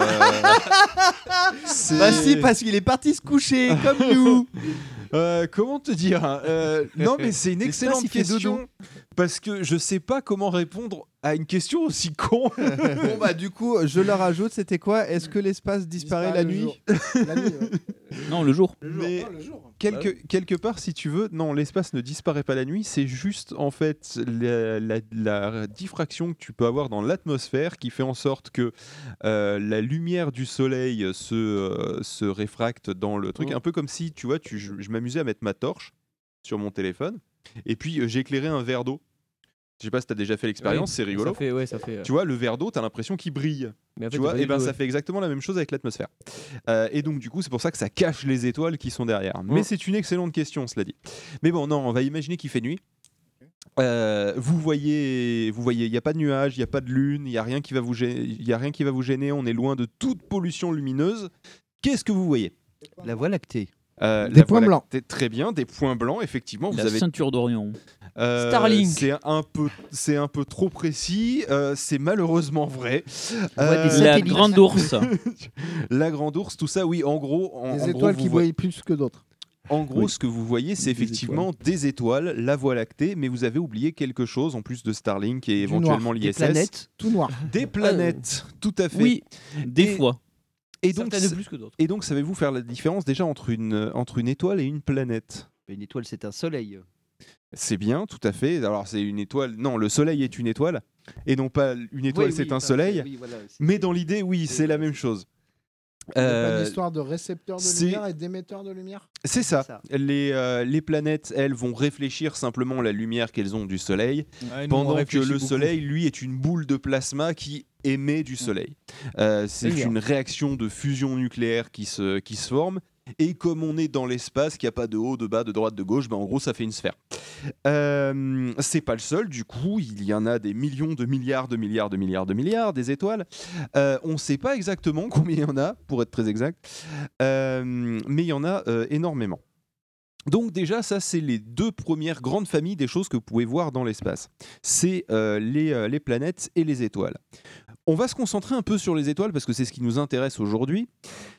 C'est- Bah si, parce qu'il est parti se coucher comme nous. Comment te dire hein, non, mais c'est une L'espace, excellente il fait dodo. question parce que je sais pas comment répondre à une question aussi con. Bon bah du coup, je le rajoute, c'était quoi? Est-ce que l'espace disparaît la le nuit? jour. La nuit, ouais. Non, le jour. Mais le jour. quelque part, si tu veux, non, l'espace ne disparaît pas la nuit. C'est juste en fait la diffraction que tu peux avoir dans l'atmosphère qui fait en sorte que la lumière du soleil se réfracte dans le truc. Un peu comme si, tu vois, je m'amusais à mettre ma torche sur mon téléphone et puis j'éclairais un verre d'eau. Je sais pas si tu as déjà fait l'expérience, Oui, c'est rigolo. Ça fait. Tu vois, le verre d'eau, tu as l'impression qu'il brille. Mais en fait, Tu vois, c'est pas et du ben tout, ça ouais. fait exactement la même chose avec l'atmosphère. Et donc du coup, c'est pour ça que ça cache les étoiles qui sont derrière. Mais c'est une excellente question, cela dit. Mais bon, non, on va imaginer qu'il fait nuit. Vous voyez, il n'y a pas de nuages, il n'y a pas de lune, il n'y a rien qui va vous gêner, on est loin de toute pollution lumineuse. Qu'est-ce que vous voyez? La Voie lactée. Des points blancs. Très bien, des points blancs, effectivement. La vous avez ceinture d'Orion. Starlink. C'est un peu trop précis. C'est malheureusement vrai. On voit des La satellites. grande ours. La grande ours, tout ça, oui. En gros, Des étoiles qui voient plus que d'autres. En gros, Oui. ce que vous voyez, c'est Des effectivement des étoiles, la Voie lactée, mais vous avez oublié quelque chose en plus de Starlink et Du éventuellement noir. l'ISS. Des planètes. Tout noir. Des planètes, tout à fait. Oui, Des fois. Et donc, certaines plus que d'autres. et donc, savez-vous faire la différence déjà entre une étoile et une planète? Une étoile, c'est un soleil. C'est bien, tout à fait. Alors, c'est une étoile. Non, le Soleil est une étoile. et non pas une étoile, c'est un soleil. Mais dans l'idée, oui, c'est la même chose. Il n'y a pas une histoire de récepteur de lumière et d'émetteur de lumière. C'est ça. Les planètes, elles, vont réfléchir simplement la lumière qu'elles ont du Soleil, pendant que le Soleil, lui, est une boule de plasma qui émet du Soleil. C'est une réaction de fusion nucléaire qui se forme. Et comme on est dans l'espace, qu'il n'y a pas de haut, de bas, de droite, de gauche, en gros, ça fait une sphère. C'est pas le seul, du coup, il y en a des millions de milliards des étoiles. On ne sait pas exactement combien il y en a, pour être très exact, mais il y en a énormément. Donc déjà, ça, c'est les 2 premières grandes familles des choses que vous pouvez voir dans l'espace. C'est les planètes et les étoiles. On va se concentrer un peu sur les étoiles, parce que c'est ce qui nous intéresse aujourd'hui.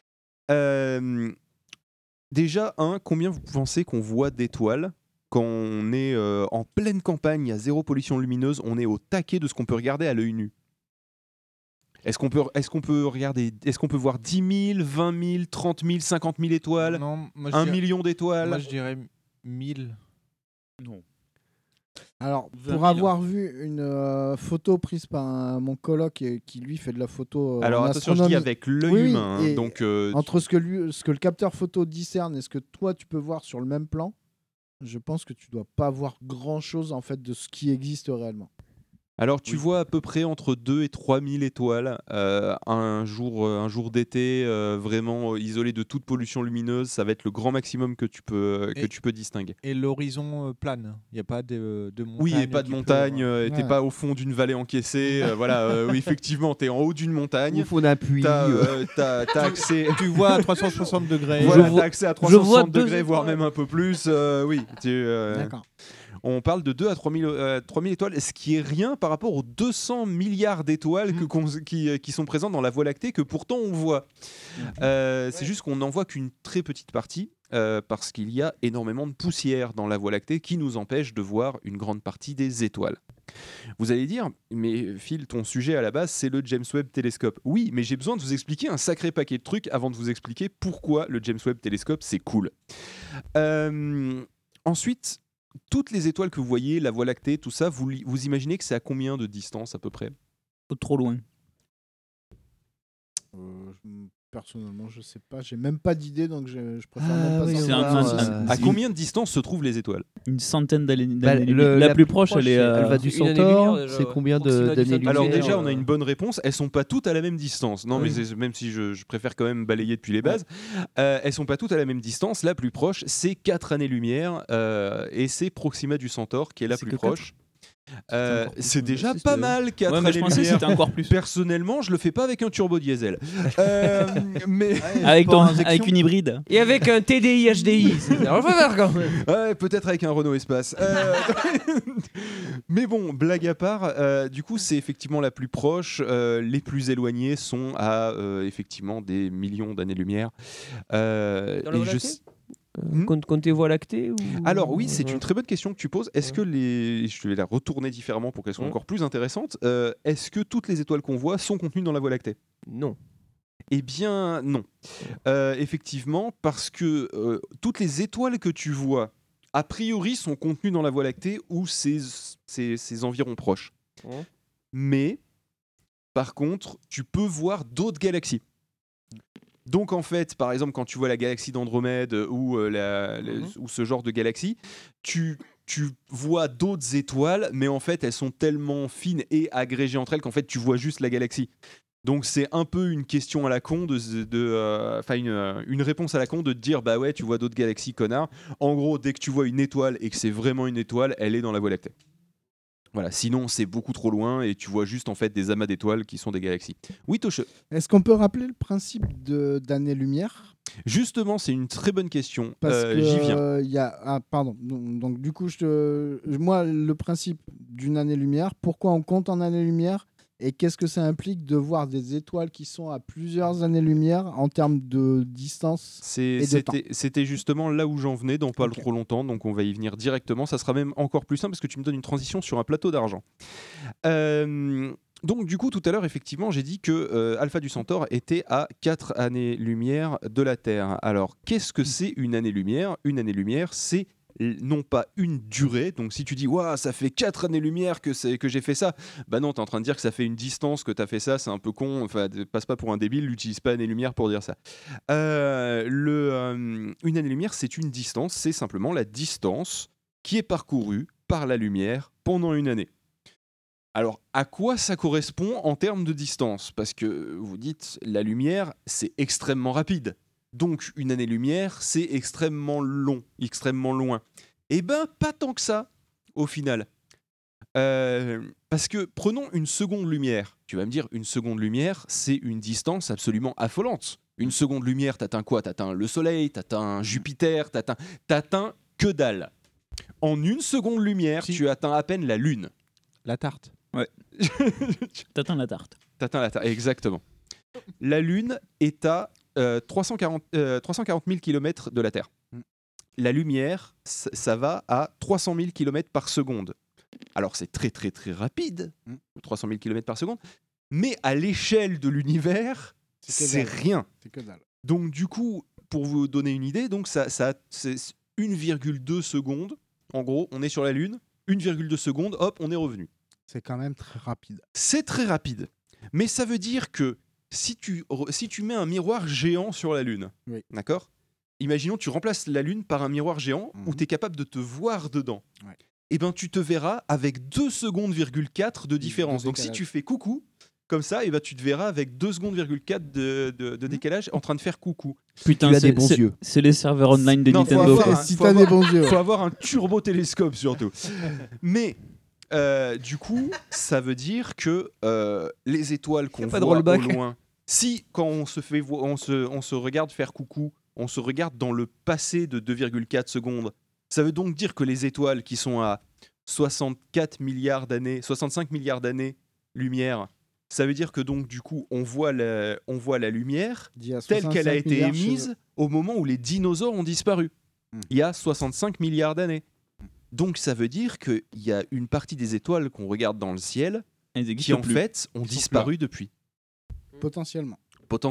Déjà, combien vous pensez qu'on voit d'étoiles quand on est en pleine campagne, il y a 0 pollution lumineuse, on est au taquet de ce qu'on peut regarder à l'œil nu? Est-ce qu'on peut regarder, est-ce qu'on peut voir 10 000, 20 000, 30 000, 50 000 étoiles? Non, 1 million d'étoiles? Moi, je dirais 1000. Non. Alors, pour avoir vu une photo prise par mon coloc qui lui fait de la photo alors en attention, astronomie. je dis avec l'œil humain. et Donc, entre ce que le capteur photo discerne et ce que toi tu peux voir sur le même plan, je pense que tu dois pas voir grand chose en fait de ce qui existe réellement. Alors tu vois à peu près entre 2 et 3 000 étoiles un jour d'été vraiment isolé de toute pollution lumineuse, ça va être le grand maximum que tu peux distinguer. Et l'horizon plane, il n'y a pas de montagne. Oui, et pas de montagne, t'es pas au fond d'une vallée encaissée, oui, effectivement, t'es en haut d'une montagne. Il faut un appui. T'as accès... Tu vois à 360 degrés. Voilà, t'as accès à 360 degrés, voire même un peu plus, oui. D'accord. On parle de 2 à 3 000 étoiles, ce qui est rien par rapport aux 200 milliards d'étoiles qui sont présentes dans la Voie lactée, que pourtant on voit. C'est juste qu'on n'en voit qu'une très petite partie, parce qu'il y a énormément de poussière dans la Voie lactée qui nous empêche de voir une grande partie des étoiles. Vous allez dire, mais Phil, ton sujet à la base, c'est le James Webb Telescope. Oui, mais j'ai besoin de vous expliquer un sacré paquet de trucs avant de vous expliquer pourquoi le James Webb Telescope, c'est cool. Ensuite... Toutes les étoiles que vous voyez, la Voie lactée, tout ça, vous imaginez que c'est à combien de distance à peu près? Trop loin. Personnellement, je sais pas, j'ai même pas d'idée, donc je préfère même pas savoir. À combien de distance se trouvent les étoiles? Une centaine d'années. La plus proche, elle est. Elle va du Centaure. C'est combien d'années-lumière? Alors déjà, on a une bonne réponse. Elles sont pas toutes à la même distance. Non, mais même si je préfère quand même balayer depuis les bases, elles sont pas toutes à la même distance. La plus proche, c'est 4 années-lumière, et c'est Proxima du Centaure qui est la plus proche. C'est déjà pas mal 4 années-lumière. C'était encore plus. Personnellement, je le fais pas avec un turbo diesel. Mais avec une hybride. Et avec un TDI HDI. Ouais, peut-être avec un Renault Espace. Mais bon, blague à part, du coup, c'est effectivement la plus proche. Les plus éloignées sont à effectivement des millions d'années-lumière. Comptez Voie lactée ou... Alors oui, c'est une très bonne question que tu poses. Est-ce que je vais la retourner différemment pour qu'elles soient encore plus intéressantes. Est-ce que toutes les étoiles qu'on voit sont contenues dans la Voie lactée? Non. Eh bien non. Effectivement, parce que toutes les étoiles que tu vois, a priori, sont contenues dans la Voie lactée ou ses environs proches. Mais, par contre, tu peux voir d'autres galaxies. Donc en fait, par exemple, quand tu vois la galaxie d'Andromède ou ce genre de galaxie, tu vois d'autres étoiles, mais en fait, elles sont tellement fines et agrégées entre elles qu'en fait, tu vois juste la galaxie. Donc c'est un peu une question à la con, une réponse à la con de te dire bah ouais, tu vois d'autres galaxies, connard. En gros, dès que tu vois une étoile et que c'est vraiment une étoile, elle est dans la Voie lactée. Voilà, sinon c'est beaucoup trop loin et tu vois juste en fait des amas d'étoiles qui sont des galaxies. Oui, Toche. Est-ce qu'on peut rappeler le principe d'année-lumière? Justement, c'est une très bonne question. Parce que j'y viens. Pardon. Donc du coup, moi, le principe d'une année-lumière, pourquoi on compte en année-lumière et qu'est-ce que ça implique de voir des étoiles qui sont à plusieurs années-lumière en termes de distance et de temps? C'était justement là où j'en venais dans pas trop longtemps, donc on va y venir directement. Ça sera même encore plus simple parce que tu me donnes une transition sur un plateau d'argent. Donc du coup, tout à l'heure, effectivement, j'ai dit que Alpha du Centaure était à 4 années-lumière de la Terre. Alors, qu'est-ce que c'est une année-lumière? Une année-lumière, c'est non pas une durée. Donc si tu dis waouh, ça fait 4 années-lumière que j'ai fait ça, bah non, tu es en train de dire que ça fait une distance que tu as fait ça, c'est un peu con. Enfin, passe pas pour un débile, n'utilise pas année-lumière pour dire ça. Une année-lumière, c'est une distance, c'est simplement la distance qui est parcourue par la lumière pendant une année. Alors, à quoi ça correspond en termes de distance ? Parce que vous dites, la lumière, c'est extrêmement rapide. Donc, une année-lumière, c'est extrêmement long, extrêmement loin. Eh ben, pas tant que ça, au final. Parce que, prenons une seconde lumière. Tu vas me dire, une seconde lumière, c'est une distance absolument affolante. Une seconde lumière, t'atteins quoi ? T'atteins le Soleil, t'atteins Jupiter, t'atteins que dalle. En une seconde lumière, tu atteins à peine la Lune. La tarte. Ouais. T'atteins la tarte. T'atteins la tarte, exactement. La Lune est à 340 000 km de la Terre. La lumière, ça va à 300 000 km par seconde. Alors c'est très très très rapide, 300 000 km par seconde, mais à l'échelle de l'univers, c'est rien. C'est que dalle. Donc du coup, pour vous donner une idée, donc c'est 1,2 secondes. En gros, on est sur la Lune, 1,2 secondes, hop, on est revenu. C'est quand même très rapide. C'est très rapide. Mais ça veut dire que si tu mets un miroir géant sur la Lune, d'accord ? Imaginons tu remplaces la Lune par un miroir géant où tu es capable de te voir dedans. Ouais. Et ben tu te verras avec 2 secondes, 4 de différence. Donc si tu fais coucou, comme ça, et ben tu te verras avec 2 secondes, 4 de décalage en train de faire coucou. Putain, des bons yeux. C'est les serveurs online de Nintendo. Faut avoir un turbo-télescope surtout. Mais du coup, ça veut dire que les étoiles qu'on voit au loin, si quand on se regarde faire coucou, on se regarde dans le passé de 2,4 secondes, ça veut donc dire que les étoiles qui sont à 65 milliards d'années lumière, ça veut dire que donc du coup on voit la lumière telle qu'elle a été émise au moment où les dinosaures ont disparu. Il y a 65 milliards d'années. Donc ça veut dire qu'il y a une partie des étoiles qu'on regarde dans le ciel qui en fait ont disparu depuis. Potentiellement.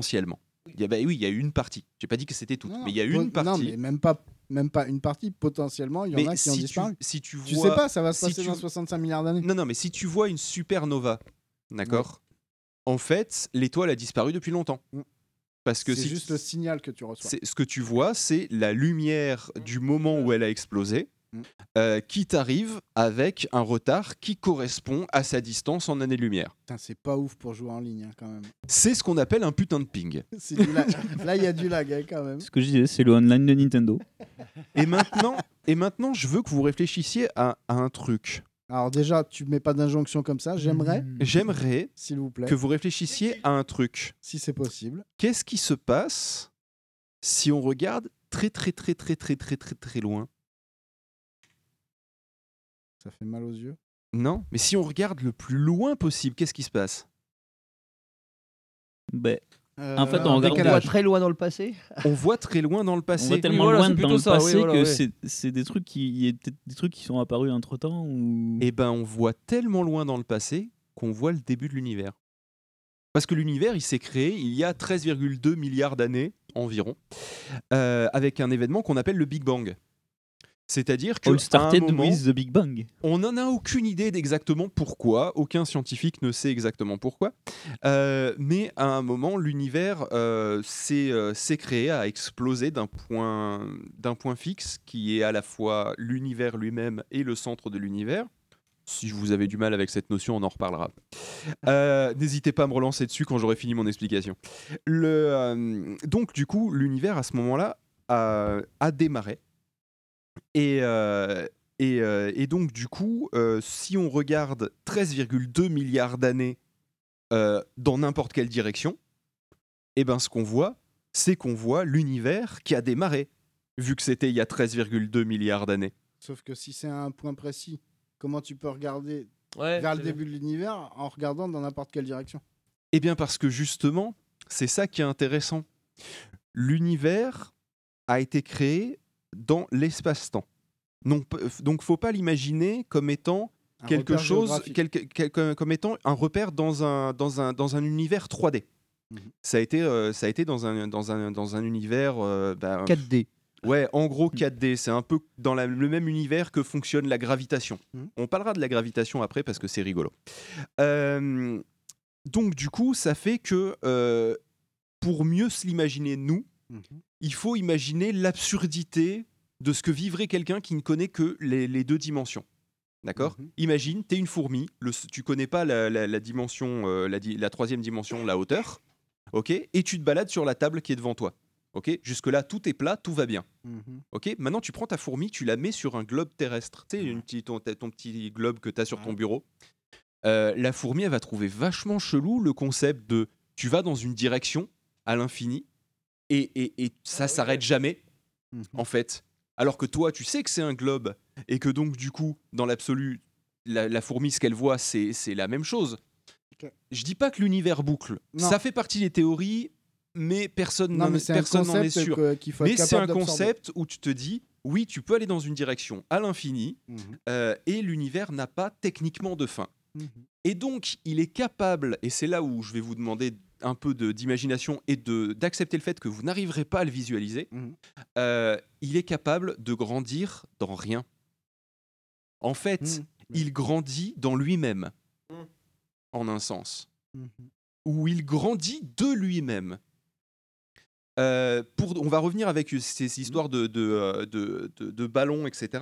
Il y a une partie. J'ai pas dit que c'était toutes, mais il y a une partie. Non, mais même pas une partie. Potentiellement, il y en a qui ont disparu. Tu sais pas, ça va se passer dans 65 milliards d'années. Non, mais si tu vois une supernova, d'accord ? En fait, l'étoile a disparu depuis longtemps. Parce que c'est juste le signal que tu reçois. Ce que tu vois, c'est la lumière du moment où elle a explosé. Qui t'arrive avec un retard qui correspond à sa distance en années-lumière. C'est pas ouf pour jouer en ligne hein, quand même. C'est ce qu'on appelle un putain de ping. Là, il y a du lag hein, quand même. Ce que je disais, c'est le online de Nintendo. Et maintenant, je veux que vous réfléchissiez à un truc. Alors déjà, tu mets pas d'injonction comme ça. J'aimerais, s'il vous plaît, que vous réfléchissiez à un truc. Si c'est possible. Qu'est-ce qui se passe si on regarde très très très très très très très très loin? Ça fait mal aux yeux. Non, mais si on regarde le plus loin possible, qu'est-ce qui se passe? En fait, on voit très loin dans le passé. On voit très loin dans le passé. On voit tellement loin dans le passé que c'est des trucs qui sont apparus entre-temps ou... Eh ben, on voit tellement loin dans le passé qu'on voit le début de l'univers. Parce que l'univers, il s'est créé il y a 13,2 milliards d'années environ, avec un événement qu'on appelle le Big Bang. C'est-à-dire que All started à un moment, with the Big Bang. On n'en a aucune idée d'exactement pourquoi. Aucun scientifique ne sait exactement pourquoi. Mais à un moment, l'univers s'est créé, a explosé d'un point fixe qui est à la fois l'univers lui-même et le centre de l'univers. Si vous avez du mal avec cette notion, on en reparlera. N'hésitez pas à me relancer dessus quand j'aurai fini mon explication. Donc du coup, l'univers à ce moment-là a démarré. Et donc du coup, si on regarde 13,2 milliards d'années dans n'importe quelle direction, eh ben ce qu'on voit, c'est qu'on voit l'univers qui a démarré, vu que c'était il y a 13,2 milliards d'années. Sauf que si c'est un point précis, comment tu peux regarder vers le début de l'univers en regardant dans n'importe quelle direction? Eh bien parce que justement, c'est ça qui est intéressant. L'univers a été créé dans l'espace-temps. Donc faut pas l'imaginer comme étant quelque chose, comme étant un repère dans un univers 3D. Ça a été dans un univers 4D. Ouais, en gros 4D, c'est un peu dans le même univers que fonctionne la gravitation. On parlera de la gravitation après parce que c'est rigolo. Donc du coup, ça fait que pour mieux se l'imaginer nous, il faut imaginer l'absurdité de ce que vivrait quelqu'un qui ne connaît que les 2 dimensions. D'accord ? Imagine, t'es une fourmi, tu connais pas la dimension, la 3e dimension, la hauteur, ok ? Et tu te balades sur la table qui est devant toi. Ok, jusque-là, tout est plat, tout va bien. Ok, maintenant tu prends ta fourmi, tu la mets sur un globe terrestre. Tu sais, ton petit globe que tu as sur ton bureau. La fourmi, elle va trouver vachement chelou le concept de tu vas dans une direction à l'infini et ça s'arrête jamais, en fait. Alors que toi, tu sais que c'est un globe et que donc, du coup, dans l'absolu, la fourmi, ce qu'elle voit, c'est la même chose. Je dis pas que l'univers boucle. Non. Ça fait partie des théories. Mais personne n'en est sûr. Mais c'est un concept où tu te dis, oui, tu peux aller dans une direction à l'infini et l'univers n'a pas techniquement de fin. Et donc, il est capable, et c'est là où je vais vous demander un peu d'imagination et d'accepter le fait que vous n'arriverez pas à le visualiser, il est capable de grandir dans rien. En fait, il grandit dans lui-même, en un sens. Où il grandit de lui-même. On va revenir avec ces histoires de ballons, etc.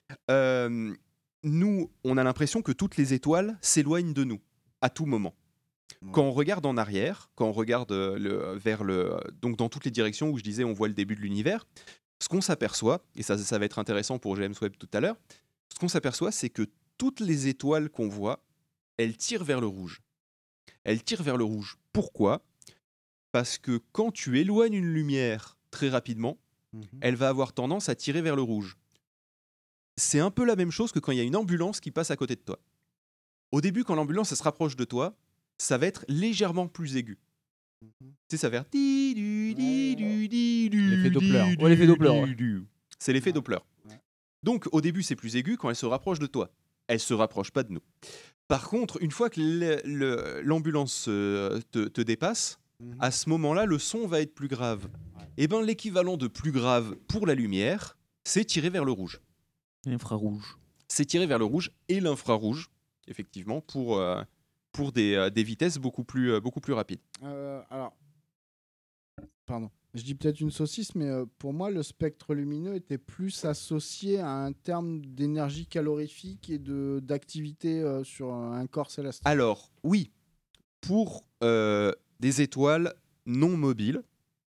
Nous, on a l'impression que toutes les étoiles s'éloignent de nous, à tout moment. Quand on regarde en arrière, quand on regarde donc dans toutes les directions où je disais on voit le début de l'univers, ce qu'on s'aperçoit, et ça va être intéressant pour James Webb tout à l'heure, ce qu'on s'aperçoit, c'est que toutes les étoiles qu'on voit, elles tirent vers le rouge. Elles tirent vers le rouge. Pourquoi ? Parce que quand tu éloignes une lumière très rapidement, elle va avoir tendance à tirer vers le rouge. C'est un peu la même chose que quand il y a une ambulance qui passe à côté de toi. Au début, quand l'ambulance elle se rapproche de toi, ça va être légèrement plus aigu. Tu sais, ça va faire... L'effet Doppler. Ouais, l'effet Doppler. Ouais. C'est l'effet Doppler. Donc, au début, c'est plus aigu quand elle se rapproche de toi. Elle se rapproche pas de nous. Par contre, une fois que l'ambulance te dépasse, à ce moment-là, le son va être plus grave. Et bien, l'équivalent de plus grave pour la lumière, c'est tirer vers le rouge. L'infrarouge. C'est tirer vers le rouge et l'infrarouge, effectivement, pour des vitesses beaucoup plus rapides. Alors, pardon, je dis peut-être une saucisse, mais pour moi, le spectre lumineux était plus associé à un terme d'énergie calorifique et d'activité sur un corps céleste. Alors, oui, pour des étoiles non mobiles, d'accord ?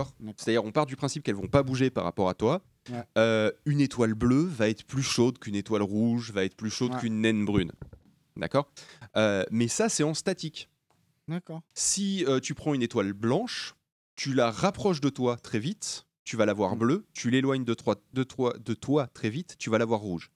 C'est-à-dire, on part du principe qu'elles ne vont pas bouger par rapport à toi. Ouais. Une étoile bleue va être plus chaude qu'une étoile rouge, va être plus chaude qu'une naine brune. D'accord ? Mais ça, c'est en statique. D'accord. Si tu prends une étoile blanche, tu la rapproches de toi très vite, tu vas la voir bleue, tu l'éloignes de toi très vite, tu vas la voir rouge.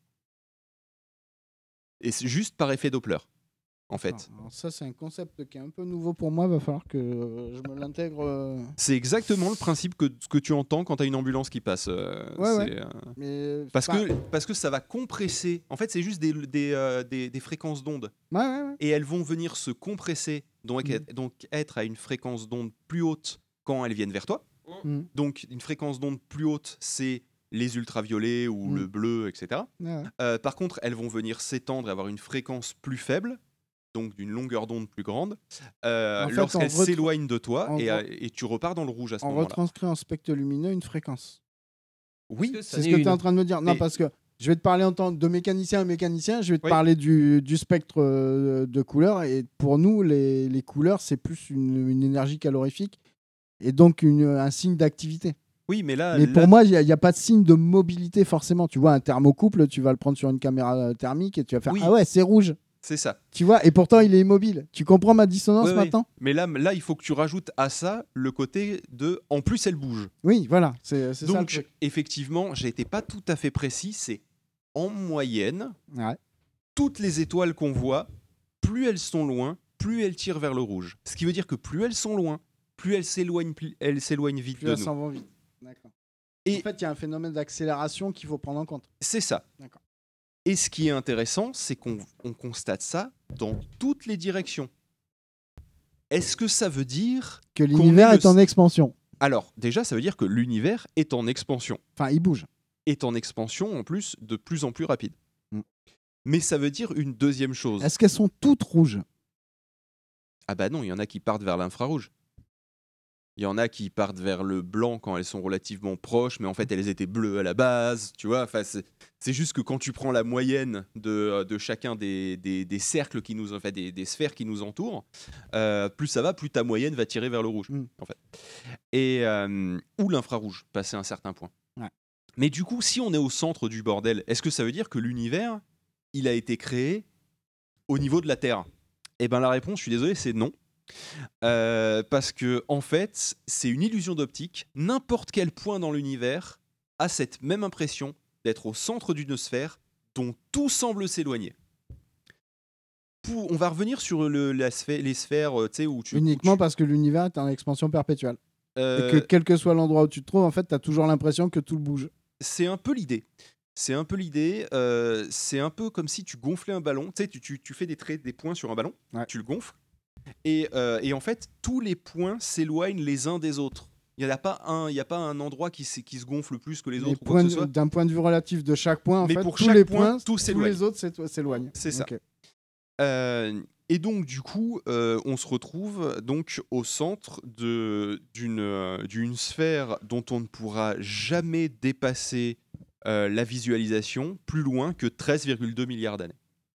Et c'est juste par effet Doppler, en fait. Alors ça, c'est un concept qui est un peu nouveau pour moi, il va falloir que je me l'intègre. C'est exactement le principe que tu entends quand tu as une ambulance qui passe. Mais parce que ça va compresser. En fait, c'est juste des fréquences d'onde. Ouais. Et elles vont venir se compresser, donc être à une fréquence d'onde plus haute quand elles viennent vers toi. Donc, une fréquence d'onde plus haute, c'est les ultraviolets ou le bleu, etc. Par contre, elles vont venir s'étendre et avoir une fréquence plus faible, donc d'une longueur d'onde plus grande, lorsqu'elles s'éloignent de toi et tu repars dans le rouge à ce moment-là. On retranscrit en spectre lumineux une fréquence. Oui, c'est ce que tu es en train de me dire. Non, parce que je vais te parler en tant de mécanicien à mécanicien, je vais te parler du spectre de couleurs. Et pour nous, les couleurs, c'est plus une énergie calorifique et donc un signe d'activité. Oui, mais pour moi, il n'y a pas de signe de mobilité forcément. Tu vois, un thermocouple, tu vas le prendre sur une caméra thermique et tu vas faire ah ouais, c'est rouge. C'est ça. Tu vois, et pourtant, il est immobile. Tu comprends ma dissonance maintenant ? Mais là, il faut que tu rajoutes à ça le côté de en plus, elle bouge. Oui, voilà. C'est ça. Donc, effectivement, j'ai été pas tout à fait précis. C'est en moyenne, toutes les étoiles qu'on voit, plus elles sont loin, plus elles tirent vers le rouge. Ce qui veut dire que plus elles sont loin, plus elles s'éloignent vite plus de elles nous. s'en vont vite. D'accord. Et en fait, il y a un phénomène d'accélération qu'il faut prendre en compte. C'est ça. D'accord. Et ce qui est intéressant, c'est qu'on constate ça dans toutes les directions. Est-ce que ça veut dire que l'univers est en expansion ? Alors, déjà, ça veut dire que l'univers est en expansion. Enfin, il bouge. Est en expansion, en plus, de plus en plus rapide. Mais ça veut dire une deuxième chose. Est-ce qu'elles sont toutes rouges? Ah bah non, il y en a qui partent vers l'infrarouge. Il y en a qui partent vers le blanc quand elles sont relativement proches, mais en fait, elles étaient bleues à la base, tu vois. Enfin, c'est juste que quand tu prends la moyenne de chacun des cercles qui nous, enfin, des sphères qui nous entourent, plus ça va, plus ta moyenne va tirer vers le rouge, en fait. Et, ou l'infrarouge, passé un certain point. Ouais. Mais du coup, si on est au centre du bordel, est-ce que ça veut dire que l'univers, il a été créé au niveau de la Terre? Eh bien, la réponse, je suis désolé, c'est non. Parce que en fait, c'est une illusion d'optique. N'importe quel point dans l'univers a cette même impression d'être au centre d'une sphère dont tout semble s'éloigner. On va revenir sur les sphères, tu sais, où tu... Uniquement parce que l'univers est en expansion perpétuelle. Et que quel que soit l'endroit où tu te trouves, en fait, tu as toujours l'impression que tout bouge. C'est un peu l'idée. C'est un peu l'idée. C'est un peu comme si tu gonflais un ballon. Tu sais, tu fais des points sur un ballon, tu le gonfles. Et en fait, tous les points s'éloignent les uns des autres. Il n'y a pas un endroit qui se gonfle plus que les autres. D'un point de vue relatif de chaque point, en mais fait, pour tous chaque les point, tous les autres s'éloignent. C'est ça. Ok. Et donc, du coup, on se retrouve donc au centre d'une sphère dont on ne pourra jamais dépasser la visualisation plus loin que 13,2 milliards d'années.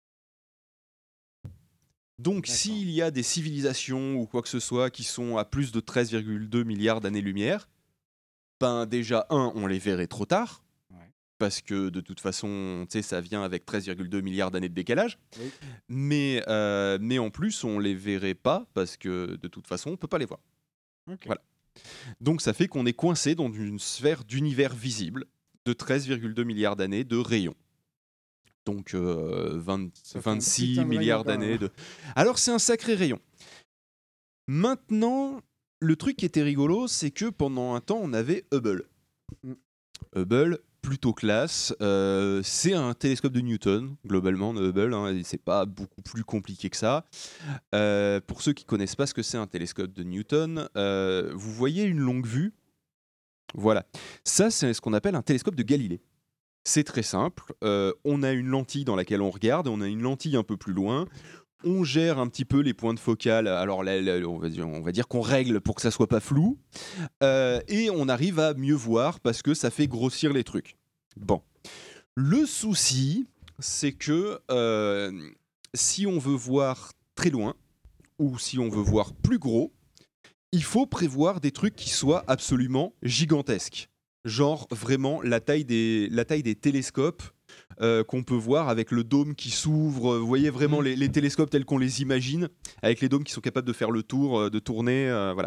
Donc, s'il y a des civilisations ou quoi que ce soit qui sont à plus de 13,2 milliards d'années-lumière, ben déjà, on les verrait trop tard, parce que de toute façon, tu sais, ça vient avec 13,2 milliards d'années de décalage. Oui. Mais en plus, on les verrait pas, parce que de toute façon, on peut pas les voir. Okay. Voilà. Donc, ça fait qu'on est coincé dans une sphère d'univers visible de 13,2 milliards d'années de rayons. Donc 26 milliards d'années. Alors c'est un sacré rayon. Maintenant, le truc qui était rigolo, c'est que pendant un temps, on avait Hubble. Hubble, plutôt classe. C'est un télescope de Newton, globalement, Hubble. Hein, c'est pas beaucoup plus compliqué que ça. Pour ceux qui connaissent pas ce que c'est un télescope de Newton, vous voyez une longue vue. Voilà. Ça, c'est ce qu'on appelle un télescope de Galilée. C'est très simple, on a une lentille dans laquelle on regarde, on a une lentille un peu plus loin, on gère un petit peu les points de focale, alors là, on va dire qu'on règle pour que ça soit pas flou, et on arrive à mieux voir parce que ça fait grossir les trucs. Bon, le souci, c'est que si on veut voir très loin, ou si on veut voir plus gros, il faut prévoir des trucs qui soient absolument gigantesques. Genre vraiment la taille des télescopes qu'on peut voir avec le dôme qui s'ouvre. Vous voyez vraiment les télescopes tels qu'on les imagine, avec les dômes qui sont capables de faire le tour, de tourner, voilà.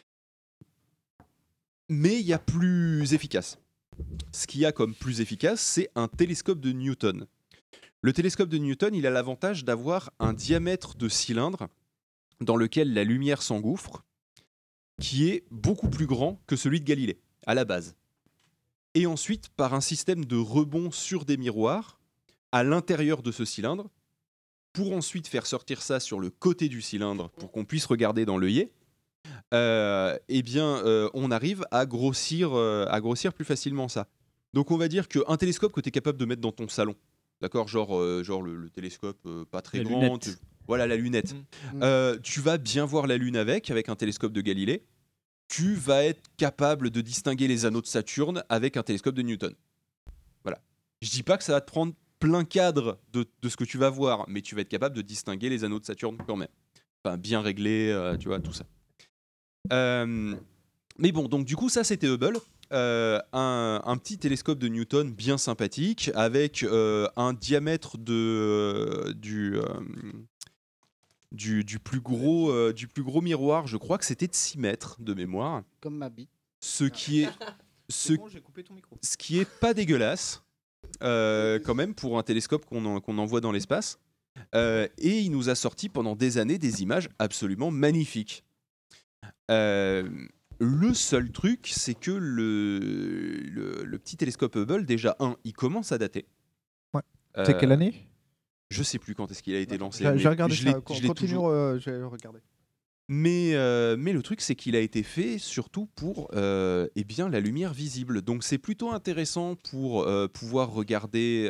Mais il y a plus efficace. Ce qu'il y a comme plus efficace, c'est un télescope de Newton. Le télescope de Newton, il a l'avantage d'avoir un diamètre de cylindre dans lequel la lumière s'engouffre, qui est beaucoup plus grand que celui de Galilée, à la base. Et ensuite, par un système de rebond sur des miroirs, à l'intérieur de ce cylindre, pour ensuite faire sortir ça sur le côté du cylindre, pour qu'on puisse regarder dans l'œillet, on arrive à grossir plus facilement ça. Donc on va dire qu'un télescope que tu es capable de mettre dans ton salon, d'accord, genre le télescope pas très grand, voilà la lunette, tu vas bien voir la Lune avec un télescope de Galilée. Tu vas être capable de distinguer les anneaux de Saturne avec un télescope de Newton. Voilà. Je dis pas que ça va te prendre plein cadre de ce que tu vas voir, mais tu vas être capable de distinguer les anneaux de Saturne quand même. Enfin, bien réglé, tu vois, tout ça. Mais bon, donc du coup, ça c'était Hubble. Un petit télescope de Newton bien sympathique, avec un diamètre du plus gros miroir, je crois que c'était de 6 mètres de mémoire. Comme ma bite. Ce qui est pas dégueulasse, quand même, pour un télescope qu'on envoie dans l'espace. Et il nous a sorti pendant des années des images absolument magnifiques. Le seul truc, c'est que le petit télescope Hubble, déjà, il commence à dater. Ouais. C'est quelle année ? Je sais plus quand est-ce qu'il a été lancé. J'ai regardé ça. Continue, je vais regarder. Mais le truc, c'est qu'il a été fait surtout pour eh bien, la lumière visible. Donc c'est plutôt intéressant pour pouvoir regarder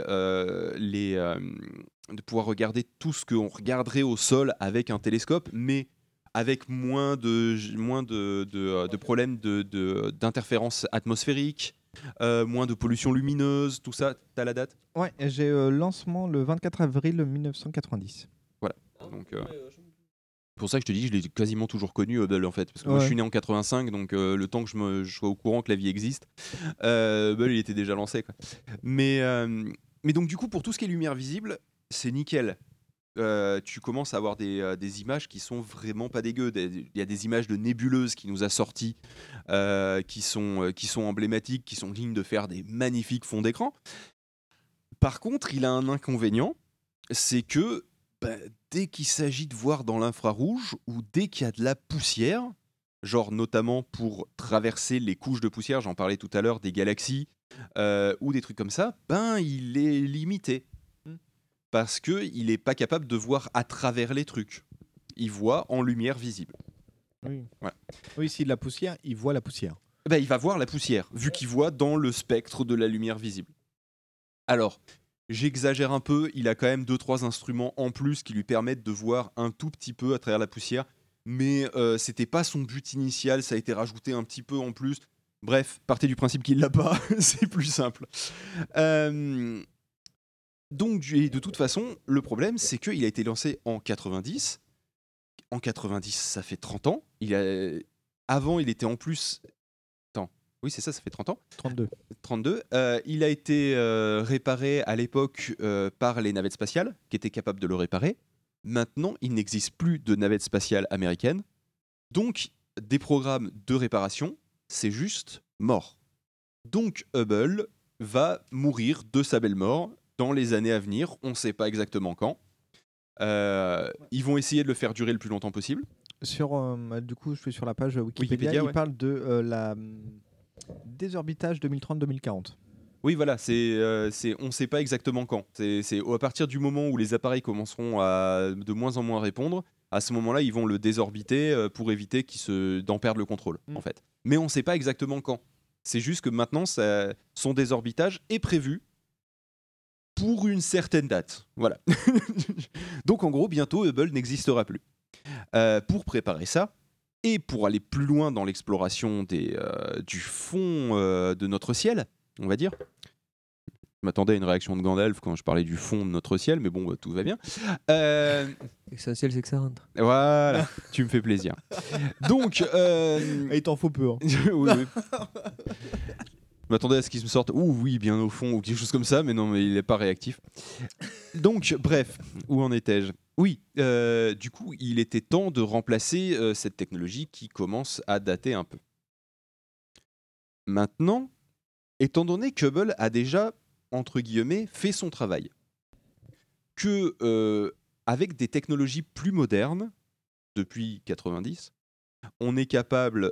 de pouvoir regarder tout ce qu'on regarderait au sol avec un télescope, mais avec moins de problèmes d'interférence atmosphérique, moins de pollution lumineuse, tout ça. T'as la date? Ouais, j'ai lancement le 24 avril 1990. Voilà. Donc, c'est pour ça que je te dis, je l'ai quasiment toujours connu, Hubble, en fait. Parce que moi, je suis né en 85, donc le temps que je sois au courant que la vie existe, Hubble, il était déjà lancé, quoi. Mais donc, du coup, pour tout ce qui est lumière visible, c'est nickel. Tu commences à avoir des images qui sont vraiment pas dégueu. Il y a des images de nébuleuses qui nous a sorties, qui sont emblématiques, qui sont dignes de faire des magnifiques fonds d'écran. Par contre, il a un inconvénient, c'est que dès qu'il s'agit de voir dans l'infrarouge ou dès qu'il y a de la poussière, genre notamment pour traverser les couches de poussière, j'en parlais tout à l'heure, des galaxies ou des trucs comme ça, il est limité. Parce qu'il n'est pas capable de voir à travers les trucs. Il voit en lumière visible. Oui. Voilà. Oui, s'il y a de la poussière, il voit la poussière. Il va voir la poussière, vu qu'il voit dans le spectre de la lumière visible. Alors, j'exagère un peu, il a quand même 2-3 instruments en plus qui lui permettent de voir un tout petit peu à travers la poussière, mais c'était pas son but initial, ça a été rajouté un petit peu en plus. Bref, partez du principe qu'il l'a pas, c'est plus simple. Donc, de toute façon, le problème, c'est qu'il a été lancé en 90. En 90, ça fait 30 ans. Avant, il était en plus... Attends, oui, c'est ça, ça fait 30 ans. 32. Il a été réparé à l'époque par les navettes spatiales, qui étaient capables de le réparer. Maintenant, il n'existe plus de navettes spatiales américaines. Donc, des programmes de réparation, c'est juste mort. Donc, Hubble va mourir de sa belle mort dans les années à venir, on ne sait pas exactement quand. Ils vont essayer de le faire durer le plus longtemps possible. Du coup, je suis sur la page Wikipédia, il parle de la désorbitage 2030-2040. Oui, voilà, on ne sait pas exactement quand. C'est à partir du moment où les appareils commenceront à de moins en moins répondre, à ce moment-là, ils vont le désorbiter pour éviter d'en perdre le contrôle, en fait. Mais on ne sait pas exactement quand. C'est juste que maintenant, son désorbitage est prévu pour une certaine date. Voilà. Donc en gros, bientôt, Hubble n'existera plus. Pour préparer ça, et pour aller plus loin dans l'exploration du fond de notre ciel, on va dire. Je m'attendais à une réaction de Gandalf quand je parlais du fond de notre ciel, mais bon, tout va bien. L'essentiel, c'est que ça rentre. Voilà, tu me fais plaisir. Donc... Il t'en faut peu. Hein. Oui. Je m'attendais à ce qu'il me sorte oui, bien au fond, ou quelque chose comme ça, mais non, mais il n'est pas réactif. Donc, bref, où en étais-je? Oui, du coup, il était temps de remplacer cette technologie qui commence à dater un peu. Maintenant, étant donné que Hubble a déjà, entre guillemets, fait son travail, que avec des technologies plus modernes, depuis 90, on est capable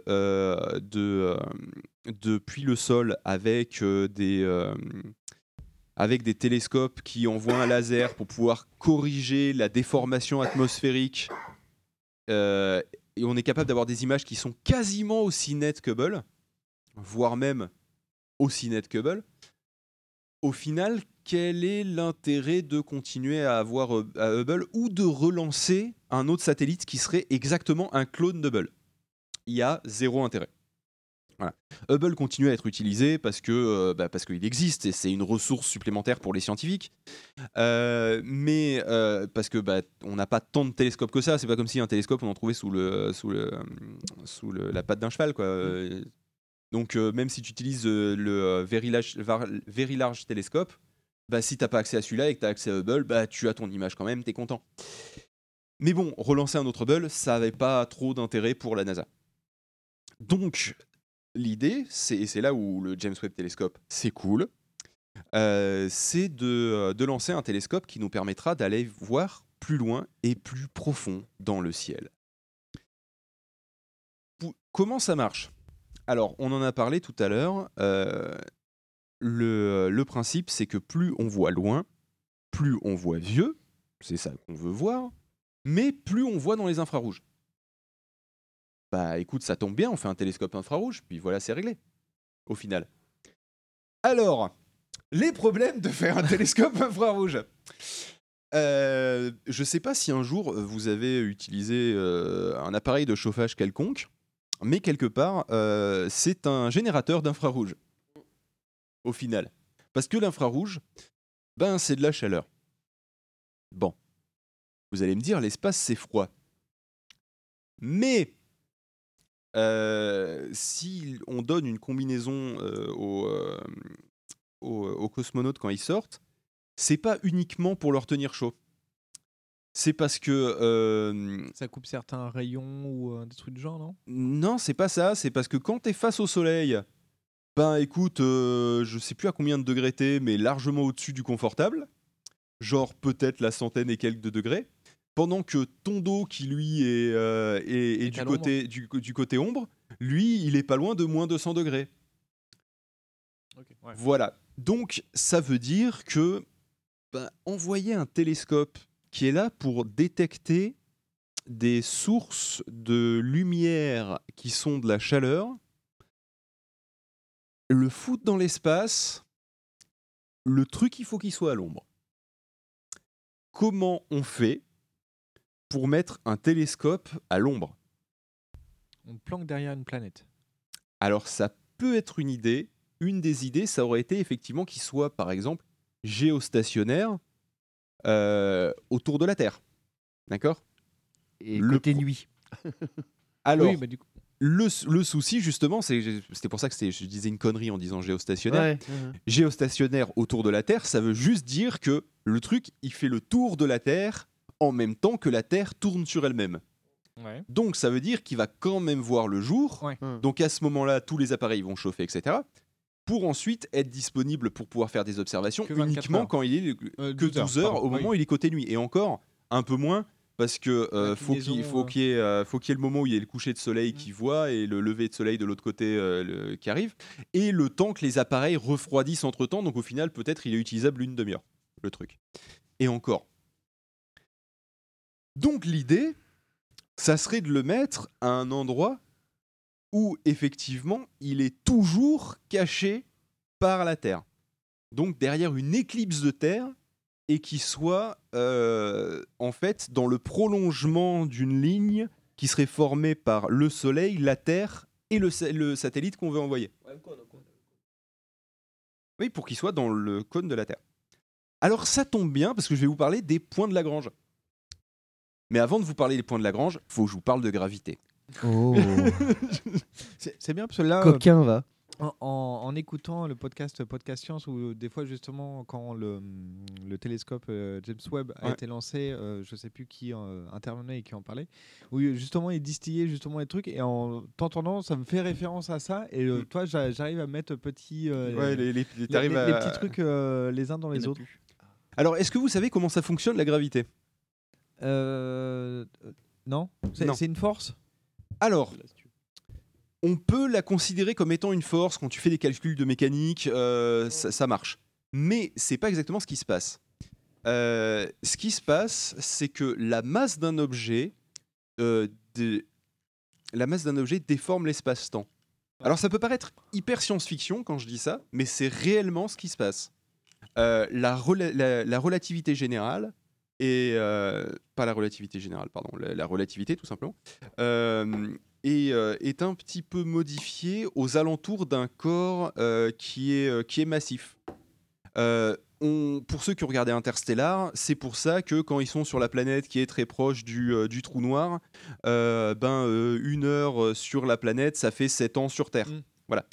depuis le sol avec des télescopes qui envoient un laser pour pouvoir corriger la déformation atmosphérique. Et on est capable d'avoir des images qui sont quasiment aussi nettes qu'Hubble, voire même aussi nettes qu'Hubble. Au final, quel est l'intérêt de continuer à avoir à Hubble ou de relancer un autre satellite qui serait exactement un clone d'Hubble? Il y a zéro intérêt. Voilà. Hubble continue à être utilisé parce qu'il existe et c'est une ressource supplémentaire pour les scientifiques. Mais parce que on n'a pas tant de télescopes que ça. C'est pas comme si un télescope on en trouvait sous la patte d'un cheval, quoi. Donc même si tu utilises le Very Large Telescope, si t'as pas accès à celui-là et que t'as accès à Hubble, tu as ton image quand même, t'es content. Mais bon, relancer un autre Hubble, ça n'avait pas trop d'intérêt pour la NASA. Donc, l'idée, et c'est là où le James Webb Telescope, c'est cool, c'est de lancer un télescope qui nous permettra d'aller voir plus loin et plus profond dans le ciel. Comment ça marche? Alors, on en a parlé tout à l'heure. Le principe, c'est que plus on voit loin, plus on voit vieux, c'est ça qu'on veut voir, mais plus on voit dans les infrarouges. Bah écoute, ça tombe bien, on fait un télescope infrarouge, puis voilà, c'est réglé, au final. Alors, les problèmes de faire un télescope infrarouge. Je sais pas si un jour vous avez utilisé un appareil de chauffage quelconque, mais quelque part, c'est un générateur d'infrarouge, au final. Parce que l'infrarouge, ben, c'est de la chaleur. Bon, vous allez me dire, l'espace, c'est froid. Mais si on donne une combinaison aux cosmonautes quand ils sortent, c'est pas uniquement pour leur tenir chaud. C'est parce que... Ça coupe certains rayons ou des trucs du genre, non? Non, c'est pas ça. C'est parce que quand t'es face au soleil, ben écoute, je sais plus à combien de degrés t'es, mais largement au-dessus du confortable. Genre peut-être la centaine et quelques de degrés. Pendant que ton dos, qui lui est du côté ombre, lui, il est pas loin de moins 200 degrés. Okay, ouais. Voilà. Donc, ça veut dire que envoyer un télescope qui est là pour détecter des sources de lumière qui sont de la chaleur, le foutre dans l'espace, le truc, il faut qu'il soit à l'ombre. Comment on fait pour mettre un télescope à l'ombre? On planque derrière une planète. Alors, ça peut être une idée. Une des idées, ça aurait été effectivement qu'il soit, par exemple, géostationnaire autour de la Terre. D'accord? Et côté nuit. Alors, oui, bah, du coup. le souci, justement, c'était pour ça que je disais une connerie en disant géostationnaire. Ouais. Géostationnaire autour de la Terre, ça veut juste dire que le truc, il fait le tour de la Terre en même temps que la Terre tourne sur elle-même. Ouais. Donc, ça veut dire qu'il va quand même voir le jour. Ouais. Donc, à ce moment-là, tous les appareils vont chauffer, etc. Pour ensuite être disponible pour pouvoir faire des observations uniquement heures. quand il est que 12 heures, au moment où il est côté nuit. Et encore, un peu moins, parce que faut qu'il y ait le moment où il y ait le coucher de soleil qui voit et le lever de soleil de l'autre côté qui arrive, et le temps que les appareils refroidissent entre-temps. Donc au final, peut-être il est utilisable une demi-heure, le truc. Et encore. Donc l'idée, ça serait de le mettre à un endroit où effectivement il est toujours caché par la Terre. Donc derrière une éclipse de Terre, et qui soit en fait dans le prolongement d'une ligne qui serait formée par le Soleil, la Terre et le satellite qu'on veut envoyer. Oui, pour qu'il soit dans le cône de la Terre. Alors ça tombe bien parce que je vais vous parler des points de Lagrange. Mais avant de vous parler des points de Lagrange, il faut que je vous parle de gravité. Oh. C'est bien parce que là, coquin va. En écoutant le podcast Science, où des fois justement quand le télescope James Webb a été lancé, je sais plus qui intervenait et qui en parlait, où justement il distillait justement les trucs, et en t'entendant ça me fait référence à ça, et toi j'arrive à mettre les petits trucs les uns dans les autres. Alors est-ce que vous savez comment ça fonctionne la gravité? Non. C'est une force? Alors, on peut la considérer comme étant une force quand tu fais des calculs de mécanique, ça marche. Mais c'est pas exactement ce qui se passe. Ce qui se passe, c'est que la masse d'un objet déforme l'espace-temps. Alors ça peut paraître hyper science-fiction quand je dis ça, mais c'est réellement ce qui se passe. La relativité générale, et pas la relativité générale, pardon, la relativité tout simplement, est un petit peu modifiée aux alentours d'un corps qui est massif. Pour ceux qui ont regardé Interstellar, c'est pour ça que quand ils sont sur la planète qui est très proche du trou noir, 1 heure sur la planète, ça fait 7 ans sur Terre. Voilà.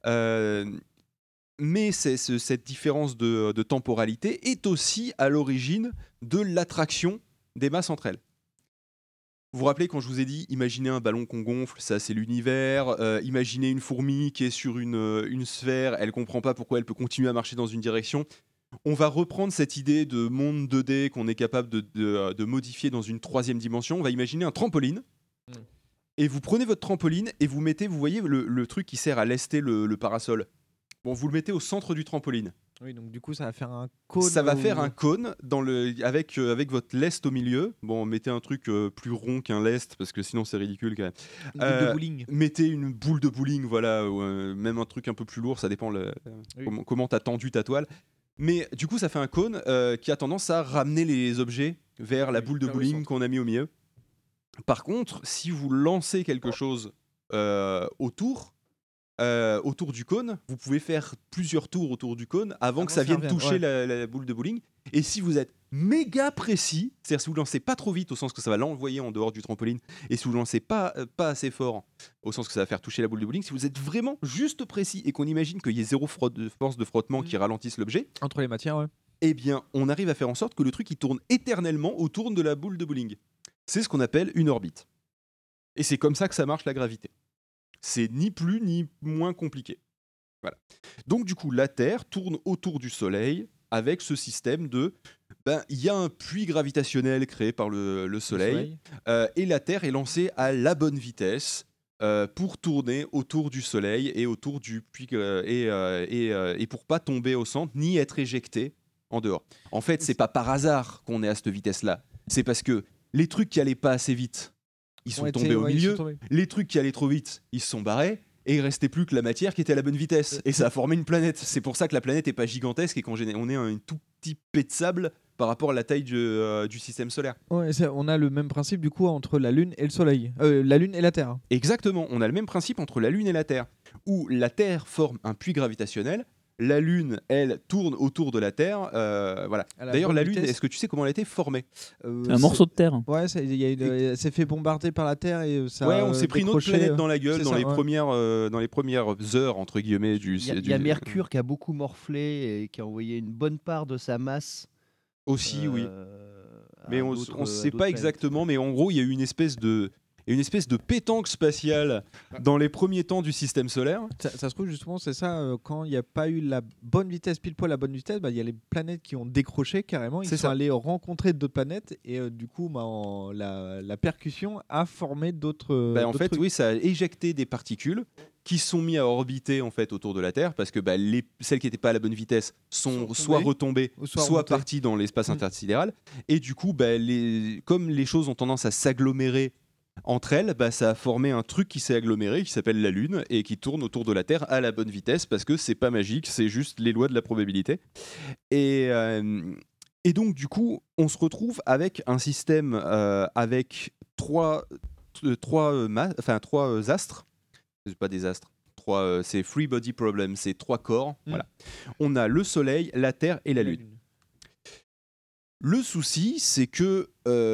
Mais cette différence de temporalité est aussi à l'origine de l'attraction des masses entre elles. Vous vous rappelez quand je vous ai dit, imaginez un ballon qu'on gonfle, ça c'est l'univers, imaginez une fourmi qui est sur une sphère, elle ne comprend pas pourquoi elle peut continuer à marcher dans une direction. On va reprendre cette idée de monde 2D qu'on est capable de modifier dans une 3e dimension. On va imaginer un trampoline. Et vous prenez votre trampoline et vous mettez, vous voyez le truc qui sert à lester le parasol. Bon, vous le mettez au centre du trampoline. Oui, donc du coup, ça va faire un cône. Ça va faire un cône avec votre lest au milieu. Bon, mettez un truc plus rond qu'un lest parce que sinon c'est ridicule quand même. Une boule de bowling. Mettez une boule de bowling, voilà, ou même un truc un peu plus lourd, ça dépend comment t'as tendu ta toile. Mais du coup, ça fait un cône qui a tendance à ramener les objets vers la boule de bowling qu'on a mis au milieu. Par contre, si vous lancez quelque chose autour du cône, vous pouvez faire plusieurs tours autour du cône avant que ça vienne toucher la boule de bowling. Et si vous êtes méga précis, c'est-à-dire si vous lancez pas trop vite au sens que ça va l'envoyer en dehors du trampoline, et si vous lancez pas assez fort au sens que ça va faire toucher la boule de bowling, si vous êtes vraiment juste précis et qu'on imagine qu'il y ait zéro force de frottement qui ralentisse l'objet entre les matières, eh bien on arrive à faire en sorte que le truc il tourne éternellement autour de la boule de bowling. C'est ce qu'on appelle une orbite. Et c'est comme ça que ça marche la gravité. C'est ni plus ni moins compliqué. Voilà. Donc du coup, la Terre tourne autour du Soleil avec ce système de... il y a un puits gravitationnel créé par le Soleil, et la Terre est lancée à la bonne vitesse pour tourner autour du Soleil et autour du puits et pour pas tomber au centre ni être éjecté en dehors. En fait, c'est pas par hasard qu'on est à cette vitesse-là. C'est parce que les trucs qui allaient pas assez vite, ils sont tombés au milieu. Les trucs qui allaient trop vite, ils se sont barrés. Et il restait plus que la matière qui était à la bonne vitesse. Et ça a formé une planète. C'est pour ça que la planète n'est pas gigantesque et qu'on est un tout petit pet de sable par rapport à la taille du système solaire. Ouais, on a le même principe du coup entre la Lune et le Soleil. La Lune et la Terre. Exactement. On a le même principe entre la Lune et la Terre. Où la Terre forme un puits gravitationnel. La Lune, elle, tourne autour de la Terre. Voilà. D'ailleurs, la Lune, est-ce que tu sais comment elle a été formée ? Un morceau de terre. Ouais, elle s'est fait bombarder par la Terre et ça. Ouais, on s'est pris une autre planète dans la gueule dans les premières premières heures entre guillemets du. Il y a Mercure qui a beaucoup morflé et qui a envoyé une bonne part de sa masse. Aussi, oui. Mais on ne sait pas exactement. Mais en gros, il y a eu une espèce de pétanque spatiale dans les premiers temps du système solaire. Ça se trouve justement, c'est ça, quand il n'y a pas eu la bonne vitesse, pile poil la bonne vitesse, il y a les planètes qui ont décroché carrément, ils sont allés rencontrer d'autres planètes et du coup la percussion a formé d'autres en fait, trucs. oui, ça a éjecté des particules qui sont mis à orbiter en fait autour de la Terre parce que celles qui n'étaient pas à la bonne vitesse sont soit retombées, soit parties dans l'espace intersidéral. Et du coup, comme les choses ont tendance à s'agglomérer entre elles, ça a formé un truc qui s'est aggloméré, qui s'appelle la Lune, et qui tourne autour de la Terre à la bonne vitesse, parce que c'est pas magique, c'est juste les lois de la probabilité. Et donc, du coup, on se retrouve avec un système avec trois astres. C'est pas des astres. C'est Free Body Problem, c'est 3 corps. Voilà. On a le Soleil, la Terre et la Lune. Le souci, c'est que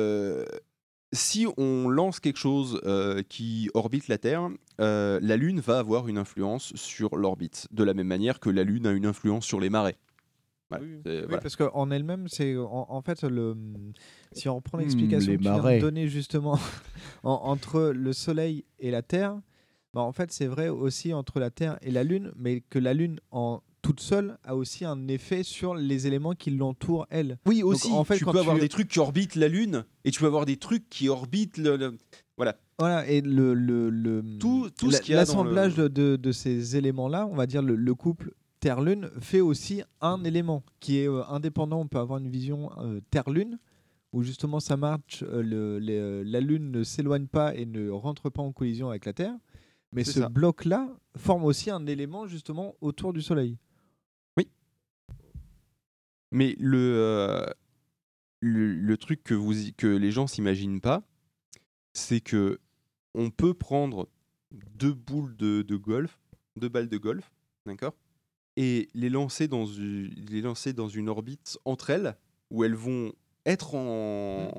si on lance quelque chose qui orbite la Terre, la Lune va avoir une influence sur l'orbite, de la même manière que la Lune a une influence sur les marées. Voilà. Oui, parce qu'en elle-même, c'est en fait si on reprend l'explication que tu viens de donner justement entre le Soleil et la Terre, en fait c'est vrai aussi entre la Terre et la Lune, mais que la Lune en toute seule a aussi un effet sur les éléments qui l'entourent elle. Oui, aussi. Donc, en fait, tu peux avoir des trucs qui orbitent la Lune et tu peux avoir des trucs qui orbitent voilà. Voilà, et tout ce qu'il y a l'assemblage de ces éléments-là, on va dire le couple Terre-Lune, fait aussi un élément qui est indépendant. On peut avoir une vision Terre-Lune, où justement ça marche, la Lune ne s'éloigne pas et ne rentre pas en collision avec la Terre. Mais ce bloc-là forme aussi un élément justement autour du Soleil. Oui. Mais le truc que les gens s'imaginent pas, c'est que on peut prendre 2 balles de golf, d'accord, et les lancer dans une orbite entre elles, où elles vont être en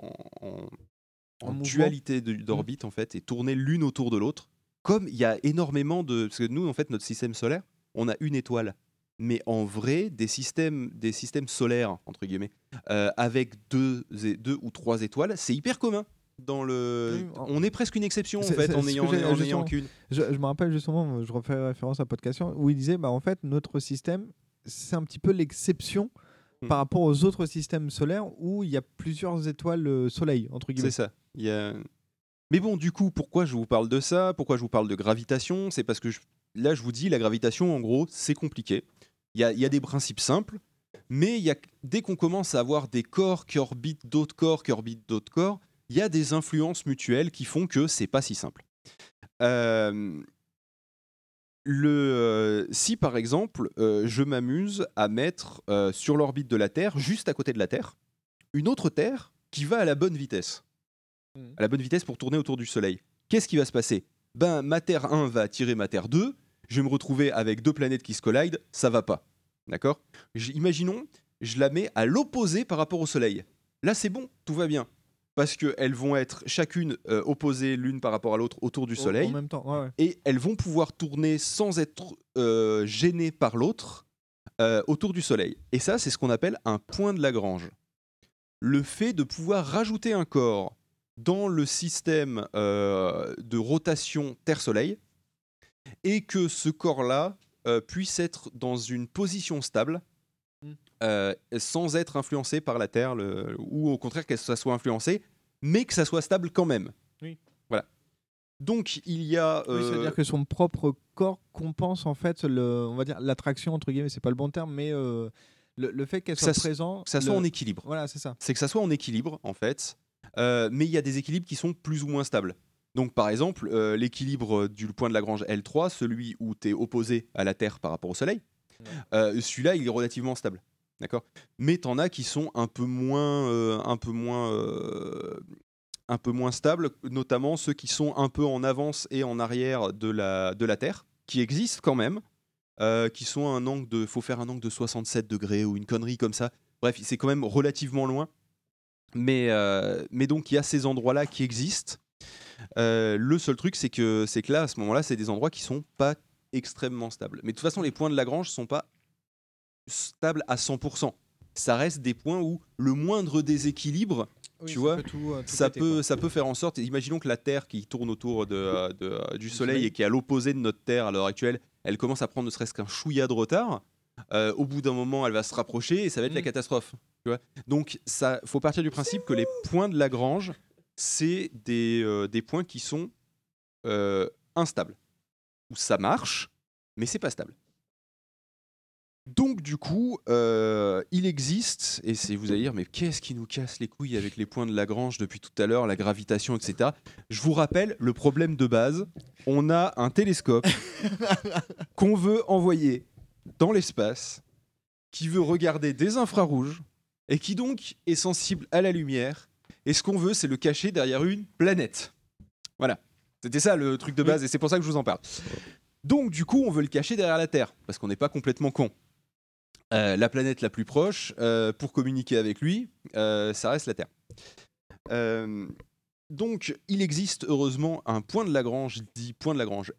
dualité d'orbite en fait, et tourner l'une autour de l'autre. Comme il y a énormément de... Parce que nous, en fait, notre système solaire, on a une étoile. Mais en vrai, des systèmes solaires, entre guillemets, avec 2 ou 3 étoiles, c'est hyper commun. On est presque une exception, en fait, en ayant qu'une. Je me rappelle justement, je refais référence à Podcast, où il disait, en fait, notre système, c'est un petit peu l'exception par rapport aux autres systèmes solaires où il y a plusieurs étoiles soleil, entre guillemets. C'est ça. Mais bon, du coup, pourquoi je vous parle de ça ? Pourquoi je vous parle de gravitation ? C'est parce que là, je vous dis, la gravitation, en gros, c'est compliqué. Il y a des principes simples, mais dès qu'on commence à avoir des corps qui orbitent d'autres corps, il y a des influences mutuelles qui font que c'est pas si simple. Si par exemple, je m'amuse à mettre sur l'orbite de la Terre, juste à côté de la Terre, une autre Terre qui va à la bonne vitesse. À la bonne vitesse pour tourner autour du Soleil. Qu'est-ce qui va se passer ? Ma Terre 1 va attirer ma Terre 2, je vais me retrouver avec 2 planètes qui se collident, ça va pas. D'accord ? Imaginons, je la mets à l'opposé par rapport au Soleil. Là, c'est bon, tout va bien. Parce qu'elles vont être chacune opposées l'une par rapport à l'autre autour du Soleil. En même temps, ouais. Et elles vont pouvoir tourner sans être gênées par l'autre autour du Soleil. Et ça, c'est ce qu'on appelle un point de Lagrange. Le fait de pouvoir rajouter un corps dans le système de rotation Terre-Soleil et que ce corps-là puisse être dans une position stable sans être influencé par la Terre ou au contraire que ça soit influencé mais que ça soit stable quand même. Oui. Voilà. Donc il y a... Oui, c'est-à-dire que son propre corps compense en fait on va dire l'attraction entre guillemets, c'est pas le bon terme, mais le fait qu'elle soit présente... Que ça soit en équilibre. Voilà, c'est ça. C'est que ça soit en équilibre en fait, mais il y a des équilibres qui sont plus ou moins stables. Donc par exemple, l'équilibre du point de Lagrange L3, celui où tu es opposé à la Terre par rapport au Soleil, celui-là il est relativement stable. D'accord ? Mais t'en as qui sont un peu moins stables, notamment ceux qui sont un peu en avance et en arrière de la Terre, qui existent quand même, qui sont à un angle faut faire un angle de 67 degrés ou une connerie comme ça. Bref, c'est quand même relativement loin. Mais donc il y a ces endroits-là qui existent. Le seul truc, c'est que là, à ce moment-là, c'est des endroits qui sont pas extrêmement stables. Mais de toute façon, les points de Lagrange sont pas stables à 100%. Ça reste des points où le moindre déséquilibre, tu vois, ça peut faire en sorte. Imaginons que la Terre qui tourne autour du Soleil et qui est à l'opposé de notre Terre à l'heure actuelle, elle commence à prendre ne serait-ce qu'un chouïa de retard. Au bout d'un moment, elle va se rapprocher et ça va être la catastrophe. Tu vois. Donc, ça, faut partir du principe que les points de Lagrange, c'est des points qui sont instables, où ça marche, mais c'est pas stable. Donc du coup, il existe, et vous allez dire, mais qu'est-ce qui nous casse les couilles avec les points de Lagrange depuis tout à l'heure, la gravitation, etc. Je vous rappelle le problème de base. On a un télescope qu'on veut envoyer dans l'espace, qui veut regarder des infrarouges, et qui donc est sensible à la lumière. Et ce qu'on veut, c'est le cacher derrière une planète. Voilà. C'était ça le truc de base, et c'est pour ça que je vous en parle. Donc du coup, on veut le cacher derrière la Terre, parce qu'on n'est pas complètement con. La planète la plus proche, pour communiquer avec lui, ça reste la Terre. Donc, il existe heureusement un point de Lagrange, dit point de Lagrange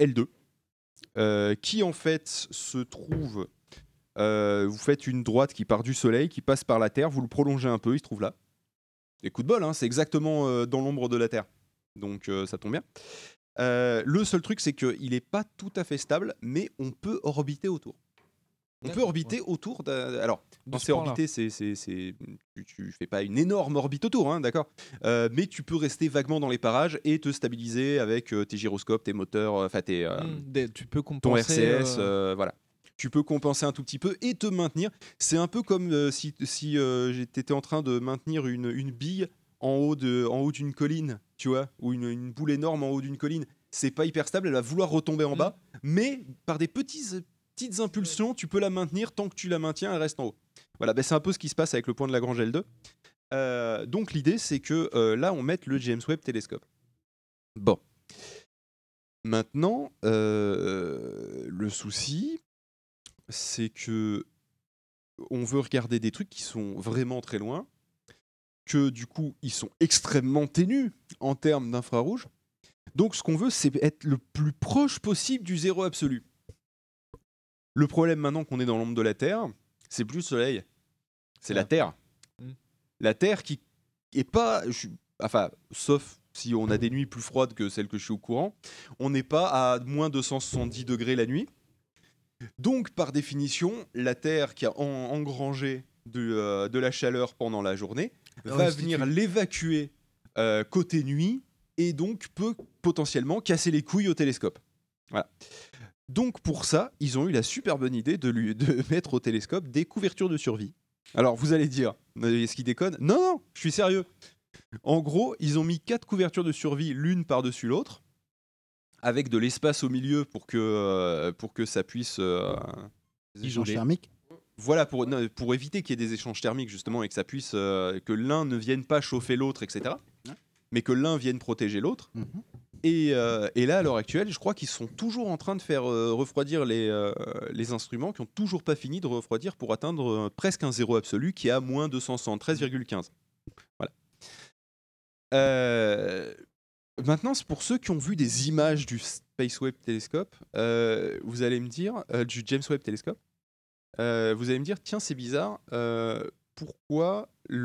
L2, qui en fait se trouve... vous faites une droite qui part du Soleil, qui passe par la Terre, vous le prolongez un peu, il se trouve là. Et coup de bol, hein, c'est exactement dans l'ombre de la Terre. Donc, ça tombe bien. Le seul truc, c'est qu'il n'est pas tout à fait stable, mais on peut orbiter autour. On peut orbiter autour alors, quand c'est orbité, tu fais pas une énorme orbite autour, hein, d'accord, mais tu peux rester vaguement dans les parages et te stabiliser avec tes gyroscopes, tes moteurs, enfin tu peux compenser, ton RCS, voilà. Tu peux compenser un tout petit peu et te maintenir. C'est un peu comme si j'étais en train de maintenir une bille en haut d'une colline, tu vois, ou une boule énorme en haut d'une colline. C'est pas hyper stable, elle va vouloir retomber en bas, mais par des petites impulsions, tu peux la maintenir, tant que tu la maintiens, elle reste en haut. Voilà, c'est un peu ce qui se passe avec le point de Lagrange L2. Donc l'idée, c'est que là, on mette le James Webb Télescope. Bon. Maintenant, le souci, c'est que on veut regarder des trucs qui sont vraiment très loin, que du coup, ils sont extrêmement ténus en termes d'infrarouge. Donc ce qu'on veut, c'est être le plus proche possible du zéro absolu. Le problème maintenant qu'on est dans l'ombre de la Terre, c'est plus le Soleil, c'est la Terre. La Terre qui est pas... Enfin, sauf si on a des nuits plus froides que celles que je suis au courant, on n'est pas à moins 270 degrés la nuit. Donc, par définition, la Terre qui a engrangé de la chaleur pendant la journée va venir l'évacuer côté nuit et donc peut potentiellement casser les couilles au télescope. Voilà. Donc pour ça, ils ont eu la super bonne idée de mettre au télescope des couvertures de survie. Alors vous allez dire, est-ce qu'ils déconnent ? Non, je suis sérieux. En gros, ils ont mis 4 couvertures de survie l'une par-dessus l'autre, avec de l'espace au milieu pour que ça puisse... Échange thermique. Voilà, pour éviter qu'il y ait des échanges thermiques justement et que ça puisse... que l'un ne vienne pas chauffer l'autre, etc. Mais que l'un vienne protéger l'autre. Et là, à l'heure actuelle, je crois qu'ils sont toujours en train de faire refroidir les instruments qui n'ont toujours pas fini de refroidir pour atteindre presque un zéro absolu qui est à moins 273,15. Voilà. Maintenant, c'est pour ceux qui ont vu des images du Space Webb Telescope, vous allez me dire, du James Webb Telescope, vous allez me dire, tiens, c'est bizarre, pourquoi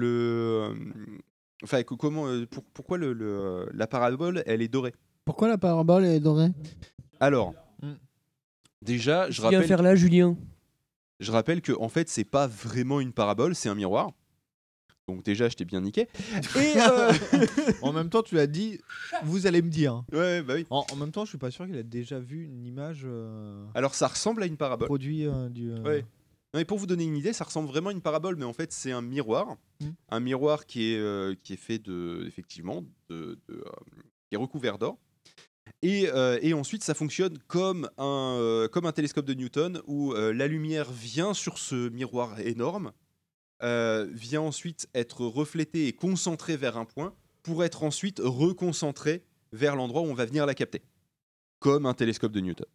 pourquoi la parabole, elle est dorée? Pourquoi la parabole est dorée? Alors, déjà, je rappelle... faire là, Julien. Je rappelle que en fait, c'est pas vraiment une parabole, c'est un miroir. Donc déjà, je t'ai bien niqué. Et en même temps, tu as dit, vous allez me dire. Ouais, bah oui. En même temps, je suis pas sûr qu'il a déjà vu une image. Alors, ça ressemble à une parabole. Produit du. Ouais. Non, mais pour vous donner une idée, ça ressemble vraiment à une parabole, mais en fait, c'est un miroir. Un miroir qui est fait effectivement, qui est recouvert d'or. Et ensuite, ça fonctionne comme un télescope de Newton où la lumière vient sur ce miroir énorme, vient ensuite être reflétée et concentrée vers un point pour être ensuite reconcentrée vers l'endroit où on va venir la capter, comme un télescope de Newton.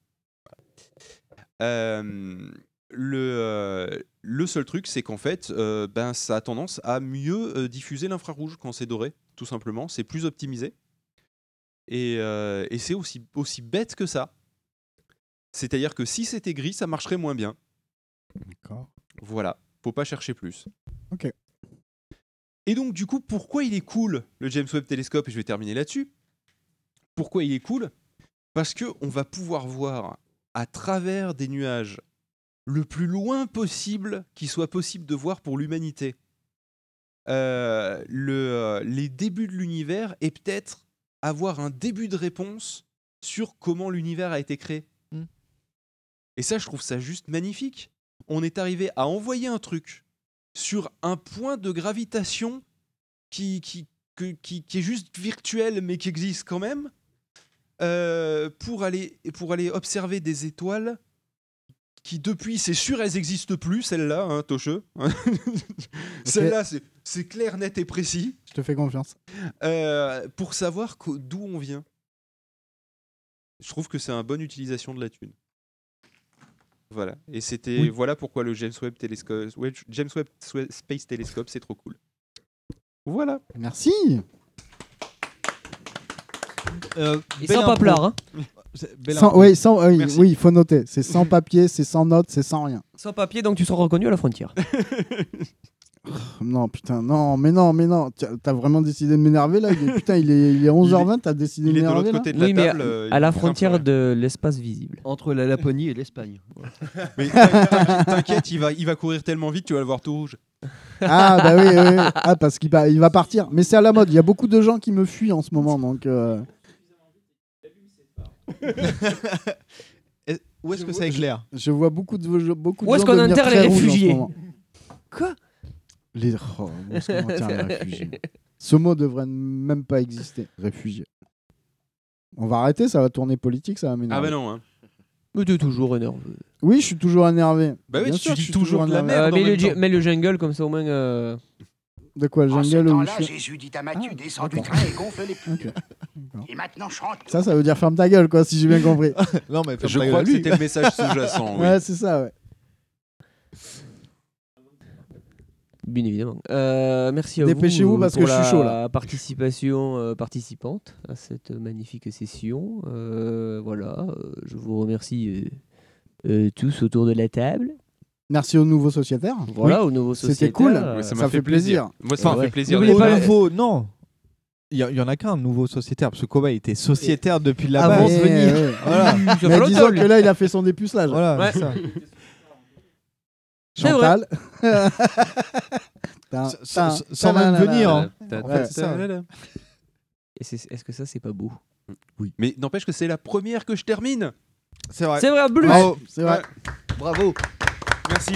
Le seul truc, c'est qu'en fait, ça a tendance à mieux diffuser l'infrarouge quand c'est doré, tout simplement. C'est plus optimisé. Et c'est aussi bête que ça. C'est-à-dire que si c'était gris, ça marcherait moins bien. D'accord. Voilà, faut pas chercher plus. Ok. Et donc, du coup, pourquoi il est cool, le James Webb Telescope, et je vais terminer là-dessus. Pourquoi il est cool ? Parce qu'on va pouvoir voir à travers des nuages le plus loin possible qu'il soit possible de voir pour l'humanité. Les débuts de l'univers et peut-être avoir un début de réponse sur comment l'univers a été créé. Et ça, je trouve ça juste magnifique. On est arrivé à envoyer un truc sur un point de gravitation qui est juste virtuel, mais qui existe quand même, pour aller observer des étoiles qui, depuis, c'est sûr, elles n'existent plus, celle-là, hein, Tocheux. Celle-là, c'est clair, net et précis. Je te fais confiance. Pour savoir d'où on vient. Je trouve que c'est une bonne utilisation de la thune. Voilà. Et c'était voilà pourquoi le James Webb Space Telescope, c'est trop cool. Voilà. Merci. Et sans paplard, hein. Oui, il faut noter. C'est sans papier, c'est sans notes, c'est sans rien. Sans papier, donc tu seras reconnu à la frontière. Non, putain, non. T'as vraiment décidé de m'énerver là. Putain, il est 11h20, t'as décidé de m'énerver. Il est de l'autre côté de la table. Mais à la frontière de l'espace visible. Entre la Laponie et l'Espagne. Mais t'inquiète, il va courir tellement vite, tu vas le voir tout rouge. Ah bah oui. Ah, parce qu'il va partir. Mais c'est à la mode. Il y a beaucoup de gens qui me fuient en ce moment, donc. Où est-ce que ça éclaire ? Je vois beaucoup de gens. Où est-ce qu'on enterre les réfugiés ? Quoi ? Où est-ce qu'on enterre les réfugiés ? Ce mot devrait même pas exister, réfugié. On va arrêter, ça va tourner politique, ça va m'énerver. Ah bah non, hein. Mais t'es toujours énervé. Oui, je suis toujours énervé. Bah oui, Bien tu sûr, dis je suis toujours de la merde. Mets le jungle comme ça au moins. De quoi, le En ce jungle temps-là, Jésus dit à Matthieu, descends du train et gonfle les pneus. Okay. Et maintenant, chante. Ça veut dire ferme ta gueule, quoi, si j'ai bien compris. Non, mais je crois que c'était le message sous-jacent. Oui. Ouais, c'est ça, ouais. Bien évidemment. Merci à Dépêchez-vous parce que je suis chaud là. Participation participante à cette magnifique session. Voilà, je vous remercie tous autour de la table. Merci aux nouveaux sociétaires. Voilà, aux nouveaux sociétaires. C'était cool. Ouais, ça fait plaisir. Moi, ça m'a fait plaisir. N'oubliez pas nouveau, non. Il y en a qu'un nouveau sociétaire, parce que Koba était sociétaire depuis la base. Avant de venir. Voilà. Mais disons que là, il a fait son dépucelage. Voilà, c'est ça. Chantal. Sans même venir. Est-ce que ça, c'est pas beau ? Oui. Mais n'empêche que c'est la première que je termine. C'est vrai. C'est vrai, Blue. Bravo. C'est vrai. Bravo. Merci.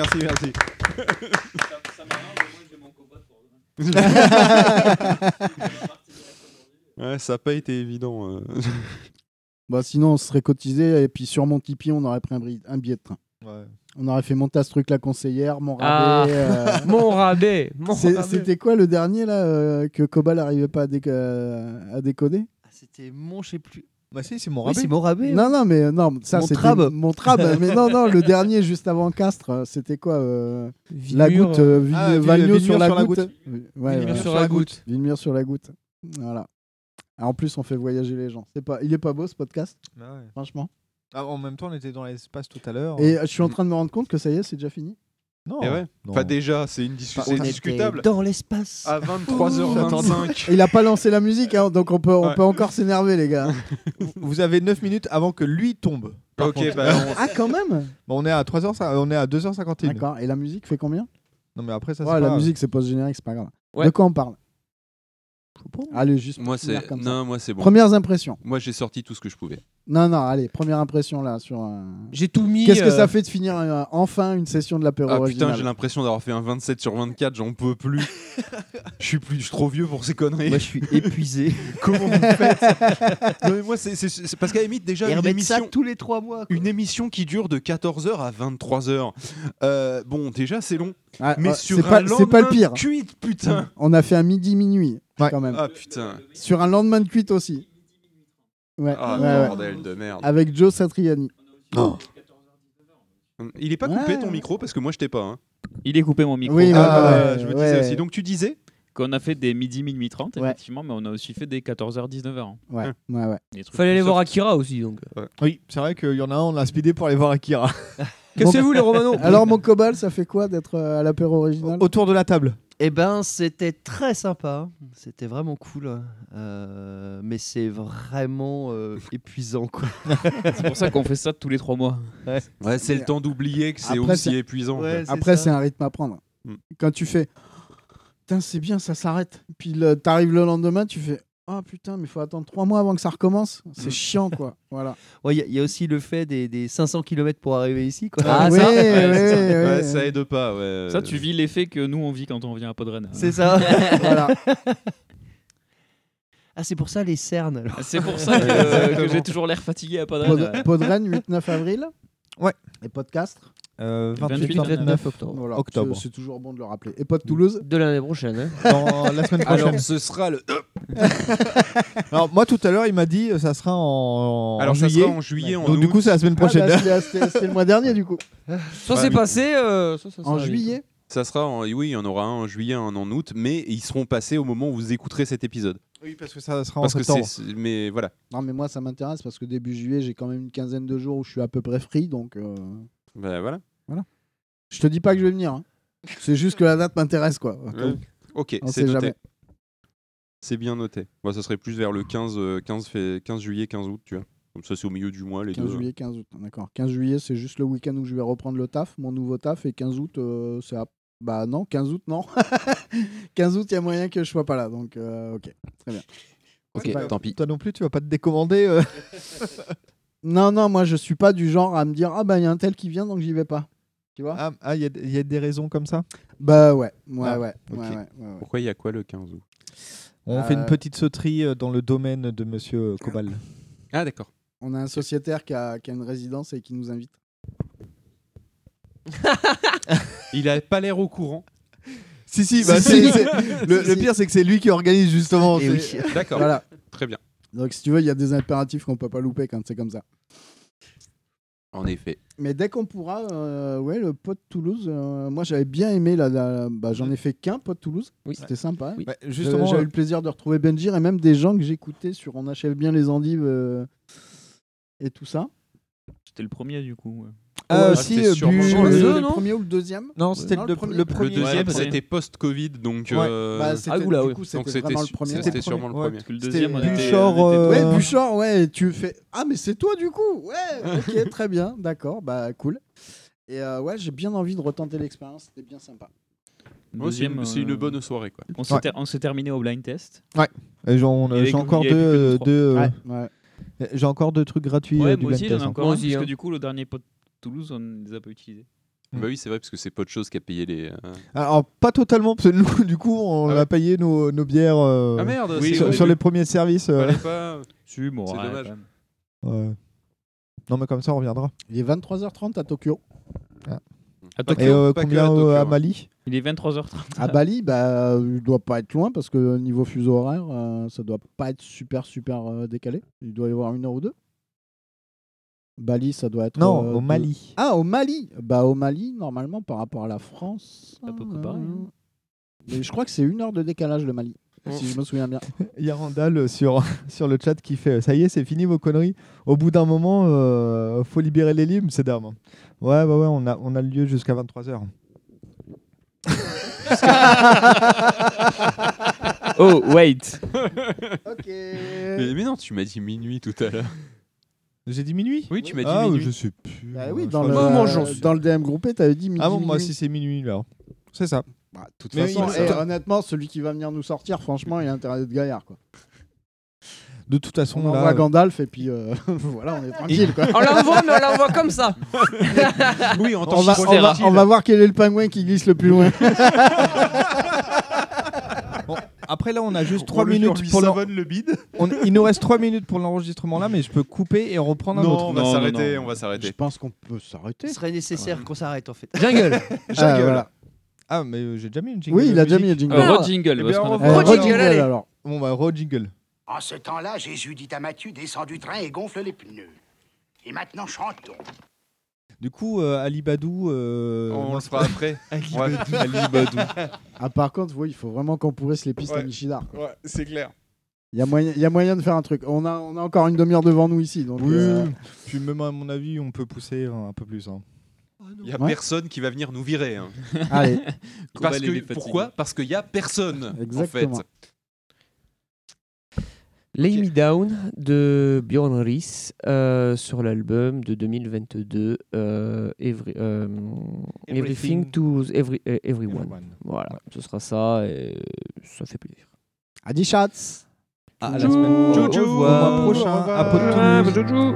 Ouais, ça n'a pas été évident. Bah, sinon, on se serait cotisé et puis sur mon Tipeee, on aurait pris un billet de train. Ouais. On aurait fait monter ce truc la conseillère, mon Ah, rabais. mon rabais. C'était quoi le dernier là que Cobal n'arrivait pas à décoder? C'était mon, je sais plus. Bah si, c'est mon Oui, rabais. c'est mon rabais. Non, non, mais non, ça Mon c'était Trab. mon Trab. Mais non, le dernier juste avant Castres, c'était quoi La Villemur, goutte, Valmio sur la goutte. Ouais, Villemur ouais. sur la goutte. Villemur sur la goutte. Voilà. En plus, on fait voyager les gens. Il est pas beau ce podcast, Bah ouais. franchement. Ah, en même temps, on était dans l'espace tout à l'heure. Et je suis en train de me rendre compte que ça y est, c'est déjà fini. Non. Et ouais. Non. Pas déjà, c'est une discussion On discutable. était dans l'espace. À 23h25. Il a pas lancé la musique, hein, donc on peut encore s'énerver, les gars. Vous avez 9 minutes avant que lui tombe. Par Ok, contre. bah Ah, quand même. Bon, on est à 3h, on est à 2h51. D'accord. Et la musique fait combien? Non mais après ça Ouais, c'est la pas- musique c'est post-générique, c'est pas grave. Ouais. De quoi on parle? Allez, juste moi pour finir c'est comme ça. non, moi c'est bon. Premières impressions. Moi j'ai sorti tout ce que je pouvais. Non, non, allez, première impression là sur. J'ai tout mis. Qu'est-ce que ça fait de finir enfin une session de l'apéro Ah original? putain, j'ai l'impression d'avoir fait un 27 sur 24, j'en peux plus. Je suis trop vieux pour ces conneries. Moi, je suis épuisé. Comment vous faites? Non, mais moi c'est parce qu'à la limite déjà Et une remettre ça émission tous les 3 mois. quoi. une émission qui dure de 14h à 23h. Bon, déjà c'est long. Ah, Mais ah, sur c'est un pas le lendemain pire. de cuite, putain. On a fait un minuit Ouais. quand même. Ah putain. Sur un lendemain de cuite aussi. Ouais, Ah ouais, ouais. bordel de merde. Avec Joe Satriani. Non. Il est pas coupé Ouais. ton micro parce que moi je t'ai pas. Hein. Il est coupé mon micro. Oui, je me disais ouais. aussi. Donc tu disais Qu'on a fait des midi, minuit 30, Ouais. effectivement, mais on a aussi fait des 14h, 19h. Ouais, ouais, ouais. Fallait aller voir Akira aussi, donc. Oui, c'est vrai qu'il y en a un, on l'a speedé pour aller voir Akira. Cassez-vous les Romano. Alors mon Cobal, ça fait quoi d'être à l'apéro original? Autour de la table. Eh ben, c'était très sympa. C'était vraiment cool. Mais c'est vraiment épuisant, quoi. C'est pour ça qu'on fait ça tous les 3 mois. Ouais, c'est le temps d'oublier que c'est Après, aussi c'est- épuisant. quoi. Ouais, Après, ça. c'est un rythme à prendre. Mm. Quand tu fais, putain, c'est bien, ça s'arrête. Puis t'arrives le lendemain, tu fais, ah putain, mais il faut attendre 3 mois avant que ça recommence. C'est chiant, quoi. Voilà. Ouais, il y a aussi le fait des 500 km pour arriver ici, quoi. Ah, ouais, ça ouais, Ouais, ouais, ouais, ça aide pas. Ouais. Ça, tu vis l'effet que nous, on vit quand on vient à Podren. C'est ça. Voilà. Ah, c'est pour ça les cernes. Alors. C'est pour ça que j'ai toujours l'air fatigué à Podren. Podren, 8-9 avril. Ouais. Et Podcastre. 28, 29 29 octobre. Voilà. Octobre. C'est toujours bon de le rappeler. Et Pod Toulouse. De l'année prochaine. Hein. Dans la semaine prochaine. Alors ce sera le. Alors moi tout à l'heure il m'a dit ça sera en Alors ça juillet. sera en juillet, en Donc du août. coup c'est la semaine prochaine. Ah, bah, c'était le mois dernier, du coup. Soit c'est passé, soit ça En sera juillet. Ça sera oui, il y en aura un en juillet, un en août, mais ils seront passés au moment où vous écouterez cet épisode. Oui parce que ça sera Parce en que septembre. mais voilà. Non, mais moi, ça m'intéresse parce que début juillet, j'ai quand même une quinzaine de jours où je suis à peu près free. Donc, Ben voilà. je te dis pas que je vais venir. Hein. C'est juste que la date m'intéresse, quoi. Ok, On c'est sait noté. jamais. C'est bien noté. Moi, ça serait plus vers le 15 juillet, 15 août, tu vois. Comme ça, c'est au milieu du mois, les 15 deux. juillet, 15 août. D'accord. 15 juillet, c'est juste le week-end où je vais reprendre le taf, mon nouveau taf. Et 15 août, c'est à... Bah non, 15 août, non. 15 août, il y a moyen que je sois pas là. Donc, ok. Très bien. Ok, Pas- tant pis. Toi non plus tu vas pas te décommander. Non, non, moi, je suis pas du genre à me dire, ah bah, il y a un tel qui vient, donc j'y vais pas. Tu vois? Ah il y a des raisons comme ça. Bah ouais. Ah, Ouais. Pourquoi il y a quoi le 15 août? On fait une petite sauterie dans le domaine de Monsieur Cobal. Ah d'accord. On a un sociétaire qui a une résidence et qui nous invite. Il a pas l'air au courant. Si, bah, le pire c'est que c'est lui qui organise justement. Et c'est- oui. D'accord. Voilà. Très bien. Donc, si tu veux, il y a des impératifs qu'on peut pas louper quand c'est comme ça. En effet. Mais dès qu'on pourra, ouais, le pot de Toulouse, moi j'avais bien aimé, bah, j'en ai fait qu'un pot de Toulouse, Oui. c'était sympa. Hein. Oui. Bah, justement, J'avais eu le plaisir de retrouver Benjir et même des gens que j'écoutais sur On achève bien les endives et tout ça. C'était le premier, du coup. Si, c'était sûrement le non premier ou le deuxième? Non, c'était Non, le Le premier. deuxième, premier. c'était post-Covid, donc. Bah, c'était, oula, du oui. coup, Donc c'était vraiment le premier. c'était sûrement le Ouais. premier. Parce que le C'était deuxième, on était- Buchor, on était- Ouais, Buchor, ouais, tu fais ah mais c'est toi du coup, ouais, ok, très bien, d'accord, bah cool. Et ouais, j'ai bien envie de retenter l'expérience, c'était bien sympa. Moi, c'est Deuxième, une bonne soirée, quoi. On s'est terminé au blind test. Et j'ai encore Il y avait deux. plus que Ouais, ouais. J'ai encore 2 trucs gratuits Ouais, du moi aussi, blind j'en ai test, encore un, Moi aussi, parce que hein. du coup, le dernier pot de Toulouse, on ne les a pas utilisés. Bah oui, c'est vrai, parce que c'est pas de chose qui a payé les. Alors, pas totalement, parce que nous, du coup, on a payé nos bières Ah merde, Oui, c'est sur les premiers services. Fallait pas. Si, bon, C'est ouais, dommage. quand même. Ouais. Non, mais comme ça, on reviendra. Il est 23h30 à Tokyo. À Tokyo, Et pas que combien à Tokyo, à hein. Mali? il est 23h30. À Bali, bah, il doit pas être loin parce que niveau fuseau horaire, ça doit pas être super décalé. Il doit y avoir 1 heure ou 2. Bali, ça doit être. Non, au Mali. Ah, au Mali. Bah, au Mali, normalement, par rapport à la France. À peu près pareil, hein. Mais je crois que c'est 1 heure de décalage le Mali, si je me souviens bien. Il y a Randall sur le chat qui fait ça y est, c'est fini vos conneries. Au bout d'un moment, faut libérer les libres, c'est d'armes. Ouais, on a le lieu jusqu'à 23h. Oh, wait. Ok. Mais non, tu m'as dit minuit tout à l'heure. J'ai dit minuit? Oui, tu m'as dit Ah, minuit. je sais plus. Bah oui, Je dans crois le, dans le DM groupé, t'avais dit midi. Ah bon, moi minuit. si c'est minuit là. C'est ça. Bah, de toute Mais façon, il- honnêtement, celui qui va venir nous sortir, franchement, il a intérêt d'être gaillard, quoi. De toute façon, On là, envoie Gandalf et puis voilà, on est tranquille, quoi. On l'envoie, mais on l'envoie comme ça. Oui, en tant on va voir quel est le pingouin qui glisse le plus loin. Bon, après là, on a juste On 3 lui minutes pour savonne le bide. Il nous reste 3 minutes pour l'enregistrement là, mais je peux couper et reprendre un Non, autre. on va s'arrêter, on va s'arrêter. Je pense qu'on peut s'arrêter. Ce serait nécessaire qu'on s'arrête en fait. Jungle. Voilà. Ah, mais j'ai déjà mis une jingle. Oui, il a de déjà mis musique. le jingle. Re-jingle. Eh bien, parce qu'on a on fait- va- Re-jingle, allez. alors. Bon, bah, re-jingle. En ce temps-là, Jésus dit à Matthieu, descends du train et gonfle les pneus. Et maintenant, chantons. Du coup, Ali Badou. On le fera après. Ali Ouais. Badou. Ali Badou. Ah, par contre, oui, il faut vraiment qu'on pourrisse les pistes à Nishida. Ouais, c'est clair. Il y a moyen de faire un truc. On a encore une demi-heure devant nous ici. Donc, Oui, puis même à mon avis, on peut pousser un peu plus. Hein. Il y a Ouais. personne qui va venir nous virer. Hein. Allez. Parce Comballer les que, fatigues. pourquoi? Parce qu'il y a personne. Exactement. En fait. Lay Me Down de Björn Ries sur l'album de 2022 Everything to Everyone. Voilà, ce sera ça et ça fait plaisir. Adi Schatz. À la semaine. Jojo. Au mois prochain. À Pau de Toulouse. Jojo.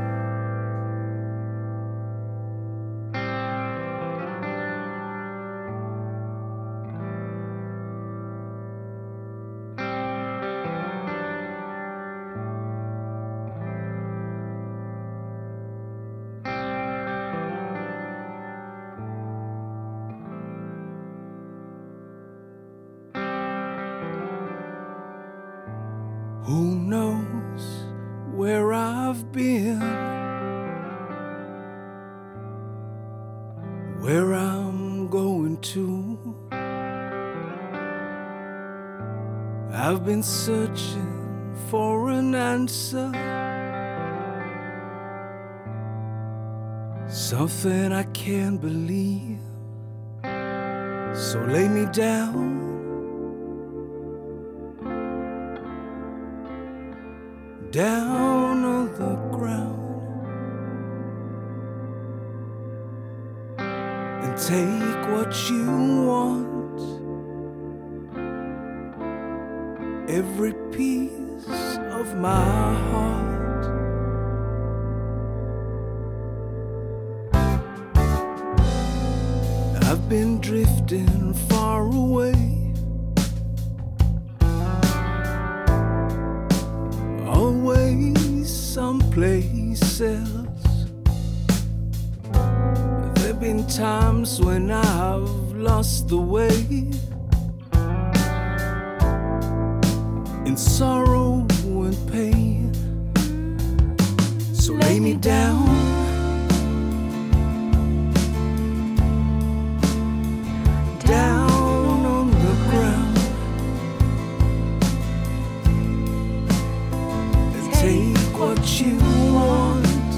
Who knows where I've been, where I'm going to? I've been searching for an answer, something I can't believe. So lay me down, down on the ground, and take what you want, every piece of my heart. I've been drifting far away, always someplace else. There've been times when I've lost the way, in sorrow and pain. So lay me down, down on the ground, and take what you want,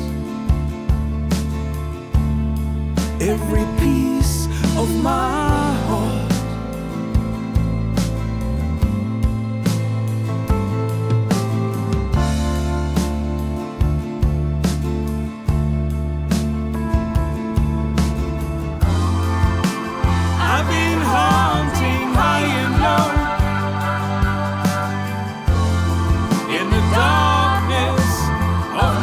every piece of my heart. I've been hunting high and low, in the darkness of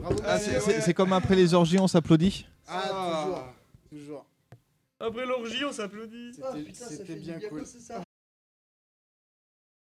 C'est comme après les orgies, on s'applaudit. Ah, toujours. Après l'orgie, on s'applaudit. C'était bien cool. Ça.